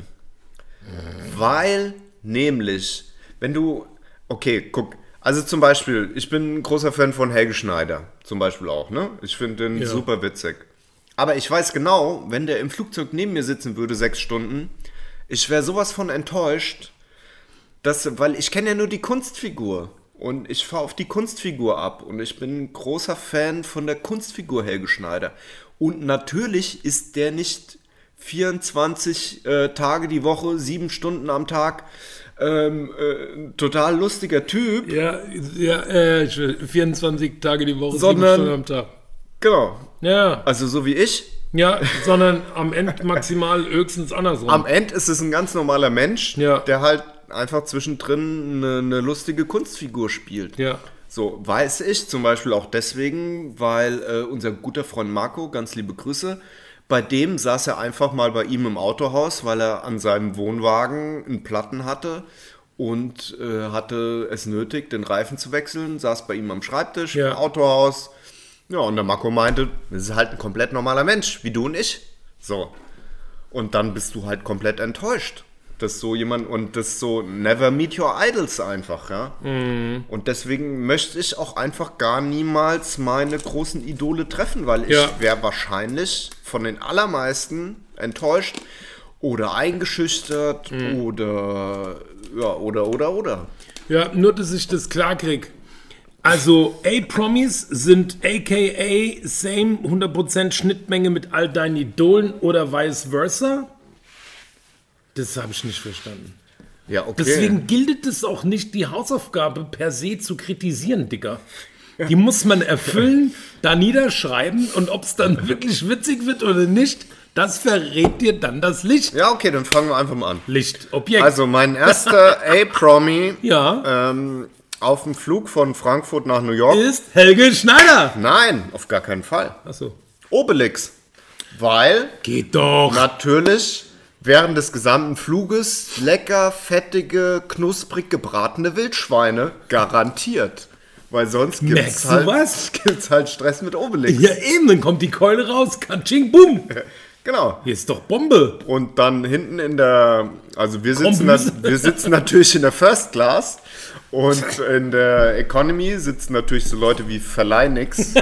Weil nämlich, wenn du, okay, guck, also zum Beispiel, ich bin ein großer Fan von Helge Schneider, zum Beispiel auch, ne? Ich finde den Ja. super witzig. Aber ich weiß genau, wenn der im Flugzeug neben mir sitzen würde, sechs Stunden, ich wäre sowas von enttäuscht, dass, weil ich kenne ja nur die Kunstfigur. Und ich fahre auf die Kunstfigur ab. Und ich bin ein großer Fan von der Kunstfigur Helge Schneider. Und natürlich ist der nicht vierundzwanzig äh, Tage die Woche, sieben Stunden am Tag, ähm, äh, ein total lustiger Typ. Ja, ja äh, ich will vierundzwanzig Tage die Woche, Sondern- sieben Stunden am Tag. Genau. Ja, Also so wie ich. ja, sondern am Ende maximal höchstens andersrum. Am Ende ist es ein ganz normaler Mensch, Ja. der halt einfach zwischendrin eine, eine lustige Kunstfigur spielt. ja. So, weiß ich zum Beispiel auch deswegen, weil äh, unser guter Freund Marco, ganz liebe Grüße, bei dem saß er einfach mal bei ihm im Autohaus, weil er an seinem Wohnwagen einen Platten hatte und äh, hatte es nötig, den Reifen zu wechseln, saß bei ihm am Schreibtisch Ja. im Autohaus. Ja, und der Marco meinte, das ist halt ein komplett normaler Mensch, wie du und ich. So. Und dann bist du halt komplett enttäuscht. Dass so jemand, und das so never meet your idols einfach, ja. Mhm. Und deswegen möchte ich auch einfach gar niemals meine großen Idole treffen, weil ich Ja. wäre wahrscheinlich von den allermeisten enttäuscht oder eingeschüchtert Mhm. oder, ja, oder, oder, oder. Ja, nur, dass ich das klar krieg. Also, A-Promis sind a k a same hundert Prozent Schnittmenge mit all deinen Idolen oder vice versa? Das habe ich nicht verstanden. Ja, okay. Deswegen gilt es auch nicht, die Hausaufgabe per se zu kritisieren, Digga. Die muss man erfüllen, da niederschreiben und ob es dann wirklich witzig wird oder nicht, das verrät dir dann das Licht. Ja, okay, dann fangen wir einfach mal an. Lichtobjekt. Also, mein erster A-Promi ja, ähm, auf dem Flug von Frankfurt nach New York. ist Helge Schneider. Nein, auf gar keinen Fall. Achso. Obelix. Weil Geht doch. natürlich während des gesamten Fluges lecker, fettige, knusprig gebratene Wildschweine garantiert. Weil sonst gibt Merkst es du halt, was? gibt's halt Stress mit Obelix. Ja, eben, dann kommt die Keule raus, katsching, boom. Genau. Hier ist doch Bombe. Und dann hinten in der, also wir sitzen, Kombüse. nat- wir sitzen natürlich in der First Class und in der Economy sitzen natürlich so Leute wie Verleinix,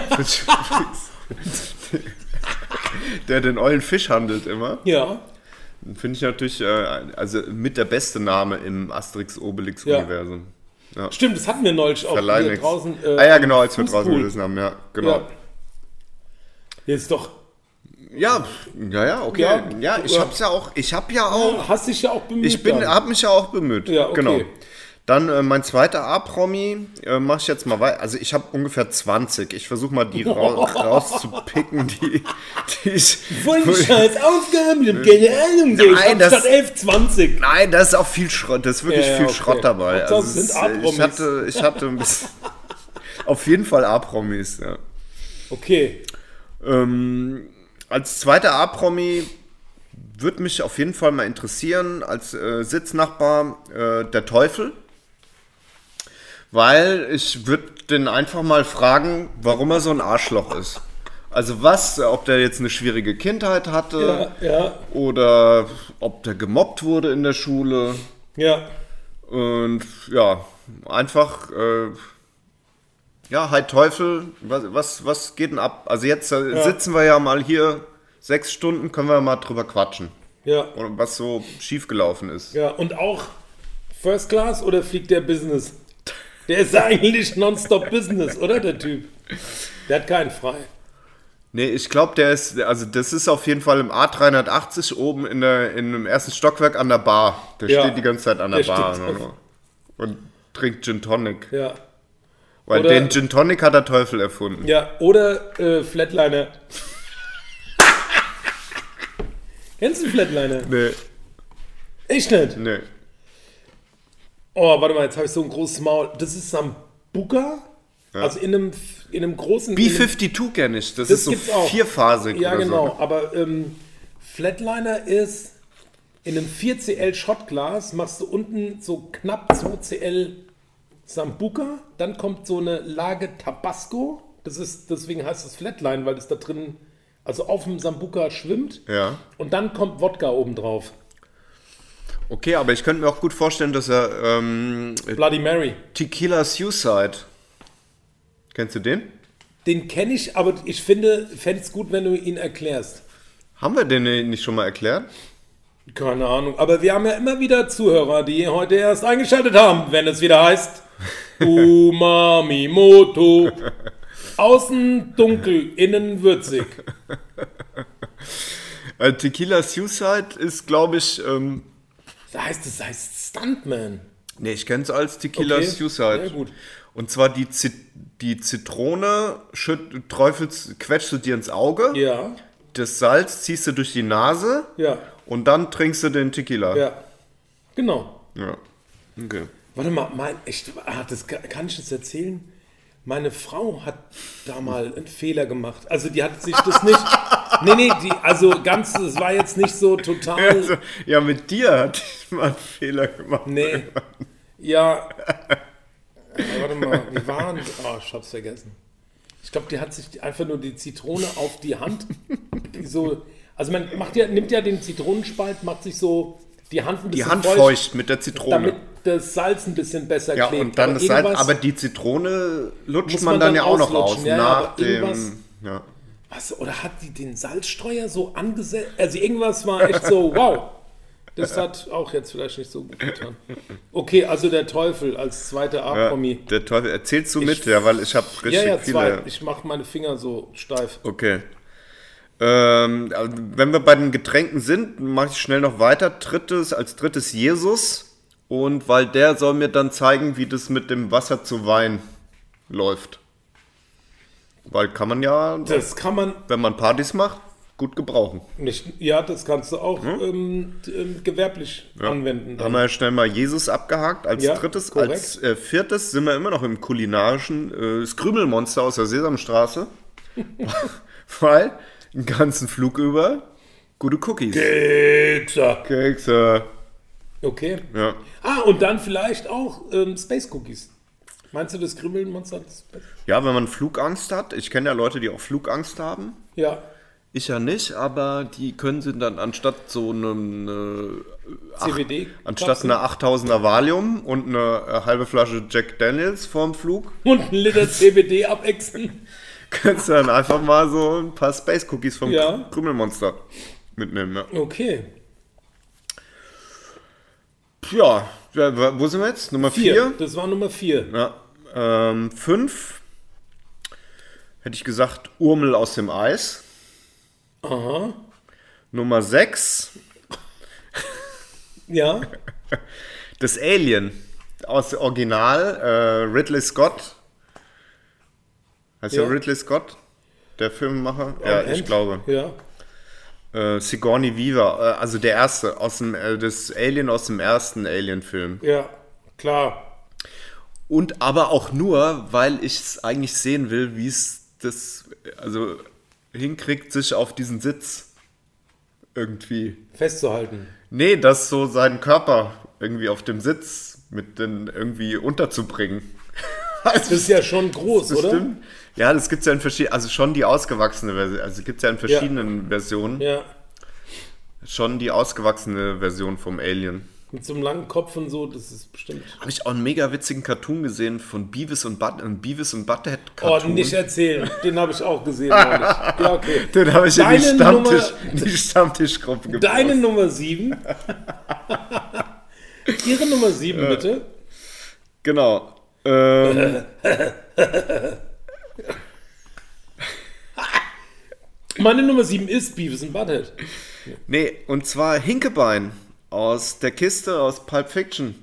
der den ollen Fisch handelt immer. Ja. Finde ich natürlich, äh, also mit der beste Name im Asterix-Obelix-Universum. Ja. Stimmt, das hatten wir neulich auch hier Verleinix. draußen. äh, ah ja, genau, als wir Fußpool. draußen gesessen haben, ja, genau. Ja. Hier ist doch. Ja, ja, ja, okay. Ja, Ja, ich ja. hab's ja auch, ich hab ja auch, Hast dich ja auch bemüht. ich bin, dann. hab mich ja auch bemüht. Ja, okay. Genau. Dann äh, mein zweiter A-Promi, äh, mache ich jetzt mal weiter. Also ich habe ungefähr zwanzig. Ich versuche mal die ra rauszupicken, die, die ich... Voll die scheiß Aufgaben, ich hab keine Ahnung. So. Ich Nein, hab das- statt elf, zwanzig. Nein, da ist auch viel Schrott, da ist wirklich Ja, ja, viel okay. Schrott dabei. Hauptsache, Also es es sind ist, äh, A-Promis. ich hatte, ich hatte ein bisschen... Auf jeden Fall A-Promis, ja. Okay. Ähm, als zweiter A-Promi würde mich auf jeden Fall mal interessieren, als äh, Sitznachbar äh, der Teufel. Weil ich würde den einfach mal fragen, warum er so ein Arschloch ist. Also was, ob der jetzt eine schwierige Kindheit hatte Ja, ja, oder ob der gemobbt wurde in der Schule. ja. Und ja, einfach, äh, ja, Hi Teufel, was, was, was geht denn ab? Also jetzt äh, Ja. sitzen wir ja mal hier, sechs Stunden, können wir mal drüber quatschen. Ja, Oder was so schiefgelaufen ist. ja. Und auch First Class oder fliegt der Business? Der ist eigentlich nonstop Business, oder der Typ? Der hat keinen frei. Nee, ich glaube, der ist, also das ist auf jeden Fall im A dreihundertachtzig oben in der, in dem ersten Stockwerk an der Bar. Der Ja, steht die ganze Zeit an der, der Bar steht ne, und trinkt Gin Tonic. Ja. Weil Oder- den Gin Tonic hat der Teufel erfunden. Ja, oder äh, Flatliner. Kennst du Flatliner? Nee, Ich nicht. nee. Oh, warte mal, jetzt habe ich so ein großes Maul. Das ist Sambuca? Also in einem, in einem großen... B in einem- zweiundfünfzig kenne ich, das, Das ist so gibt's auch. vierphasig Ja, oder genau. so. Aber ähm, Flatliner ist in einem vier C L Shotglas, machst du unten so knapp zwei C L Sambuca, dann kommt so eine Lage Tabasco. Das ist, deswegen heißt es Flatline, weil das da drin, also auf dem Sambuca schwimmt. Ja. Und dann kommt Wodka obendrauf. Okay, aber ich könnte mir auch gut vorstellen, dass er ähm, Bloody Mary. Tequila Suicide. Kennst du den? Den kenne ich, aber ich finde, fände es gut, wenn du ihn erklärst. Haben wir den nicht schon mal erklärt? Keine Ahnung, aber wir haben ja immer wieder Zuhörer, die heute erst eingeschaltet haben, wenn es wieder heißt Umami Moto. Außen dunkel, innen würzig. Äh, Tequila Suicide ist, glaube ich, ähm, Das heißt, das heißt Stuntman. nee, ich kenne es als Tequila Okay. Suicide. Ja, gut. Und zwar die, Zit die Zitrone schütt, träufelst, quetschst du dir ins Auge, Ja, das Salz ziehst du durch die Nase ja, und dann trinkst du den Tequila. ja. Genau. Ja. Okay. Warte mal, mein, echt, ah, das kann, kann ich das erzählen? Meine Frau hat da mal einen Fehler gemacht. Also die hat sich das nicht... Nee, nee, die, also ganz, es war jetzt nicht so total... Also, ja, mit dir hatte ich mal einen Fehler gemacht. Nee. Ja. Ja, warte mal, wie waren die? Oh, ich hab's vergessen. Ich glaube, die hat sich einfach nur die Zitrone auf die Hand so Also man macht ja, nimmt ja den Zitronenspalt, macht sich so die Hand ein Die bisschen Hand feucht mit der Zitrone. damit das Salz ein bisschen besser Ja, klebt. und dann aber das Salz, irgendwas- aber die Zitrone lutscht Muss man, man dann dann ja auch noch auslutschen, aus. ja, ja, nach aber irgendwas- dem. Ja. Was, oder hat die den Salzstreuer so angesetzt? Also irgendwas war echt so, wow. Das hat auch jetzt vielleicht nicht so gut getan. Okay, also der Teufel als zweiter Ja, A-Promi. der Teufel, erzählst du Ich- mit? Ja, weil ich habe richtig Ja, ja, viele. zwei. Ich mache meine Finger so steif. Okay. Ähm, also wenn wir bei den Getränken sind, mache ich schnell noch weiter. Drittes, als drittes Jesus. Und weil der soll mir dann zeigen, wie das mit dem Wasser zu Wein läuft. Weil kann man ja, Das kann man wenn man Partys macht, gut gebrauchen. nicht. Ja, das kannst du auch ähm, d- ähm, gewerblich anwenden. Da haben wir ja schnell mal Jesus abgehakt. Als Ja, drittes, korrekt. als äh, viertes sind wir immer noch im kulinarischen äh, das Krümelmonster aus der Sesamstraße. Weil den ganzen Flug über gute Cookies. Kekse. Kekse. Okay. Ja. Ah, und dann vielleicht auch ähm, Space Cookies. Meinst du das Krümmelmonster? ja, wenn man Flugangst hat. Ich kenne ja Leute, die auch Flugangst haben. Ja. Ich ja nicht, aber die können sie dann anstatt so einem äh, C B D. anstatt einer achttausender Valium und eine äh, halbe Flasche Jack Daniels vorm Flug, Und ein Liter C B D abexen. kannst du dann einfach mal so ein paar Space Cookies vom Ja. Krümelmonster mitnehmen. Ja. Okay. Ja, ja, wo sind wir jetzt? Nummer Vier. vier? Das war Nummer vier. Ja. Ähm, fünf hätte ich gesagt Urmel aus dem Eis. Aha. Nummer sechs Ja. das Alien aus dem Original, äh, Ridley Scott. Heißt Ja. ja Ridley Scott, der Filmemacher? Ja, Am ich End. glaube. Ja. Äh, Sigourney Weaver, äh, also der erste, aus dem, äh, das Alien aus dem ersten Alien-Film. Ja. Klar. Und aber auch nur, weil ich es eigentlich sehen will, wie es das also hinkriegt, sich auf diesen Sitz irgendwie. Festzuhalten. Nee, das so seinen Körper irgendwie auf dem Sitz mit den irgendwie unterzubringen. Das ist ja schon groß, Das oder? stimmt. Ja, das gibt es ja in verschiedenen, also schon die ausgewachsene Version, also gibt es ja in verschiedenen Versionen. Ja. Schon die ausgewachsene Version vom Alien. Mit so einem langen Kopf und so, das ist bestimmt. Habe ich auch einen mega witzigen Cartoon gesehen von Beavis und Butt, ein Beavis und Butthead Oh, Cartoon. nicht erzählen. Den habe ich auch gesehen. neulich. Ja, okay. Den habe ich in die, Deine Stammtisch, Nummer- in die Stammtischgruppe gepostet. Deine Nummer sieben. Ihre Nummer sieben, bitte. Genau. Ähm, Meine Nummer sieben ist Beavis and Butthead. nee, und zwar Hinkebein aus der Kiste aus Pulp Fiction.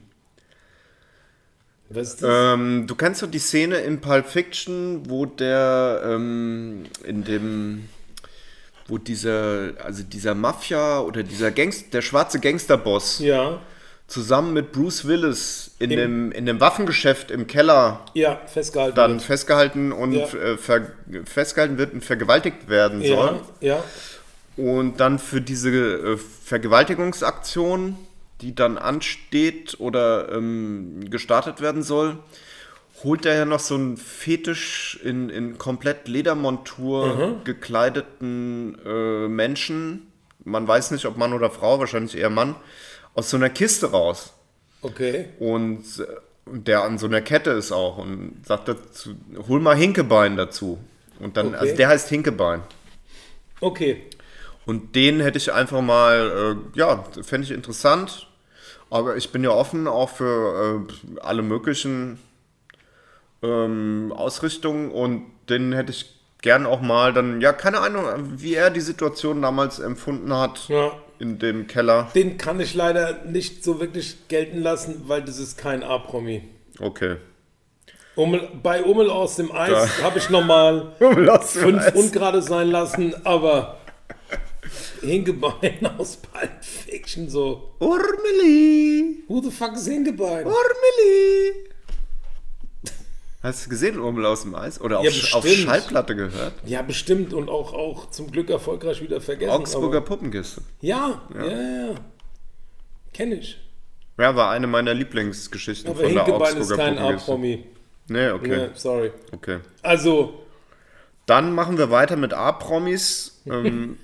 Was ist das? Ähm, du kennst doch die Szene in Pulp Fiction, wo der ähm, in dem, wo dieser, also dieser Mafia oder dieser Gangster, der schwarze Gangsterboss Ja, zusammen mit Bruce Willis in Im- dem in dem Waffengeschäft im Keller ja, festgehalten. dann wird. festgehalten und Ja. äh, ver, festgehalten wird und vergewaltigt werden Ja, soll. ja. Und dann für diese äh, Vergewaltigungsaktion, die dann ansteht oder ähm, gestartet werden soll, holt er ja noch so einen Fetisch in, in komplett Ledermontur gekleideten äh, Menschen, man weiß nicht, ob Mann oder Frau, wahrscheinlich eher Mann, aus so einer Kiste raus. Okay. Und äh, der an so einer Kette ist auch und sagt dazu, hol mal Hinkebein dazu. Und dann, Okay. also der heißt Hinkebein. Okay. Und den hätte ich einfach mal, äh, ja, fände ich interessant. Aber ich bin ja offen auch für äh, alle möglichen ähm, Ausrichtungen und den hätte ich gern auch mal dann, ja, keine Ahnung, wie er die Situation damals empfunden hat Ja. in dem Keller. Den kann ich leider nicht so wirklich gelten lassen, weil das ist kein A-Promi. Okay. Ummel, bei Ummel aus dem Eis habe ich nochmal fünf ungerade sein lassen, aber Hinkebein aus Pulp Fiction so. Urmeli! Who the fuck ist Hinkebein? Urmeli! Hast du gesehen, Urmel aus dem Eis? Oder auf, Ja, auf bestimmt. Schallplatte gehört? Ja, bestimmt und auch, auch zum Glück erfolgreich wieder vergessen. Augsburger aber, Puppenkiste. ja, ja, ja, ja. Kenn ich. Ja, war eine meiner Lieblingsgeschichten Aber von der Hinkebein Augsburger ist kein Puppenkiste. A-Promi. Nee, okay. Nee, sorry. okay. Also, Dann machen wir weiter mit A-Promis. ähm,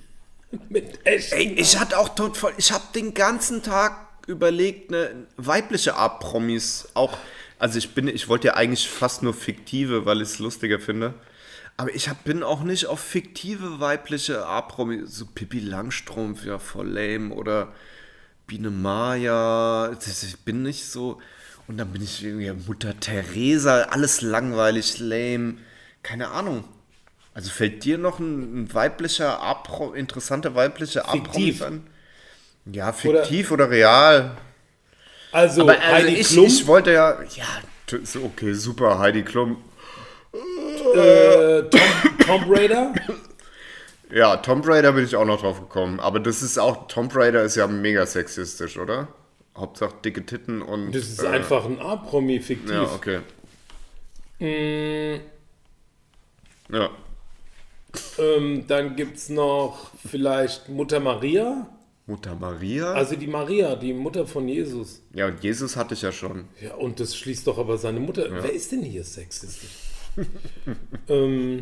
Mit echt. Ey, ich hatte auch tot voll, ich habe den ganzen Tag überlegt, eine weibliche A-Promis auch, also ich bin, ich wollte ja eigentlich fast nur fiktive, weil ich es lustiger finde, aber ich hab, bin auch nicht auf fiktive weibliche A-Promis, so Pippi Langstrumpf, ja voll lame, oder Biene Maya, ich bin nicht so, und dann bin ich irgendwie Mutter Teresa, alles langweilig, lame, keine Ahnung. Also fällt dir noch ein, ein weiblicher, A-Pro, interessanter weiblicher A-Promis an? Ja, fiktiv oder, oder real. Also, aber also Heidi ich, Klum. ich wollte ja, ja, okay, super, Heidi Klum. Äh, Tom, Tomb Raider. Ja, Tomb Raider bin ich auch noch drauf gekommen. Aber das ist auch, Tomb Raider ist ja mega sexistisch, oder? Hauptsache dicke Titten und... Das ist äh, einfach ein A-Promi fiktiv. Ja, okay. Mm, Ja. ähm, dann gibt es noch vielleicht Mutter Maria. Mutter Maria? Also die Maria, die Mutter von Jesus. Ja, und Jesus hatte ich ja schon. Ja, und das schließt doch aber seine Mutter. Ja. Wer ist denn hier sexistisch? ähm,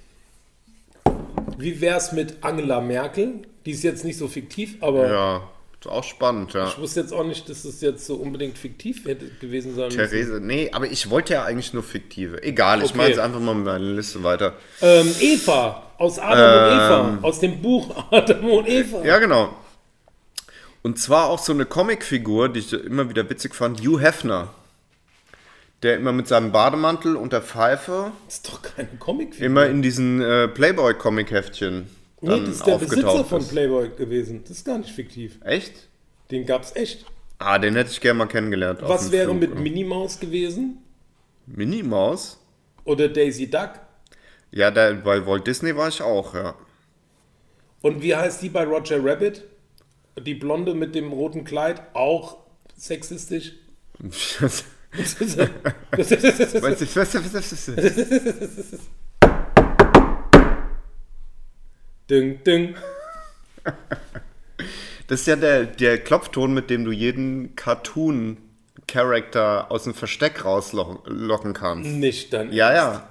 wie wär's mit Angela Merkel? Die ist jetzt nicht so fiktiv, aber Ja, ist auch spannend, ja. ich wusste jetzt auch nicht, dass es jetzt so unbedingt fiktiv hätte gewesen sein müssen. Therese, nee, aber ich wollte ja eigentlich nur fiktive. Egal, ich Okay. mache jetzt einfach mal meine Liste weiter. Ähm, Eva, aus Adam und Eva, aus dem Buch Adam und Eva. Ja, genau. Und zwar auch so eine Comicfigur, die ich immer wieder witzig fand, Hugh Hefner. Der immer mit seinem Bademantel und der Pfeife Das ist doch keine Comicfigur. immer in diesen äh, Playboy-Comic-Heftchen Nee, dann das ist der aufgetaucht Besitzer von ist. Playboy gewesen. Das ist gar nicht fiktiv. Echt? Den gab's echt. Ah, den hätte ich gerne mal kennengelernt. auf Was dem wäre Flug. mit Minnie Maus gewesen? Minnie Maus? Oder Daisy Duck? Ja, da, bei Walt Disney war ich auch, ja. Und wie heißt die bei Roger Rabbit? Die Blonde mit dem roten Kleid, auch sexistisch. Was ist, was ist, was ist, was ist? Ding, ding. Das ist ja der, der Klopfton, mit dem du jeden Cartoon-Charakter aus dem Versteck rauslocken kannst. Nicht dann. Ja, ja.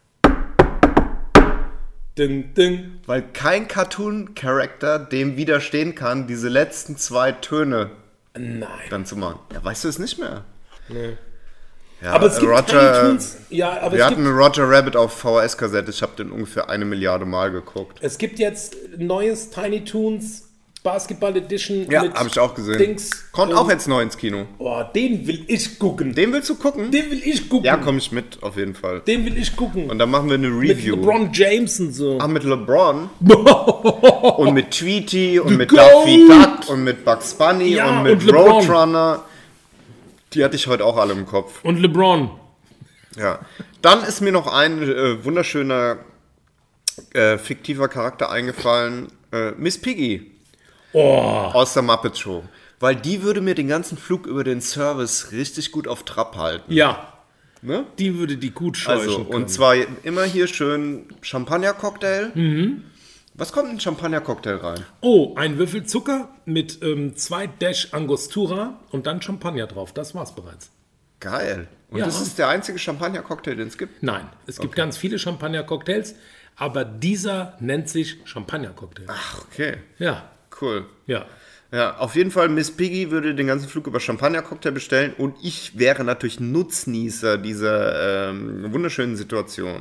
Ding, ding. Weil kein Cartoon-Charakter dem widerstehen kann, diese letzten zwei Töne Nein. dann zu machen. Ja, weißt du es nicht mehr? Nee. Ja, Aber es gibt Roger, Tiny Toons. Ja, aber wir es hatten gibt, Roger Rabbit auf V H S-Kassette. Ich habe den ungefähr eine Milliarde Mal geguckt. es gibt jetzt neues Tiny Toons Basketball Edition. Ja, mit habe ich auch gesehen. Dings. Kommt Ähm, auch jetzt neu ins Kino. Oh, den will ich gucken. Den willst du gucken? Den will ich gucken. Ja, komme ich mit, auf jeden Fall. Den will ich gucken. Und dann machen wir eine mit Review. LeBron James und so. Ah, mit LeBron und mit Tweety und The mit Goat. Daffy Duck und mit Bugs Bunny Ja, und mit und LeBron. Roadrunner. Die hatte ich heute auch alle im Kopf. Und LeBron. Ja. Dann ist mir noch ein äh, wunderschöner äh, fiktiver Charakter eingefallen. Äh, Miss Piggy Oh. aus der Muppet Show. Weil die würde mir den ganzen Flug über den Service richtig gut auf Trab halten. Ja. Ne? Die würde die gut scheuchen Also, können. und zwar immer hier schön Champagner-Cocktail. Mhm. Was kommt in den Champagner-Cocktail rein? Oh, ein Würfel Zucker mit ähm, zwei Dash Angostura und dann Champagner drauf. Das war's bereits. Geil. Und Ja. das ist der einzige Champagner-Cocktail, den es gibt? Nein, es gibt ganz viele Champagner-Cocktails, aber dieser nennt sich Champagner-Cocktail. Ach, okay. Ja, Cool. ja. Ja, auf jeden Fall, Miss Piggy würde den ganzen Flug über Champagner-Cocktail bestellen und ich wäre natürlich Nutznießer dieser ähm, wunderschönen Situation.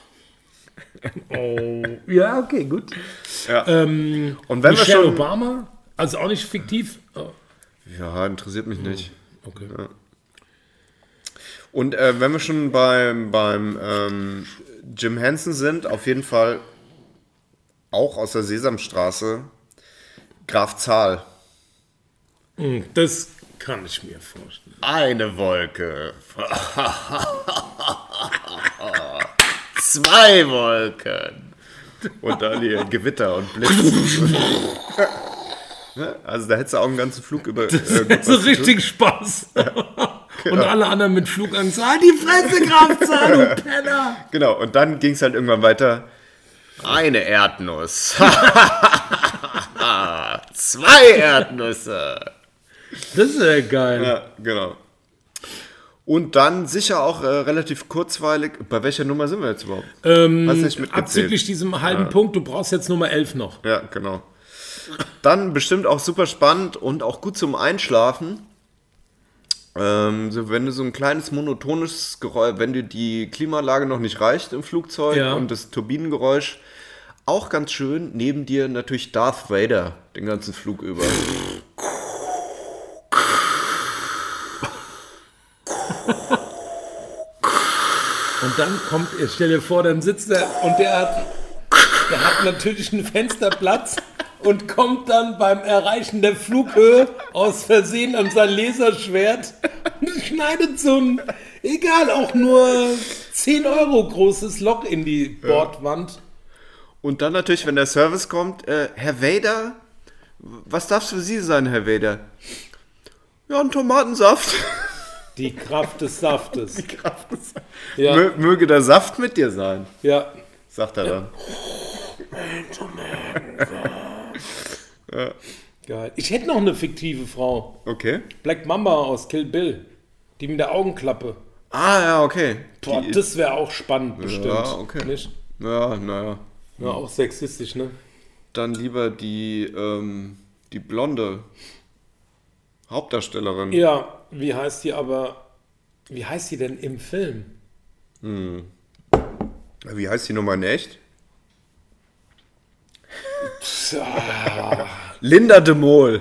Oh. Ja, okay, gut. Ja. Ähm, Und wenn wir Michelle schon... Obama, also auch nicht fiktiv. Oh, Ja, interessiert mich nicht. okay. Und äh, wenn wir schon beim, beim ähm, Jim Henson sind, auf jeden Fall auch aus der Sesamstraße, Graf Zahl. Hm, Das kann ich mir vorstellen. Eine Wolke. Zwei Wolken. Und dann hier Gewitter und Blitz. Ne? Also da hättest du auch einen ganzen Flug über... Äh, Das was so zu richtig Spaß. Und alle anderen mit Flugangst. Halt die Fresse, Graf Zahl, du Penner. tun. Genau, und dann ging es halt irgendwann weiter. Eine Erdnuss. Zwei Erdnüsse. Das ist ja geil. Ja, genau. Und dann sicher auch äh, relativ kurzweilig. Bei welcher Nummer sind wir jetzt überhaupt? Ähm, Hast du nicht mitgezählt? abzüglich diesem halben Punkt, du brauchst jetzt Nummer elf noch. Ja, genau. Dann bestimmt auch super spannend und auch gut zum Einschlafen. Ähm, so, wenn du so ein kleines monotones Geräusch, wenn dir die Klimaanlage noch nicht reicht im Flugzeug Ja. und das Turbinengeräusch, auch ganz schön, neben dir natürlich Darth Vader den ganzen Flug über. Und dann kommt, ich stell dir vor, dann sitzt er und der hat, der hat natürlich einen Fensterplatz und kommt dann beim Erreichen der Flughöhe aus Versehen an sein Laserschwert und schneidet so ein, egal, auch nur zehn Euro großes Loch in die Bordwand. Und dann natürlich, wenn der Service kommt, äh, Herr Vader, was darf es für Sie sein, Herr Vader? Ja, ein Tomatensaft. Die Kraft des Saftes. Die Kraft des Ja, Mö- Möge der Saft mit dir sein, ja. sagt er dann. Geil. Ich hätte noch eine fiktive Frau. Okay. Black Mamba aus Kill Bill. Die mit der Augenklappe. Ah, ja, okay. Boah, Die- das wäre auch spannend bestimmt. Ja, okay. Nicht? Ja, naja. Ja, auch sexistisch, ne? Dann lieber die, ähm, die blonde Hauptdarstellerin. Ja, wie heißt die aber, wie heißt die denn im Film? Wie heißt die nochmal in echt? Linda de Mol.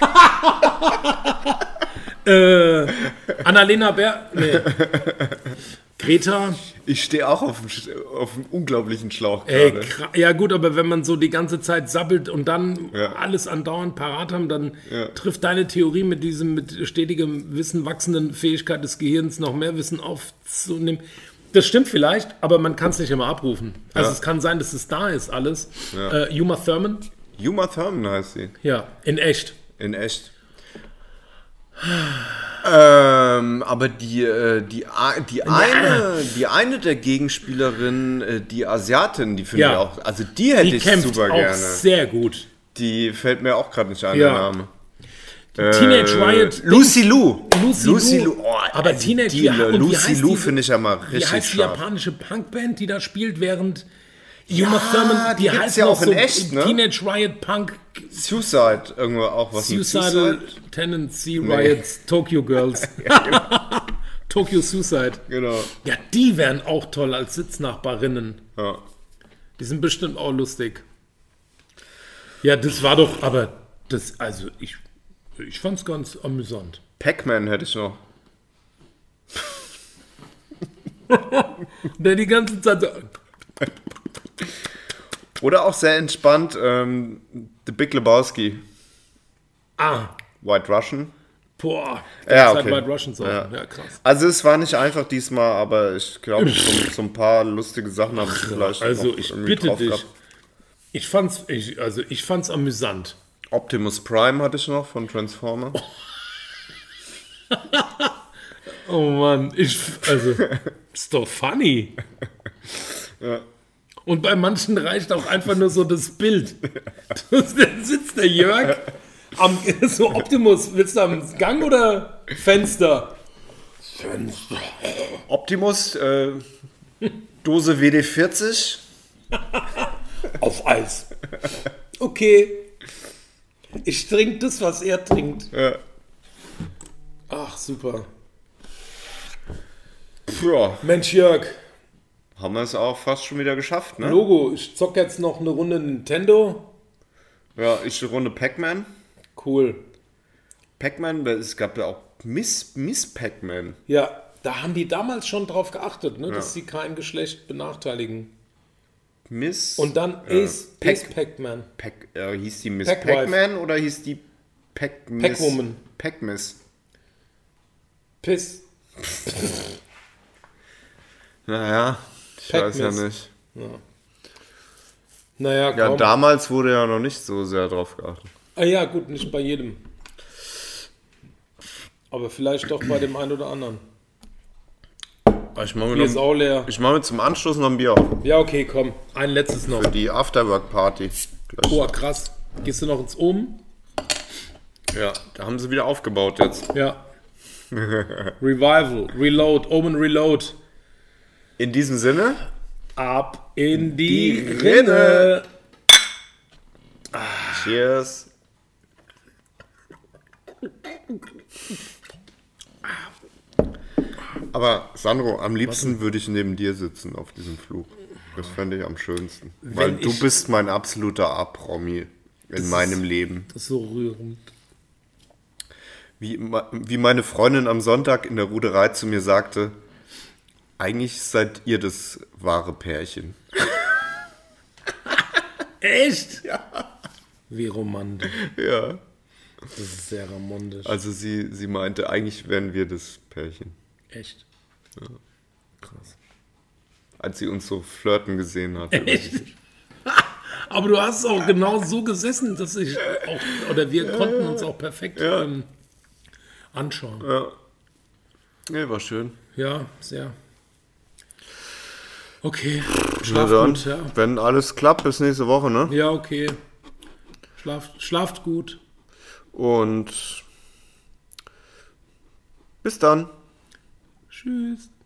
Äh, Annalena Bär, nee. Greta. Ich stehe auch auf dem, Sch- auf dem unglaublichen Schlauch Ey, gerade. kra- ja gut, aber wenn man so die ganze Zeit sabbelt und dann Ja. alles andauernd parat haben, dann Ja. trifft deine Theorie mit diesem mit stetigem Wissen wachsenden Fähigkeit des Gehirns noch mehr Wissen aufzunehmen. Das stimmt vielleicht, aber man kann es nicht immer abrufen. Also Ja. es kann sein, dass es da ist alles. Ja. Äh, Uma Thurman, Uma Thurman heißt sie. ja, in echt. In echt. Ähm, aber die, äh, die, A- die, eine, die eine der Gegenspielerinnen, äh, die Asiatin, die finde Ja. ich auch, also die hätte Die ich kämpft super auch gerne. sehr gut. Die fällt mir auch gerade nicht ein, Ja. der Name. Teenage Riot. Lucy Liu. Lucy, Liu. Liu. Oh, aber also Teenage die, wie- und wie Lucy heißt Liu die- finde ich ja mal Wie richtig heißt die scharf. japanische Punkband, die da spielt, während Ja, Uma Thurman, die gibt's heißt ja noch auch in echt, ne? Teenage Riot Punk, Suicide, irgendwo auch was mit Suicidal Suicide? Tendency Riots, Tokyo Girls. Tokyo Suicide. Genau. Ja, die wären auch toll als Sitznachbarinnen. Ja. Die sind bestimmt auch lustig. Ja, das war doch, aber das, also ich, ich fand's ganz amüsant. Pac-Man hätte ich noch. Der die ganze Zeit so, Oder auch sehr entspannt, ähm, The Big Lebowski, ah, White Russian. boah, Ja, Zeit okay. White Russian Song. Ja. Ja, krass. Also es war nicht einfach diesmal, aber ich glaube, so, so ein paar lustige Sachen habe ich vielleicht Also noch ich irgendwie bitte drauf dich. gehabt. Ich fand's, ich, also ich fand's amüsant. Optimus Prime hatte ich noch von Transformer. Oh Mann, ich, also, ist doch funny. Ja. Und bei manchen reicht auch einfach nur so das Bild. Da sitzt der Jörg am, so Optimus, willst du am Gang oder Fenster? Fenster. Optimus, äh, Dose W D vierzig. Auf Eis. Okay. Ich trinke das, was er trinkt. Ja. Ach, super. Ja, Mensch, Jörg. haben wir es auch fast schon wieder geschafft, ne? Logo, ich zock jetzt noch eine Runde Nintendo. Ja, ich eine Runde Pac-Man. Cool. Pac-Man, es gab ja auch Miss, Miss Pac-Man. Ja, da haben die damals schon drauf geachtet, ne, dass sie kein Geschlecht benachteiligen. Miss. Und dann äh, Ace, Pac, Ace Pac-Man. Pac, äh, hieß die Miss Pac-Wife. Pac-Man oder hieß die Pac-Miss? Pac-Woman. Pac-Miss. Piss. Naja, ich Pac-Miss. weiß ja nicht. Naja, komm. Ja, damals wurde ja noch nicht so sehr drauf geachtet. Ah ja, gut, nicht bei jedem. Aber vielleicht doch bei dem einen oder anderen. Ich mache Bier ist mir, auch leer. ich mach mir zum Anschluss noch ein Bier auf. Ja, okay, komm. Ein letztes noch. Für die Afterwork-Party. Gleich. Boah, krass. Gehst du noch ins Oben? Ja, da haben sie wieder aufgebaut jetzt. Ja. Revival, Reload, Omen Reload. In diesem Sinne, Ab in die, Die Rinne. Rinne. Cheers. Aber Sandro, am liebsten würde ich neben dir sitzen auf diesem Flug. Das fände ich am schönsten. Weil Wenn du ich- bist mein absoluter A-Promi in meinem Leben. Das ist so rührend. Wie, ma- wie meine Freundin am Sonntag in der Ruderei zu mir sagte, eigentlich seid ihr das wahre Pärchen. Echt? Ja. Wie romantisch. Ja. Das ist sehr romantisch. Also sie, sie meinte, eigentlich wären wir das Pärchen. Echt. Krass. Als sie uns so flirten gesehen hat. Echt? Aber du hast auch genau so gesessen, dass ich auch, oder wir konnten uns auch perfekt ähm, anschauen. Ja. Nee, war schön. Ja, sehr. Okay, Na schlaf dann, gut, ja. wenn alles klappt, bis nächste Woche, ne? Ja, okay. Schlaft, schlaft gut. Und bis dann. Tschüss.